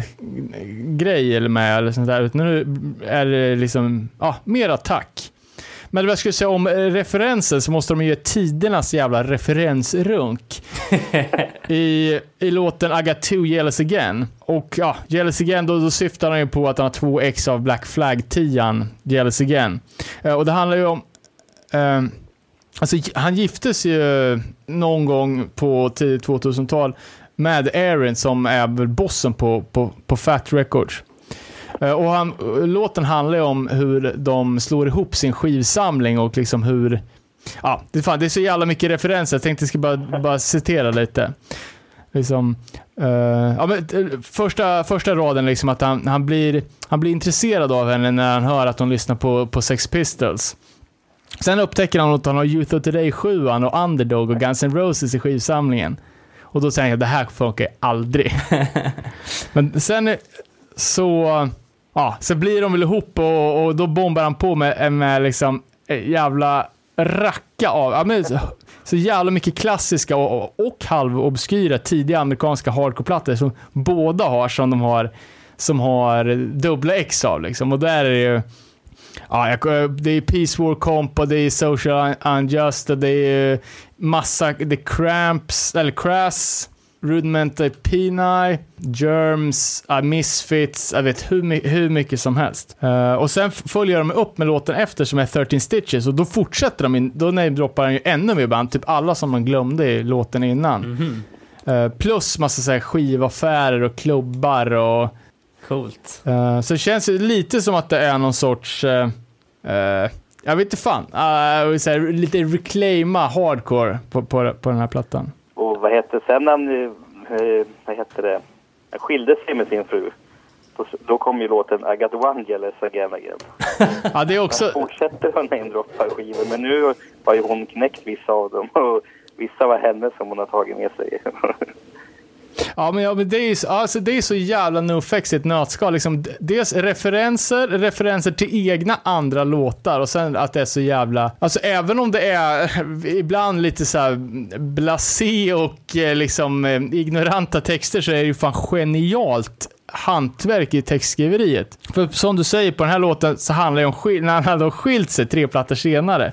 grejer med eller sånt där, utan nu är det liksom mer attack. vad jag skulle säga om referenser, så måste de ju ge tidernas jävla referensrunk i låten I Got Two Jealous Again. Och ja, Jealous Again, då syftar han ju på att han har 2 ex av Black Flag-10 Jealous Again. Och det handlar ju om alltså han giftes ju någon gång på tidigt 2000-tal med Aaron, som är väl bossen på Fat Records. Och låten handlar ju om hur de slår ihop sin skivsamling och liksom hur... Ja, det är så jävla mycket referenser. Jag tänkte jag ska bara citera lite. Liksom, ja, men första raden liksom, att han blir intresserad av henne när han hör att hon lyssnar på Sex Pistols. Sen upptäcker han att han har Youth of Today 7 och Underdog och Guns N' Roses i skivsamlingen. Och då säger jag, det här funkar aldrig. Men sen så blir de väl ihop och då bombar han på med liksom jävla racka av, ja, men så jävla mycket klassiska och halvobskyra tidiga amerikanska hardcore-plattor som båda har, som har dubbla X av liksom. Och där är det ju det är Peace War Comp och det är Social Unjust och det är massa, det är Cramps eller Crass, Rudiment Peni, Germs, Misfits, jag vet hur mycket som helst. Och sen följer de upp med låten efter som är 13 Stitches, och då fortsätter de då droppar han ju ännu mer band, typ alla som man glömde i låten innan. Plus massa så här skivaffärer och klubbar och coolt. Så det känns lite som att det är någon sorts jag vet inte fan, lite reclaima hardcore på den här plattan. Och vad heter sen han skilde sig med sin fru. Då kom ju låten I Got One Jealous Again. Ja, det är också... Han fortsätter att namedroppa skivor, men nu har ju hon knäckt vissa av dem och vissa var henne som hon har tagit med sig. Ja, men det är så jävla NoFX i ett nötskal. Liksom, dels referenser till egna andra låtar, och sen att det är så jävla... Alltså även om det är ibland lite så här blasé och liksom ignoranta texter, så är det ju fan genialt hantverk i textskriveriet. För som du säger, på den här låten så handlar det om när han hade skilt sig 3 plattor senare.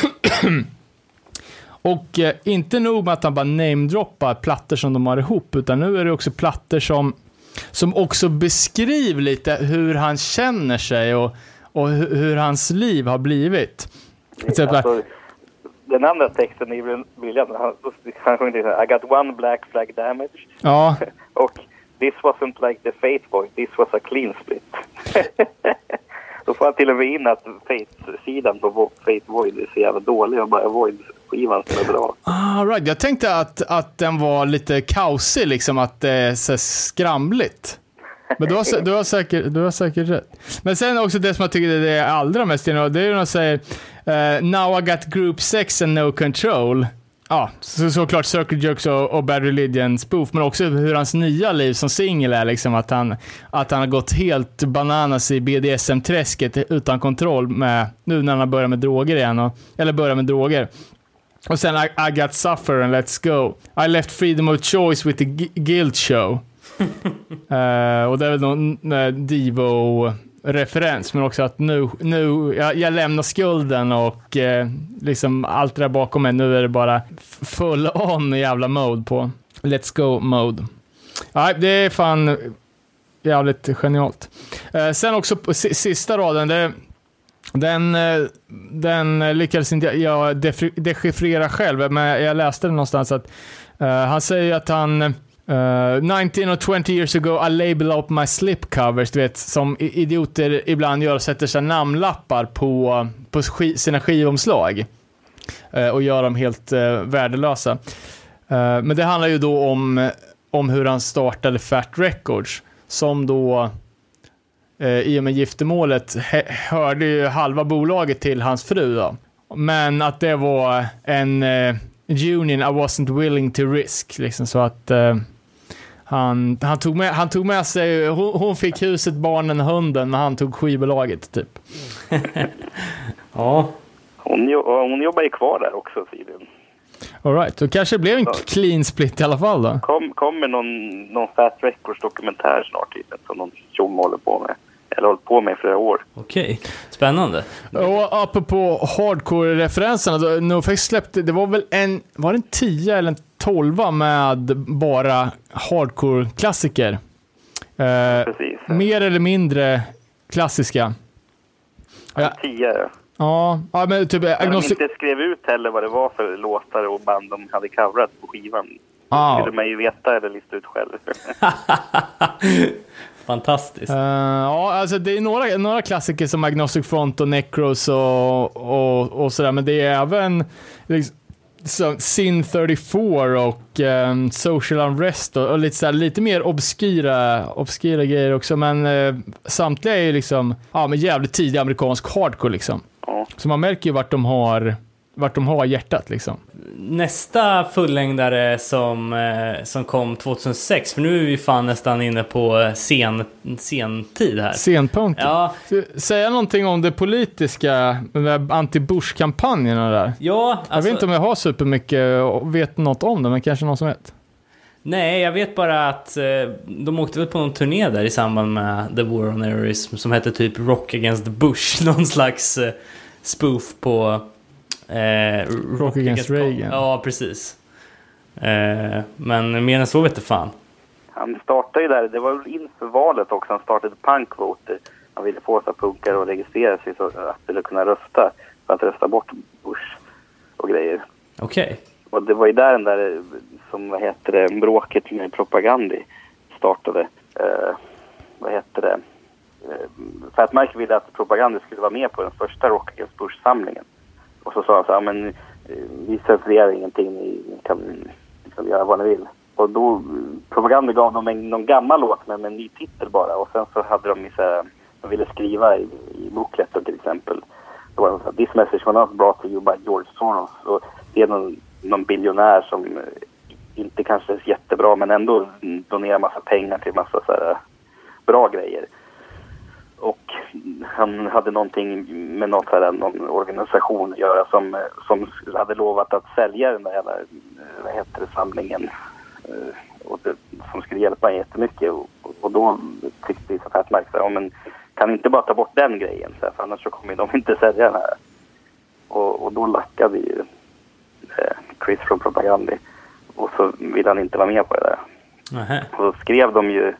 Och inte nog med att han bara namedroppar plattor som de har ihop, utan nu är det också plattor som också beskriver lite hur han känner sig och hur hans liv har blivit. Alltså, den andra texten är briljant. Han sjunger till I got one black flag damage. Ja. Och this wasn't like the Fate Void, this was a clean split. Då får han till och med in att Fate-sidan på Fate Void är så jävla dålig och bara Void-skivan som är bra. Right. Jag tänkte att den var lite kaosig, liksom, att det är så skramligt. Men du har säkert rätt. Men sen också det som jag tycker det är allra mest, det är när de säger Now I got group 6 and no control. Ja, såklart Circle Jerks och Bad Religion spoof, men också hur hans nya liv som singel är, liksom, att han har gått helt bananas i BDSM-träsket utan kontroll med, nu när han börjar med droger igen, eller börjar med droger. Och sen I got suffer and let's go. I left freedom of choice with the guilt show. Och det är väl någon Divo-referens, men också att nu jag lämnar skulden och liksom allt det där bakom mig, nu är det bara full on jävla mode på let's go mode. Nej, det är fan jävligt genialt. Sen också på sista raden, den lyckades inte jag dechiffrera själv, men jag läste det någonstans att han säger att han 19 or 20 years ago I label up my slip covers, du vet, som idioter ibland gör, och sätter sig namnlappar på sina skivomslag och gör dem helt värdelösa. Men det handlar ju då om hur han startade Fat Records, som då i och med giftermålet hörde ju halva bolaget till hans fru då. Men att det var en union I wasn't willing to risk, liksom, så att han tog med sig, hon fick huset, barnen, hunden, men han tog skivbolaget typ. Ja. Hon jobbar ju kvar där också tydligen. All right, så kanske det blev en clean split i alla fall då. Kommer någon Fat Records dokumentär snart tydligen, som någon tjom håller på med. Eller hållit på med i flera år. Okej, spännande. Och apropå hardcore-referenserna, NoFX släppte, det var väl var det en 10 eller en 12 med bara hardcore-klassiker? Precis. Mer eller mindre klassiska. Ja. 10. Ja, men typ Men de Agnostic... inte skrev ut heller vad det var för låtar och band de hade coverat på skivan. Ah. Det skulle man ju veta eller lista ut själv. Fantastiskt. Ja, alltså det är några klassiker som Agnostic Front och Necros och sådär, men det är även liksom, Sin 34 och Social Unrest och lite, så här, lite mer obskyra grejer också, men samtliga är ju liksom med jävligt tidig amerikansk hardcore liksom. Ja. Så man märker ju vart de har hjärtat liksom. Nästa fullängdare som kom 2006, för nu är vi fan nästan inne på sentid här. Scenpunkt. Ja. Säga någonting om det politiska med anti-Bush-kampanjerna där. Ja, alltså, Jag vet inte om jag har supermycket och vet något om det, men kanske någon som vet. Nej, jag vet bara att de åkte väl på någon turné där i samband med The War on Terrorism som hette typ Rock Against Bush, någon slags spoof på Rock Against Reagan. Ja, precis. Men mer än så vet jag fan. Han startade ju där, det var inför valet också, han startade Punkvoter. Han ville få så punkare att registrera sig så att de skulle kunna rösta, för att rösta bort Bush och grejer. Okej. Och det var ju där den där, som bråket med propaganda startade. Fat Mike ville att propaganda skulle vara med på den första Rock Against Bush-samlingen. Och så sa han så här, men vi censurerar ingenting, ni kan göra vad ni vill. Och då, propaganda gav dem någon gammal låt med en ny titel bara. Och sen så hade de ville skriva i bookletten till exempel. Då var det så här, this message was not brought to you by George Soros. Och det är någon biljonär som inte kanske är jättebra, men ändå donerar massa pengar till massa så här bra grejer. Och han hade någonting med någon organisation att göra som hade lovat att sälja den där jävla, samlingen. Och som skulle hjälpa jättemycket. Och då tyckte så Fat Mike så här, men kan inte bara ta bort den grejen, så här, för annars så kommer de inte sälja den här. Och då lackade ju Chris från Propaganda. Och så ville han inte vara med på det där. Nähä. Och då skrev de ju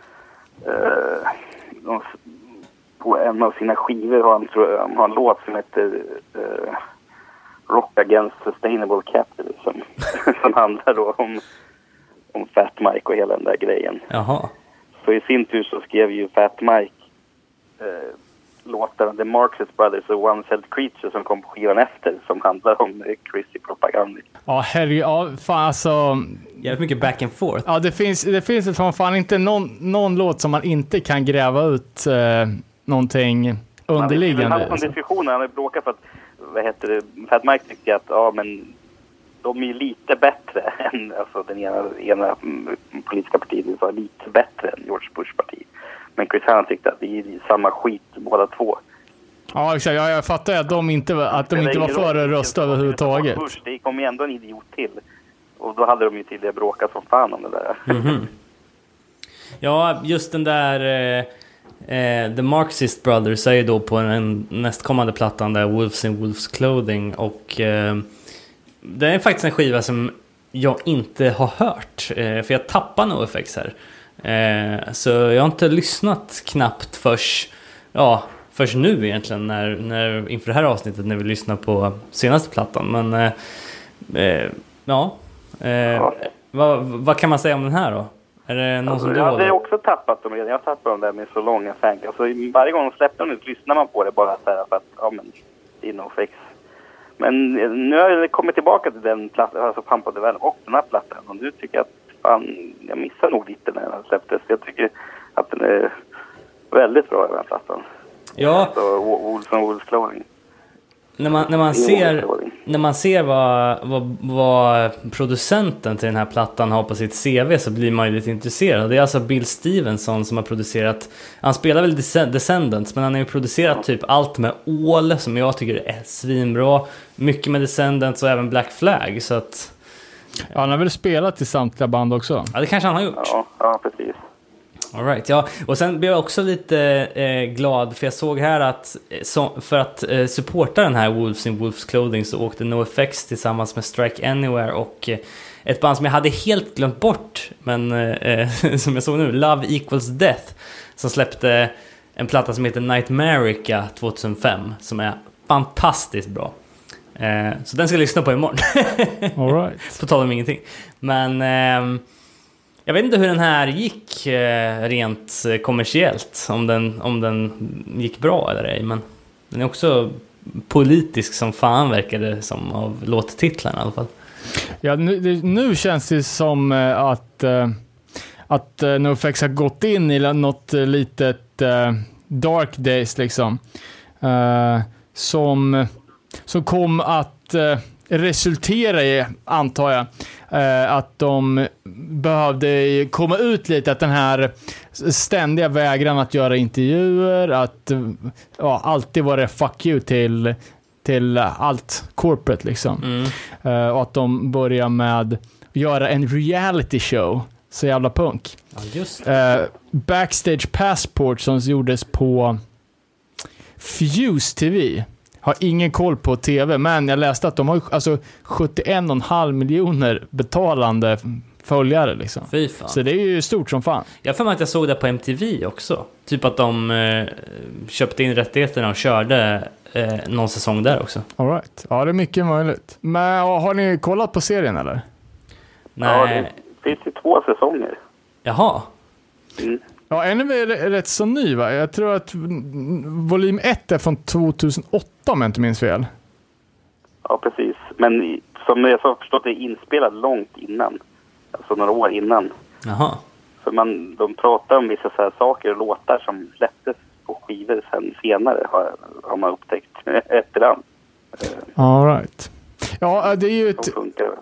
på en av sina skivor har en låt som heter Rock Against Sustainable Capitalism som handlar då om Fat Mike och hela den där grejen. Jaha. Så i sin tur så skrev ju Fat Mike låtarna The Marxist Brothers och One-Celled Creature som kom på skivan efter, som handlar om Chris i propaganda. Ja, fan alltså... Jävligt mycket back and forth. Ja, det finns som fan inte någon låt som man inte kan gräva ut någonting underliggande. Han hade en diskussion, han hade bråkat för att Fat Mike tyckte att men de är ju lite bättre än den ena politiska partiet var lite bättre än George Bush parti. Men Chris Hanna tyckte att det är samma skit båda två. Ja, exakt. Jag fattar att de inte var för att rösta överhuvudtaget. Bush, det kom ju ändå en idiot till. Och då hade de ju tydligen bråkat som fan om det där. Mm-hmm. Ja, just den där The Marxist Brothers är ju då på den nästkommande plattan där, Wolves in Wolves Clothing. Och det är faktiskt en skiva som jag inte har hört. För jag tappar NoFX här. Så jag har inte lyssnat knappt först nu egentligen när inför det här avsnittet när vi lyssnar på senaste plattan. Men vad kan man säga om den här då? Är det någon som du har? Jag har också tappat dem redan. Jag tappade dem där med så långa fängor. Alltså, varje gång de släpper dem ut lyssnar man på det bara så här för att det är NoFX. Men nu har jag kommit tillbaka till den plattan, alltså Pump of the Valley och den här plattan. Och nu tycker jag att jag missar nog lite när den släpptes. Jag tycker att den är väldigt bra, den här plattan. Ja. Alltså, Wolves Clothing. När man ser vad producenten till den här plattan har på sitt CV, så blir man ju lite intresserad. Det är alltså Bill Stevenson som har producerat. Han spelar väl Descendants, men han har ju producerat typ allt med All, som jag tycker är svinbra. Mycket med Descendants och även Black Flag, så att han har väl spelat i samtliga band också. Ja, det kanske han har gjort. Ja, precis. All right, ja. Och sen blev jag också lite glad för jag såg här att för att supporta den här Wolves in Wolves Clothing så åkte NoFX tillsammans med Strike Anywhere och ett band som jag hade helt glömt bort, men som jag såg nu, Love Equals Death, som släppte en platta som heter Nightmarica 2005 som är fantastiskt bra. Så den ska jag lyssna på imorgon. All right. På tal om ingenting. Men jag vet inte hur den här gick rent kommersiellt, om den gick bra eller ej, men den är också politisk som fan, verkar det som av låttitlarna i alla fall. Ja, nu känns det som att NoFX har gått in i något litet dark days liksom. Som kom att resultera i, antar jag, att de behövde komma ut lite, att den här ständiga vägran att göra intervjuer, att alltid vara fuck you till allt corporate liksom. Och att de börjar med att göra en reality show, så jävla punk. Ja, just Backstage Passport som gjordes på Fuse TV. Har ingen koll på TV, men jag läste att de har alltså 71,5 miljoner betalande följare liksom. Fy fan. Så det är ju stort som fan. Jag får mig att jag såg det på MTV också. Typ att de köpte in rättigheterna och körde någon säsong där också. All right. Ja, det är mycket möjligt. Men har ni kollat på serien eller? Nej. Ja, det finns ju 2 säsonger. Jaha. Ja, en är rätt så ny, va? Jag tror att volym 1 är från 2008 om jag inte minns fel. Ja, precis. Men som jag har förstått det är inspelad långt innan. Alltså några år innan. Jaha. Så de pratar om vissa så här saker och låtar som släpptes på skivor sen senare har man upptäckt efterhand. All right. Ja, det är ju Som funkar.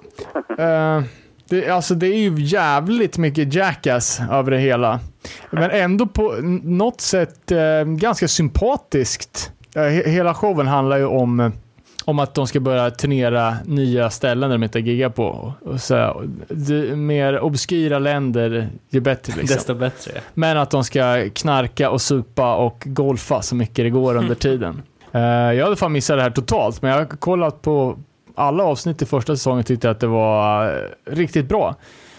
det är ju jävligt mycket Jackass över det hela. Men ändå på något sätt ganska sympatiskt. Hela showen handlar ju om att de ska börja turnera nya ställen där de inte giggar på. Och så, mer obskyra länder, ju bättre liksom. Desto bättre. Men att de ska knarka och supa och golfa så mycket det går under tiden. Jag hade fan missat det här totalt, men jag har kollat på alla avsnitt i första säsongen, tyckte att det var riktigt bra.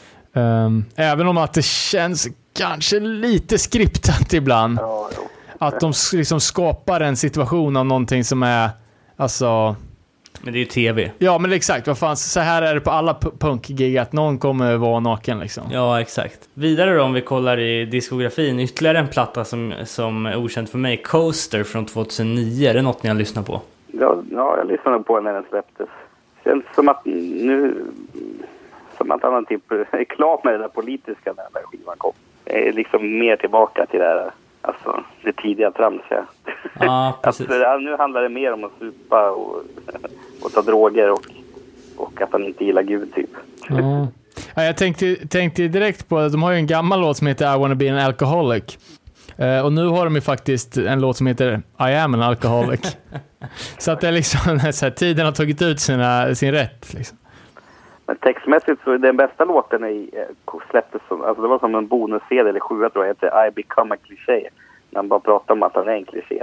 Även om att det känns kanske lite skriptat ibland. Ja, att de liksom skapar en situation av någonting som är, alltså... Men det är ju tv. Ja, men exakt. Vad fan, så här är det på alla punkgig, att någon kommer vara naken liksom. Ja, exakt. Vidare då, om vi kollar i diskografin, ytterligare en platta som är okänd för mig, Coaster från 2009. Är det något ni har lyssnat på? Ja, jag lyssnade på när den släpptes. Känns som att nu... Som att han typ är klar med det där politiska när den där skivan kom. Är liksom mer tillbaka till det här, alltså det tidiga tramsiga. Ja, precis. Alltså, nu handlar det mer om att supa och ta droger och att han inte gillar Gud typ. Ja, jag tänkte direkt på att de har ju en gammal låt som heter I wanna be an alcoholic. Och nu har de ju faktiskt en låt som heter I am an alcoholic. Så att det är liksom så här, tiden har tagit ut sin rätt liksom. Men textmässigt så är den bästa låten släpptes som, alltså det var som en bonus-CD eller 7 tror jag, heter I become a cliché. När man bara pratar om att han är en kliché.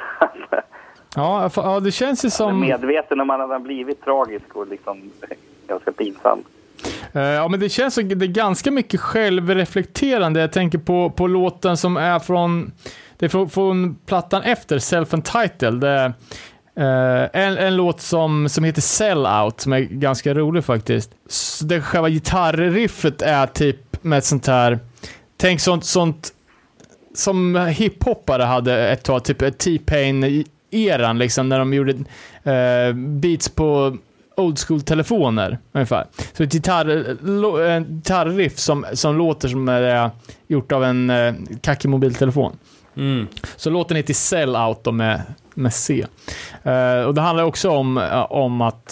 Ja, det känns ju som... Medveten om att han har blivit tragisk och liksom ganska pinsam. Ja, men det känns som det är ganska mycket självreflekterande. Jag tänker på låten som är från plattan efter Self-Entitled. Det är en låt som heter Sell Out, som är ganska rolig faktiskt. Det själva gitarriffet är typ med ett sånt här, tänk sånt som hiphoppare hade ett tag, typ T-Pain-eran liksom, när de gjorde beats på old school-telefoner ungefär. Så ett gitarriff som låter som är gjort av en kackig mobiltelefon. Så låten heter Sell Out då med C. Och det handlar också om att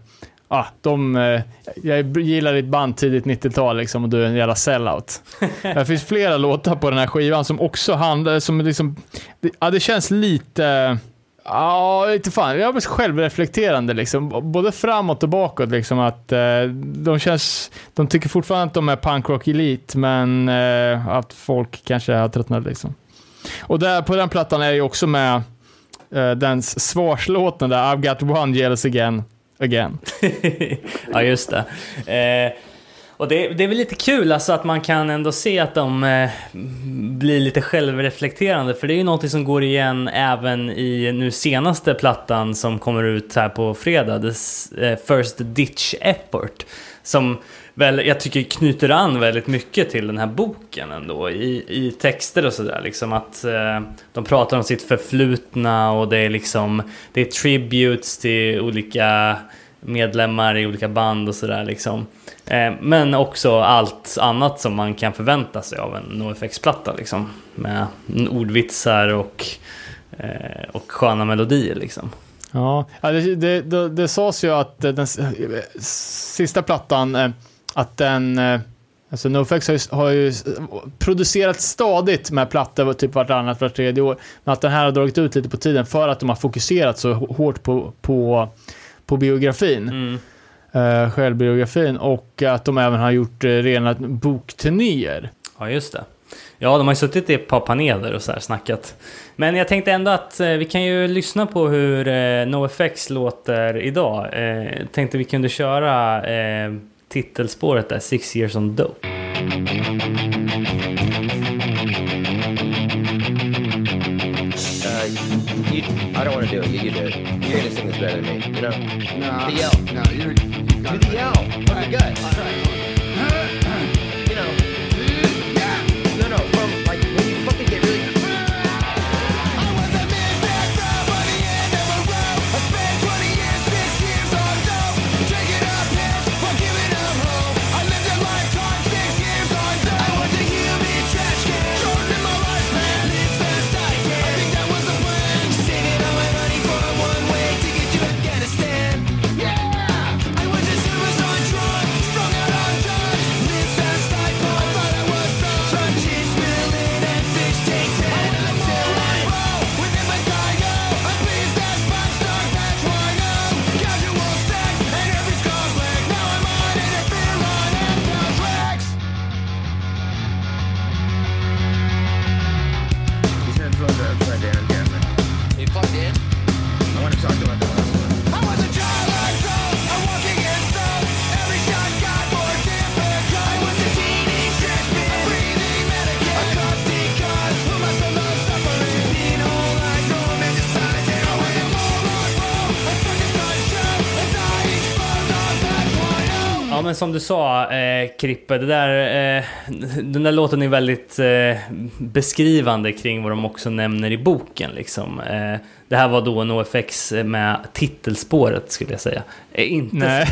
jag gillar ditt band tidigt 90-tal liksom, och du är en jävla sellout. Det finns flera låtar på den här skivan som också handlar som liksom, det känns lite Ja, inte fan. Jag är självreflekterande liksom. Både framåt och bakåt liksom, att de tycker fortfarande att de är punkrock elite, men att folk kanske har tröttnat liksom. Och där på den plattan är ju också med den svarslåten där, I've got one jealous again. Ja, just det. Och det är väl lite kul alltså, att man kan ändå se att de blir lite självreflekterande, för det är ju något som går igen även i nu senaste plattan som kommer ut här på fredag, The First Ditch Effort, som väl jag tycker knyter an väldigt mycket till den här boken ändå i texter och sådär liksom, att de pratar om sitt förflutna, och det är liksom, det är tributes till olika medlemmar i olika band och sådär liksom. Men också allt annat som man kan förvänta sig av en NoFX-platta liksom, med ordvitsar och sköna melodier liksom. Ja, det sades ju att den sista plattan, att den, alltså NoFX har ju producerat stadigt med plattor typ vartannat, vart tredje år, men att den här har dragit ut lite på tiden för att de har fokuserat så hårt på biografin, självbiografin, och att de även har gjort rena bokturnéer. Ja, just det. Ja, de har ju suttit i ett par paneler och så här snackat. Men jag tänkte ändå att vi kan ju lyssna på hur NoFX låter idag. Tänkte vi kunde köra titelspåret där, 6 Years on Dope. I don't want to do it. You do it. You're gonna sing this better than me. You know? No. The yell. No, you got Do the yell. From the gut. You know. No. From like when you fucking get really. I was a misfit somebody in the road. I spent 20 years, 6 years on dope, drinking up pills while giving up hope. I lived a lifetime, 6 years on dope. I was a human trash can, shortened in my lifespan. Live fast, die dead. I think that was the plan. Saving all my money for a one-way ticket to Afghanistan. Yeah, I was a service on drugs, strung out on drugs. Live fast, die poor. Thought I was some cheap spilling and fish tank pen. I'm still on roll within my tiger. I'm pleased as punch dog patch rhino. Casual sex and every complex. Now I'm on it and feel on and down tracks. These headphones are upside down, Cameron. You plugged in? I want to talk about the last one. I was a child like Zoe, I'm walking in stone. Every shot got more difficult. I was a teenage transmit, a breathing medicate, a caustic cause who must have loved suffering. Being all like romanticizing. I was a moron, bro, a circus on show, a dying slow dog back wide. Ja, men som du sa, Krippe, den där låten är väldigt beskrivande kring vad de också nämner i boken liksom. Det här var då NoFX med titelspåret, skulle jag säga. Inte Nej.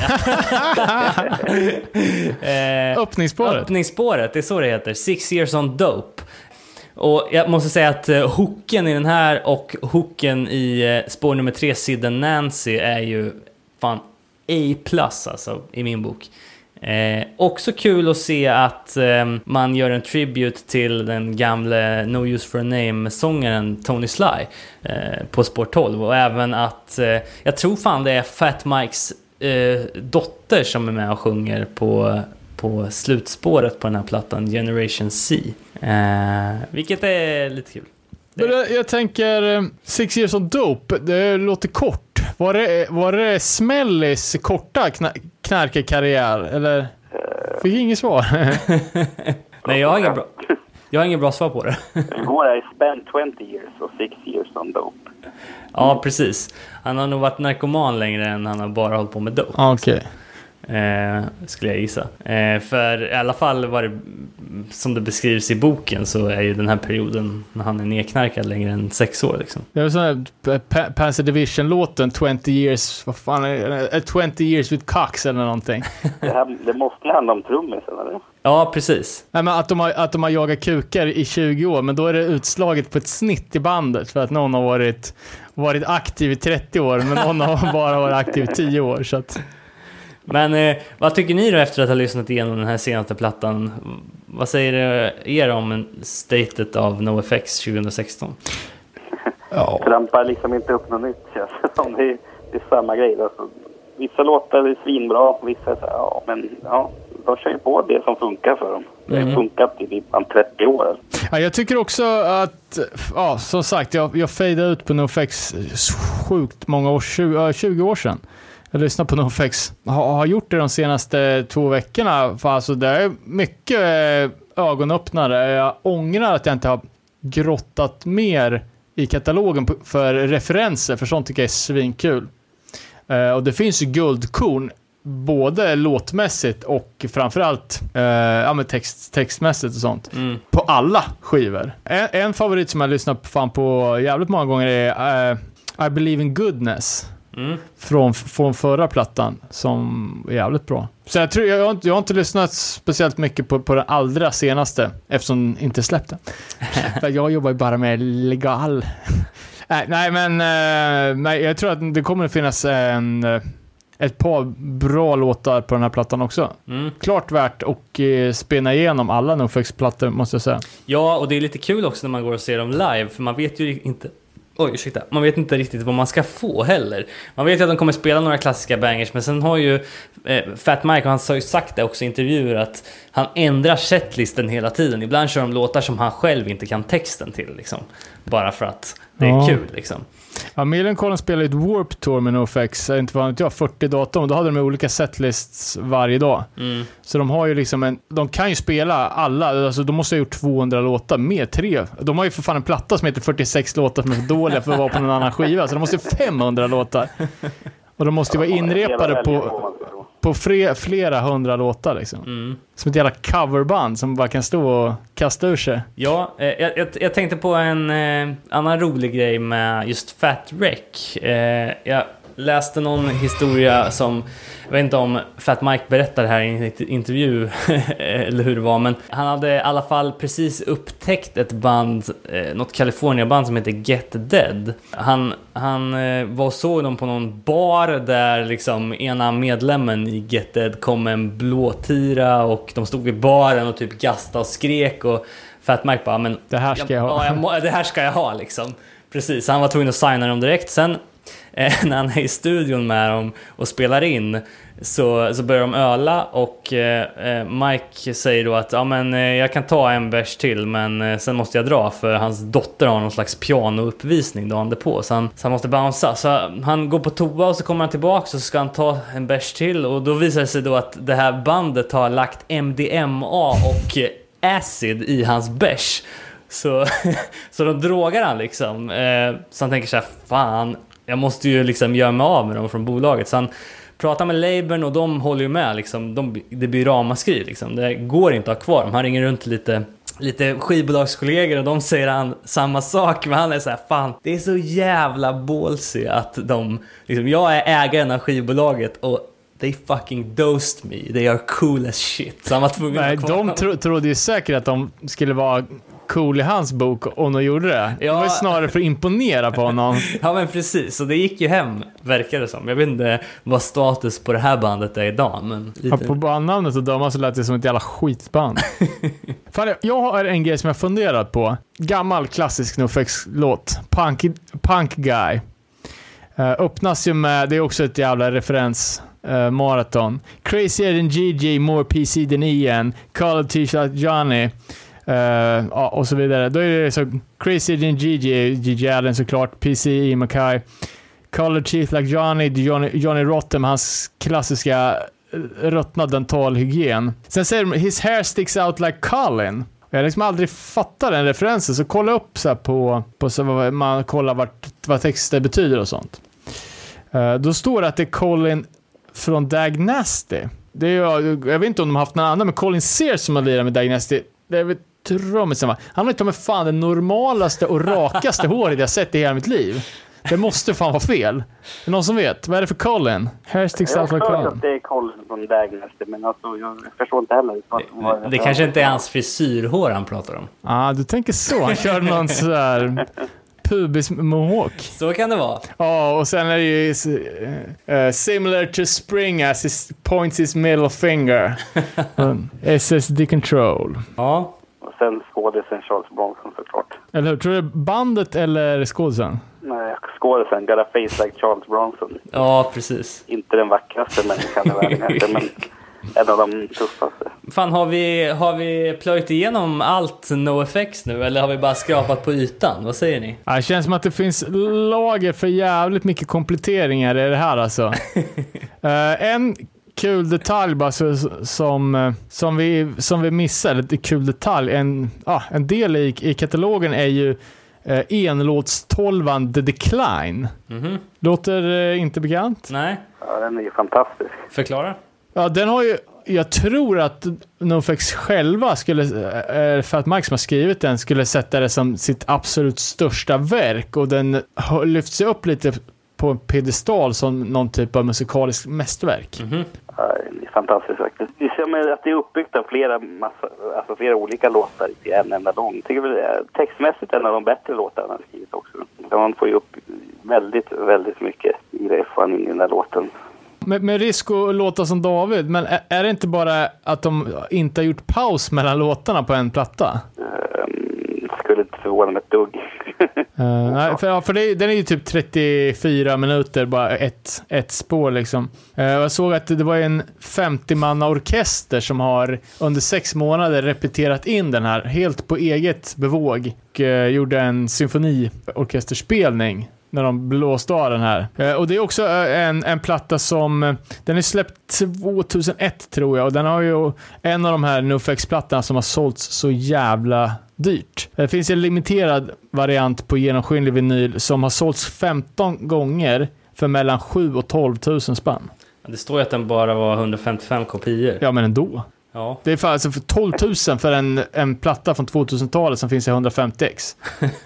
säga. Öppningsspåret, det är så det heter. 6 Years on Dope. Och jag måste säga att hooken i den här och hooken i spår nummer 3, Sid and Nancy, är ju fan A+ alltså, i min bok. Också kul att se att man gör en tribute till den gamla No Use for a Name-sångaren Tony Sly på spår 12. Och även att jag tror fan det är Fat Mikes dotter som är med och sjunger på slutspåret på den här plattan, Generation C. Vilket är lite kul. Jag tänker 6 Years on Dope, det låter kort. Var det Smellis korta knarkarkarriär, eller? Fick inget svar. Nej, jag har ingen bra svar på det. Igår I spent 20 years och 6 years on dope. Ja, precis. Han har nog varit narkoman längre än han har bara hållit på med dope. Okej. Skulle jag gissa. För i alla fall var det, som det beskrivs i boken, så är ju den här perioden när han är nedknarkad längre än 6 år liksom. Det var sån här Panzer Division-låten 20 years, vad fan är det? 20 years with Cox eller någonting. Det måste handla om trummisen, eller? Ja, precis. Nej, men att de har jagat kukar i 20 år, men då är det utslaget på ett snitt i bandet för att någon har varit aktiv i 30 år, men någon har bara varit aktiv i 10 år, så att... Men vad tycker ni då efter att ha lyssnat igenom den här senaste plattan? Vad säger er om statet av NoFX 2016? trampar liksom inte upp något nytt. Det är samma grej. Alltså, vissa låtar är svinbra, vissa är så här, men de kör ju på det som funkar för dem. Det har funkat i typ 30 år. Ja, jag tycker också att, som sagt, jag fejdade ut på NoFX sjukt många år, 20 år sedan. Jag lyssnar på NoFX. Har gjort det de senaste 2 veckorna. För alltså det är mycket ögonöppnare. Jag ångrar att jag inte har grottat mer i katalogen för referenser. För sånt tycker jag är svinkul. Och det finns ju guldkorn. Både låtmässigt och framförallt textmässigt och sånt. På alla skivor. En favorit som jag lyssnar på jävligt många gånger är I Believe in Goodness. Från förra plattan som är jävligt bra. Så jag tror jag har inte lyssnat speciellt mycket på den allra senaste eftersom den inte släppte. För jag jobbar ju bara med legal. Nej, jag tror att det kommer att finnas ett par bra låtar på den här plattan också. Klart värt och spinna igenom alla NoFX-plattor, måste jag säga. Ja, och det är lite kul också när man går och ser dem live, för man vet ju inte... Man vet inte riktigt vad man ska få heller. Man vet ju att de kommer spela några klassiska bangers, men sen har ju Fat Mike, och han har ju sagt det också i intervjuer, att han ändrar setlisten hela tiden. Ibland kör de låtar som han själv inte kan texten till, liksom. Bara för att det är kul, liksom. Ja, Millencolin spelade ett Warp Tour med NoFX, inte vanligt, 40 datum. Då hade de olika setlists varje dag. Så de har ju liksom de kan ju spela alla, alltså de måste ha gjort 200 låtar med 3. De har ju för fan en platta som heter 46 låtar som är för dåliga för att vara på någon annan skiva, så de måste ju 500 låtar. Och de måste ju vara inrepade på flera hundra låtar liksom. Som ett jävla coverband som bara kan stå och kasta ur sig. Ja, jag tänkte på en annan rolig grej med just Fat Wreck. Jag läste någon historia som, jag vet inte om Fat Mike berättade här i en intervju eller hur det var, men han hade i alla fall precis upptäckt ett band, något California-band som heter Get Dead. Han var och såg dem på någon bar där liksom ena medlemmen i Get Dead kom med en blåtira och de stod vid baren och typ gastade och skrek, och Fat Mike bara, men det här ska jag ha. Det här ska jag ha liksom. Precis, han var tvungen att signa dem direkt. Sen när han är i studion med dem och spelar in så börjar de öla, och Mike säger då att jag kan ta en bärs till, men sen måste jag dra för hans dotter har någon slags pianouppvisning dagen därpå, så han måste bouncea. Så han går på toa och så kommer han tillbaka och så ska han ta en bärs till, och då visar det sig då att det här bandet har lagt MDMA och acid i hans bärs. Så då drogar han liksom. Så han tänker så här, fan, jag måste ju liksom göra mig av med dem från bolaget. Så han pratar med labeln och de håller ju med liksom. Det blir ramaskri liksom. Det går inte att ha kvar dem. Han ringer runt lite skivbolagskollegor och de säger samma sak, men han är så här, fan, det är så jävla ballsy att de liksom, jag är ägaren av skivbolaget och they fucking dosed me. They are cool as shit. Så han var tvungen att de trodde ju säkert att de skulle vara cool i hans bok, och de gjorde det. Ja. Det var snarare för att imponera på honom. Ja, men precis. Så det gick ju hem, verkar det som. Jag vet inte vad status på det här bandet är idag, men lite... Ja, på bandnamnet och döma så lät det som ett jävla skitband. Fan, jag har en grej som jag funderat på. Gammal klassisk NoFX-låt. Punk Guy. Öppnas ju med, det är också ett jävla referens maraton. Crazier than GG, more PC than Ian, Call of T-shirt Johnny, och så vidare. Då är det så Crazier than GG Allen såklart, PC Ian Mackay, Call of Chief like Johnny Rotten med hans klassiska ruttna dentalhygien. Sen säger de his hair sticks out like Colin. Jag har liksom aldrig fattat den referensen, så kolla upp så här på så man kollar vad texten betyder och sånt. Då står det att det är Colin från Dag Nasty. Det är, jag vet inte om de har haft någon annan, men Colin Sears som har lirat med Dag Nasty, det är väl trummisen, va? Han har inte med fan det normalaste och rakaste håret jag sett i hela mitt liv. Det måste fan vara fel. Är någon som vet? Vad är det för Colin? Hair sticks out like Colin. Jag tror att det är Colin från Dag Nasty, men alltså, jag förstår inte heller. Det kanske inte är hans frisyrhår han pratar om. Du tänker så. Han kör någon så här pubis mohawk. Så kan det vara. Ja, och sen är det ju similar to Spring as he points his middle finger. SSD control. Ja. Och sen skådisen Charles Bronson såklart. Eller hur? Tror du bandet eller skådisen? Nej, skådisen, got a face like Charles Bronson. Ja, precis. Inte den vackraste människan i världen heller, men en av de tuffaste. Fan, har vi plöjt igenom allt NoFX nu, eller har vi bara skrapat på ytan? Vad säger ni? Ja, det känns som att det finns lager för jävligt mycket kompletteringar i det här alltså. En kul detalj bara som vi missade, en kul detalj, en del i katalogen är ju enlåtstolvan The Decline. Låter inte bekant? Nej. Ja, den är ju fantastisk. Förklara. Ja, den har ju, jag tror att NoFX själva skulle, för att Mike som har skrivit den, skulle sätta det som sitt absolut största verk, och den har lyft sig upp lite på en pedestal som någon typ av musikalisk mästerverk. Ja, det är fantastiskt faktiskt. Det ser att det är uppbyggt av flera olika låtar i en enda lång. Jag tycker väl textmässigt en av de bättre låtarna han skrivit också. Man får ju upp väldigt, väldigt mycket i refan i den där låten. Med risk att låta som David, men är det inte bara att de inte har gjort paus mellan låtarna på en platta? Skulle inte förvåna mig ett dugg. Nej, för den är ju typ 34 minuter, bara ett spår liksom. Jag såg att det var en 50-manna orkester som har under 6 månader repeterat in den här helt på eget bevåg och gjorde en symfoniorkesterspelning när de blåste av den här. Och det är också en platta som den är släppt 2001 tror jag, och den har ju en av de här NoFX-plattorna som har sålts så jävla dyrt. Det finns en limiterad variant på genomskinlig vinyl som har sålts 15 gånger för mellan 7 och 12 000 spänn. Det står ju att den bara var 155 kopior. Ja, men ändå. Ja. Det är för, alltså för 12 000 för en platta från 2000-talet som finns i 150x.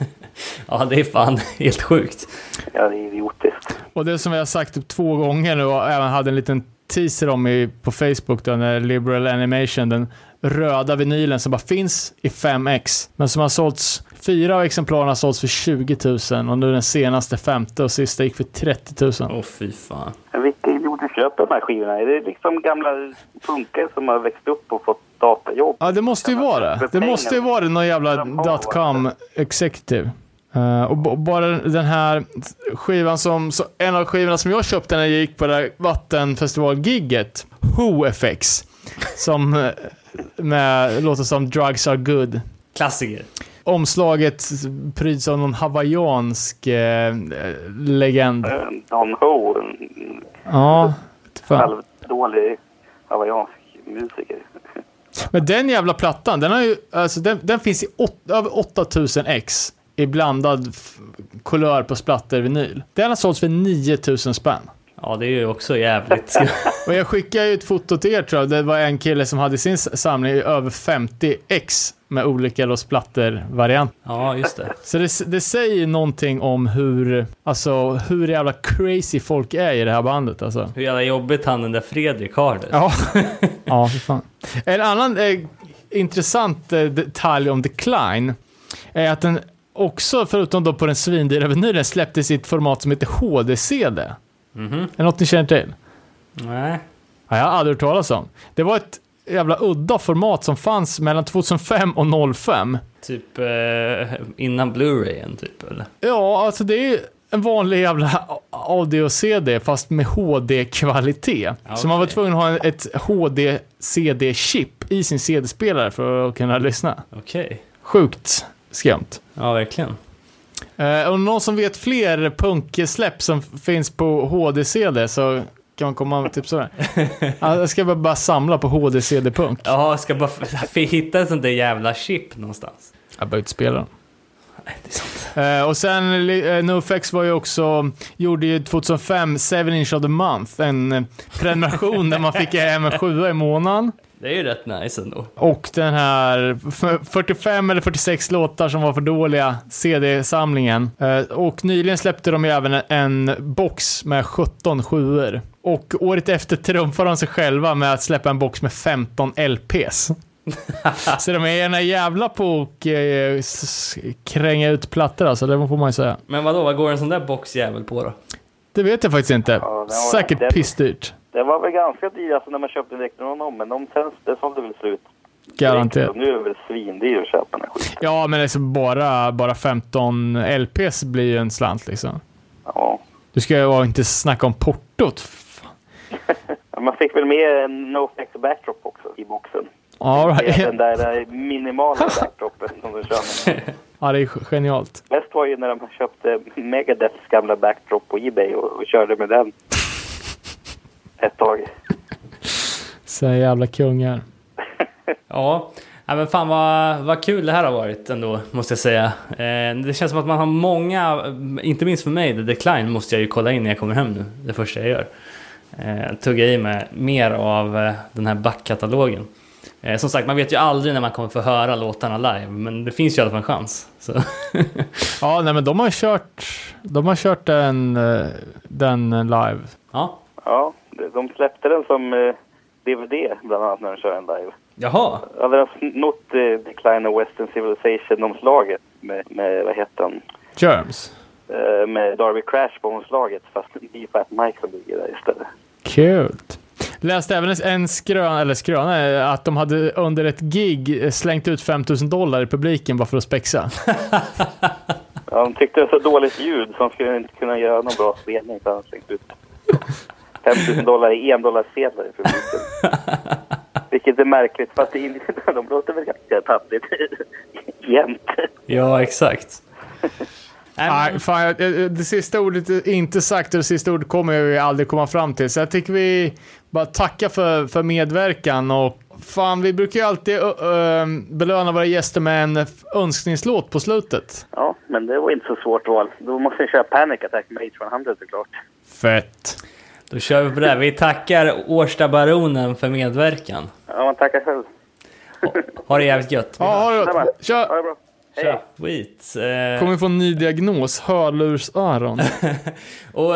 Ja, det är fan helt sjukt. Ja, det är idiotiskt. Och det som jag har sagt typ 2 gånger nu, och även hade en liten teaser om på Facebook då, när Liberal Animation, den röda vinylen som bara finns i 5x, men som har sålts, 4 av exemplarerna har sålts för 20 000 och nu den senaste 5:e och sista gick för 30 000. Åh fy fan. Vilka idioter köper de här skivorna? Är det liksom gamla funkare som har växt upp och fått datajobb? Ja, det måste ju vara det. Det måste ju vara någon jävla .com executive. Och bara den här skivan en av skivorna som jag köpte när jag gick på det här Vattenfestival-gigget, WhoFX, som låter som Drugs Are Good. Klassiker. Omslaget pryds av någon hawaiiansk legend. Don Ho. Ja, halvdålig hawaiiansk musiker. Men den jävla plattan, den har ju, alltså den finns i över 8000x i blandad kulör på splattervinyl. Den har sålts för 9000 spänn. Ja, det är ju också jävligt. Och jag skickade ju ett foto till er, tror jag. Det var en kille som hade sin samling i över 50x med olika splattervarianter. Ja, just det. Så det säger någonting om hur jävla crazy folk är i det här bandet. Alltså. Hur jävla jobbigt han den där Fredrik har det. Ja, ja för fan. En annan intressant detalj om Decline är att den också, förutom då på den svindyra vinylen, släpptes i ett format som heter HD-CD. Är det något ni känner till? Nej. Ja, jag har aldrig hört talas om. Det var ett jävla udda format som fanns mellan 2005 och 05. Typ innan Blu-rayen typ, eller? Ja, alltså det är en vanlig jävla audio-CD fast med HD-kvalitet. Okay. Så man var tvungen att ha ett HD-CD-chip i sin CD-spelare för att kunna lyssna. Okej. Okay. Sjukt skumt. Ja, verkligen. Och någon som vet fler punksläpp som finns på HD-CD så kan man komma med typ sådär. Jag ska bara samla på HD-CD-punk. Ja, jag ska bara hitta ett sånt där jävla chip någonstans. Jag bara inte spela den. Nej, det är sant. Och sen NoFX var ju också, gjorde ju 2005 7-inch of the month, en prenumeration där man fick hem en 7 i månaden. Det är ju rätt nice ändå. Och den här 45 eller 46 låtar som var för dåliga CD-samlingen. Och nyligen släppte de ju även en box med 17 7-er. Och året efter trumfade de sig själva med att släppa en box med 15 LPs. Så de är ena jävla på och kränga ut plattor, alltså, det får man ju säga. Men vad går en sån där boxjävel på då? Det vet jag faktiskt inte. Ja, säkert pissdyrt. Det var väl ganska dyrt alltså, när man köpte direkt någon om, men det sålde väl slut Garanterat. Nu är det väl svindyr att köpa den här skiten. Ja, men alltså bara 15 LPs blir ju en slant liksom. Ja. Du ska ju inte snacka om portot. Man fick väl med en NoFX backdrop också i boxen. Ja, Den där minimala backdropen som du kör med. ja, det är genialt. Bäst var ju när de köpte Megadeths gamla backdrop på eBay och körde med den ett tag. Så jävla kungar. Ja, men fan vad kul det här har varit ändå, måste jag säga. Det känns som att man har många, inte minst för mig, The Decline måste jag ju kolla in när jag kommer hem nu, det första jag gör. Tugga i mig mer av den här backkatalogen. Som sagt, man vet ju aldrig när man kommer få höra låtarna live, men det finns ju i alla fall en chans. Så. Ja, nej, men de har kört den live. Ja. Ja, de släppte den som DVD bland annat när de kör en live. Jaha. Ja, de har snott Decline of Western Civilization-omslaget med vad heter han? Germs. Med Darby Crash på omslaget, fast det är Fat Mike som ligger där istället. Kul. Läste även en skröna att de hade under ett gig slängt ut $5,000 i publiken bara för att spexa. Ja, de tyckte det var så dåligt ljud så de skulle inte kunna göra någon bra spelning, så de slängt ut $5,000 i $1 i publiken. Vilket är märkligt, fast de låter väl ganska tappligt jämt. Ja, exakt. Nej, fan, det sista ordet är inte sagt och det sista ordet kommer jag aldrig komma fram till. Så jag tycker vi bara tacka för medverkan. Och fan, vi brukar ju alltid belöna våra gäster med en önskningslåt på slutet. Ja, men det var inte så svårt val. Då måste vi köra Panic Attack med H100 såklart. Fett. Då kör vi på det. Vi tackar Årsta Baronen för medverkan. Ja, man tackar själv. Ha det jävligt gött. Ja, ha det gott. Kör. Ha det bra. Hej. Sweet. Kommer vi få en ny diagnos, hörlursöron. Och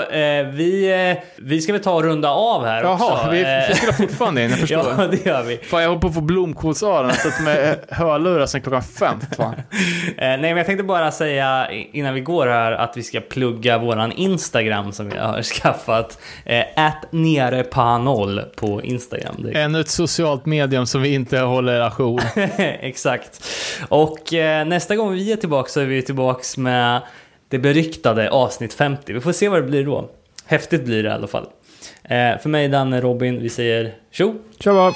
vi ska väl ta och runda av här också. Jaha, vi spelar fortfarande in, jag förstår. Ja, det gör vi. Fan, jag håller på att få blomkålsöron så att med hörlurar sen klockan 5. Nej, men jag tänkte bara säga innan vi går här att vi ska plugga våran Instagram som jag har skaffat. @nerepanoll på Instagram. Ännu ett socialt medium som vi inte håller ajour. Exakt. Och nästa gång vi är tillbaka så är vi tillbaka med det beryktade avsnitt 50. Vi får se vad det blir då. Häftigt blir det i alla fall. För mig, Danne, Robin, vi säger tjo! Tja!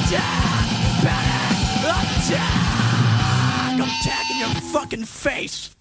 I'm tagging your fucking face.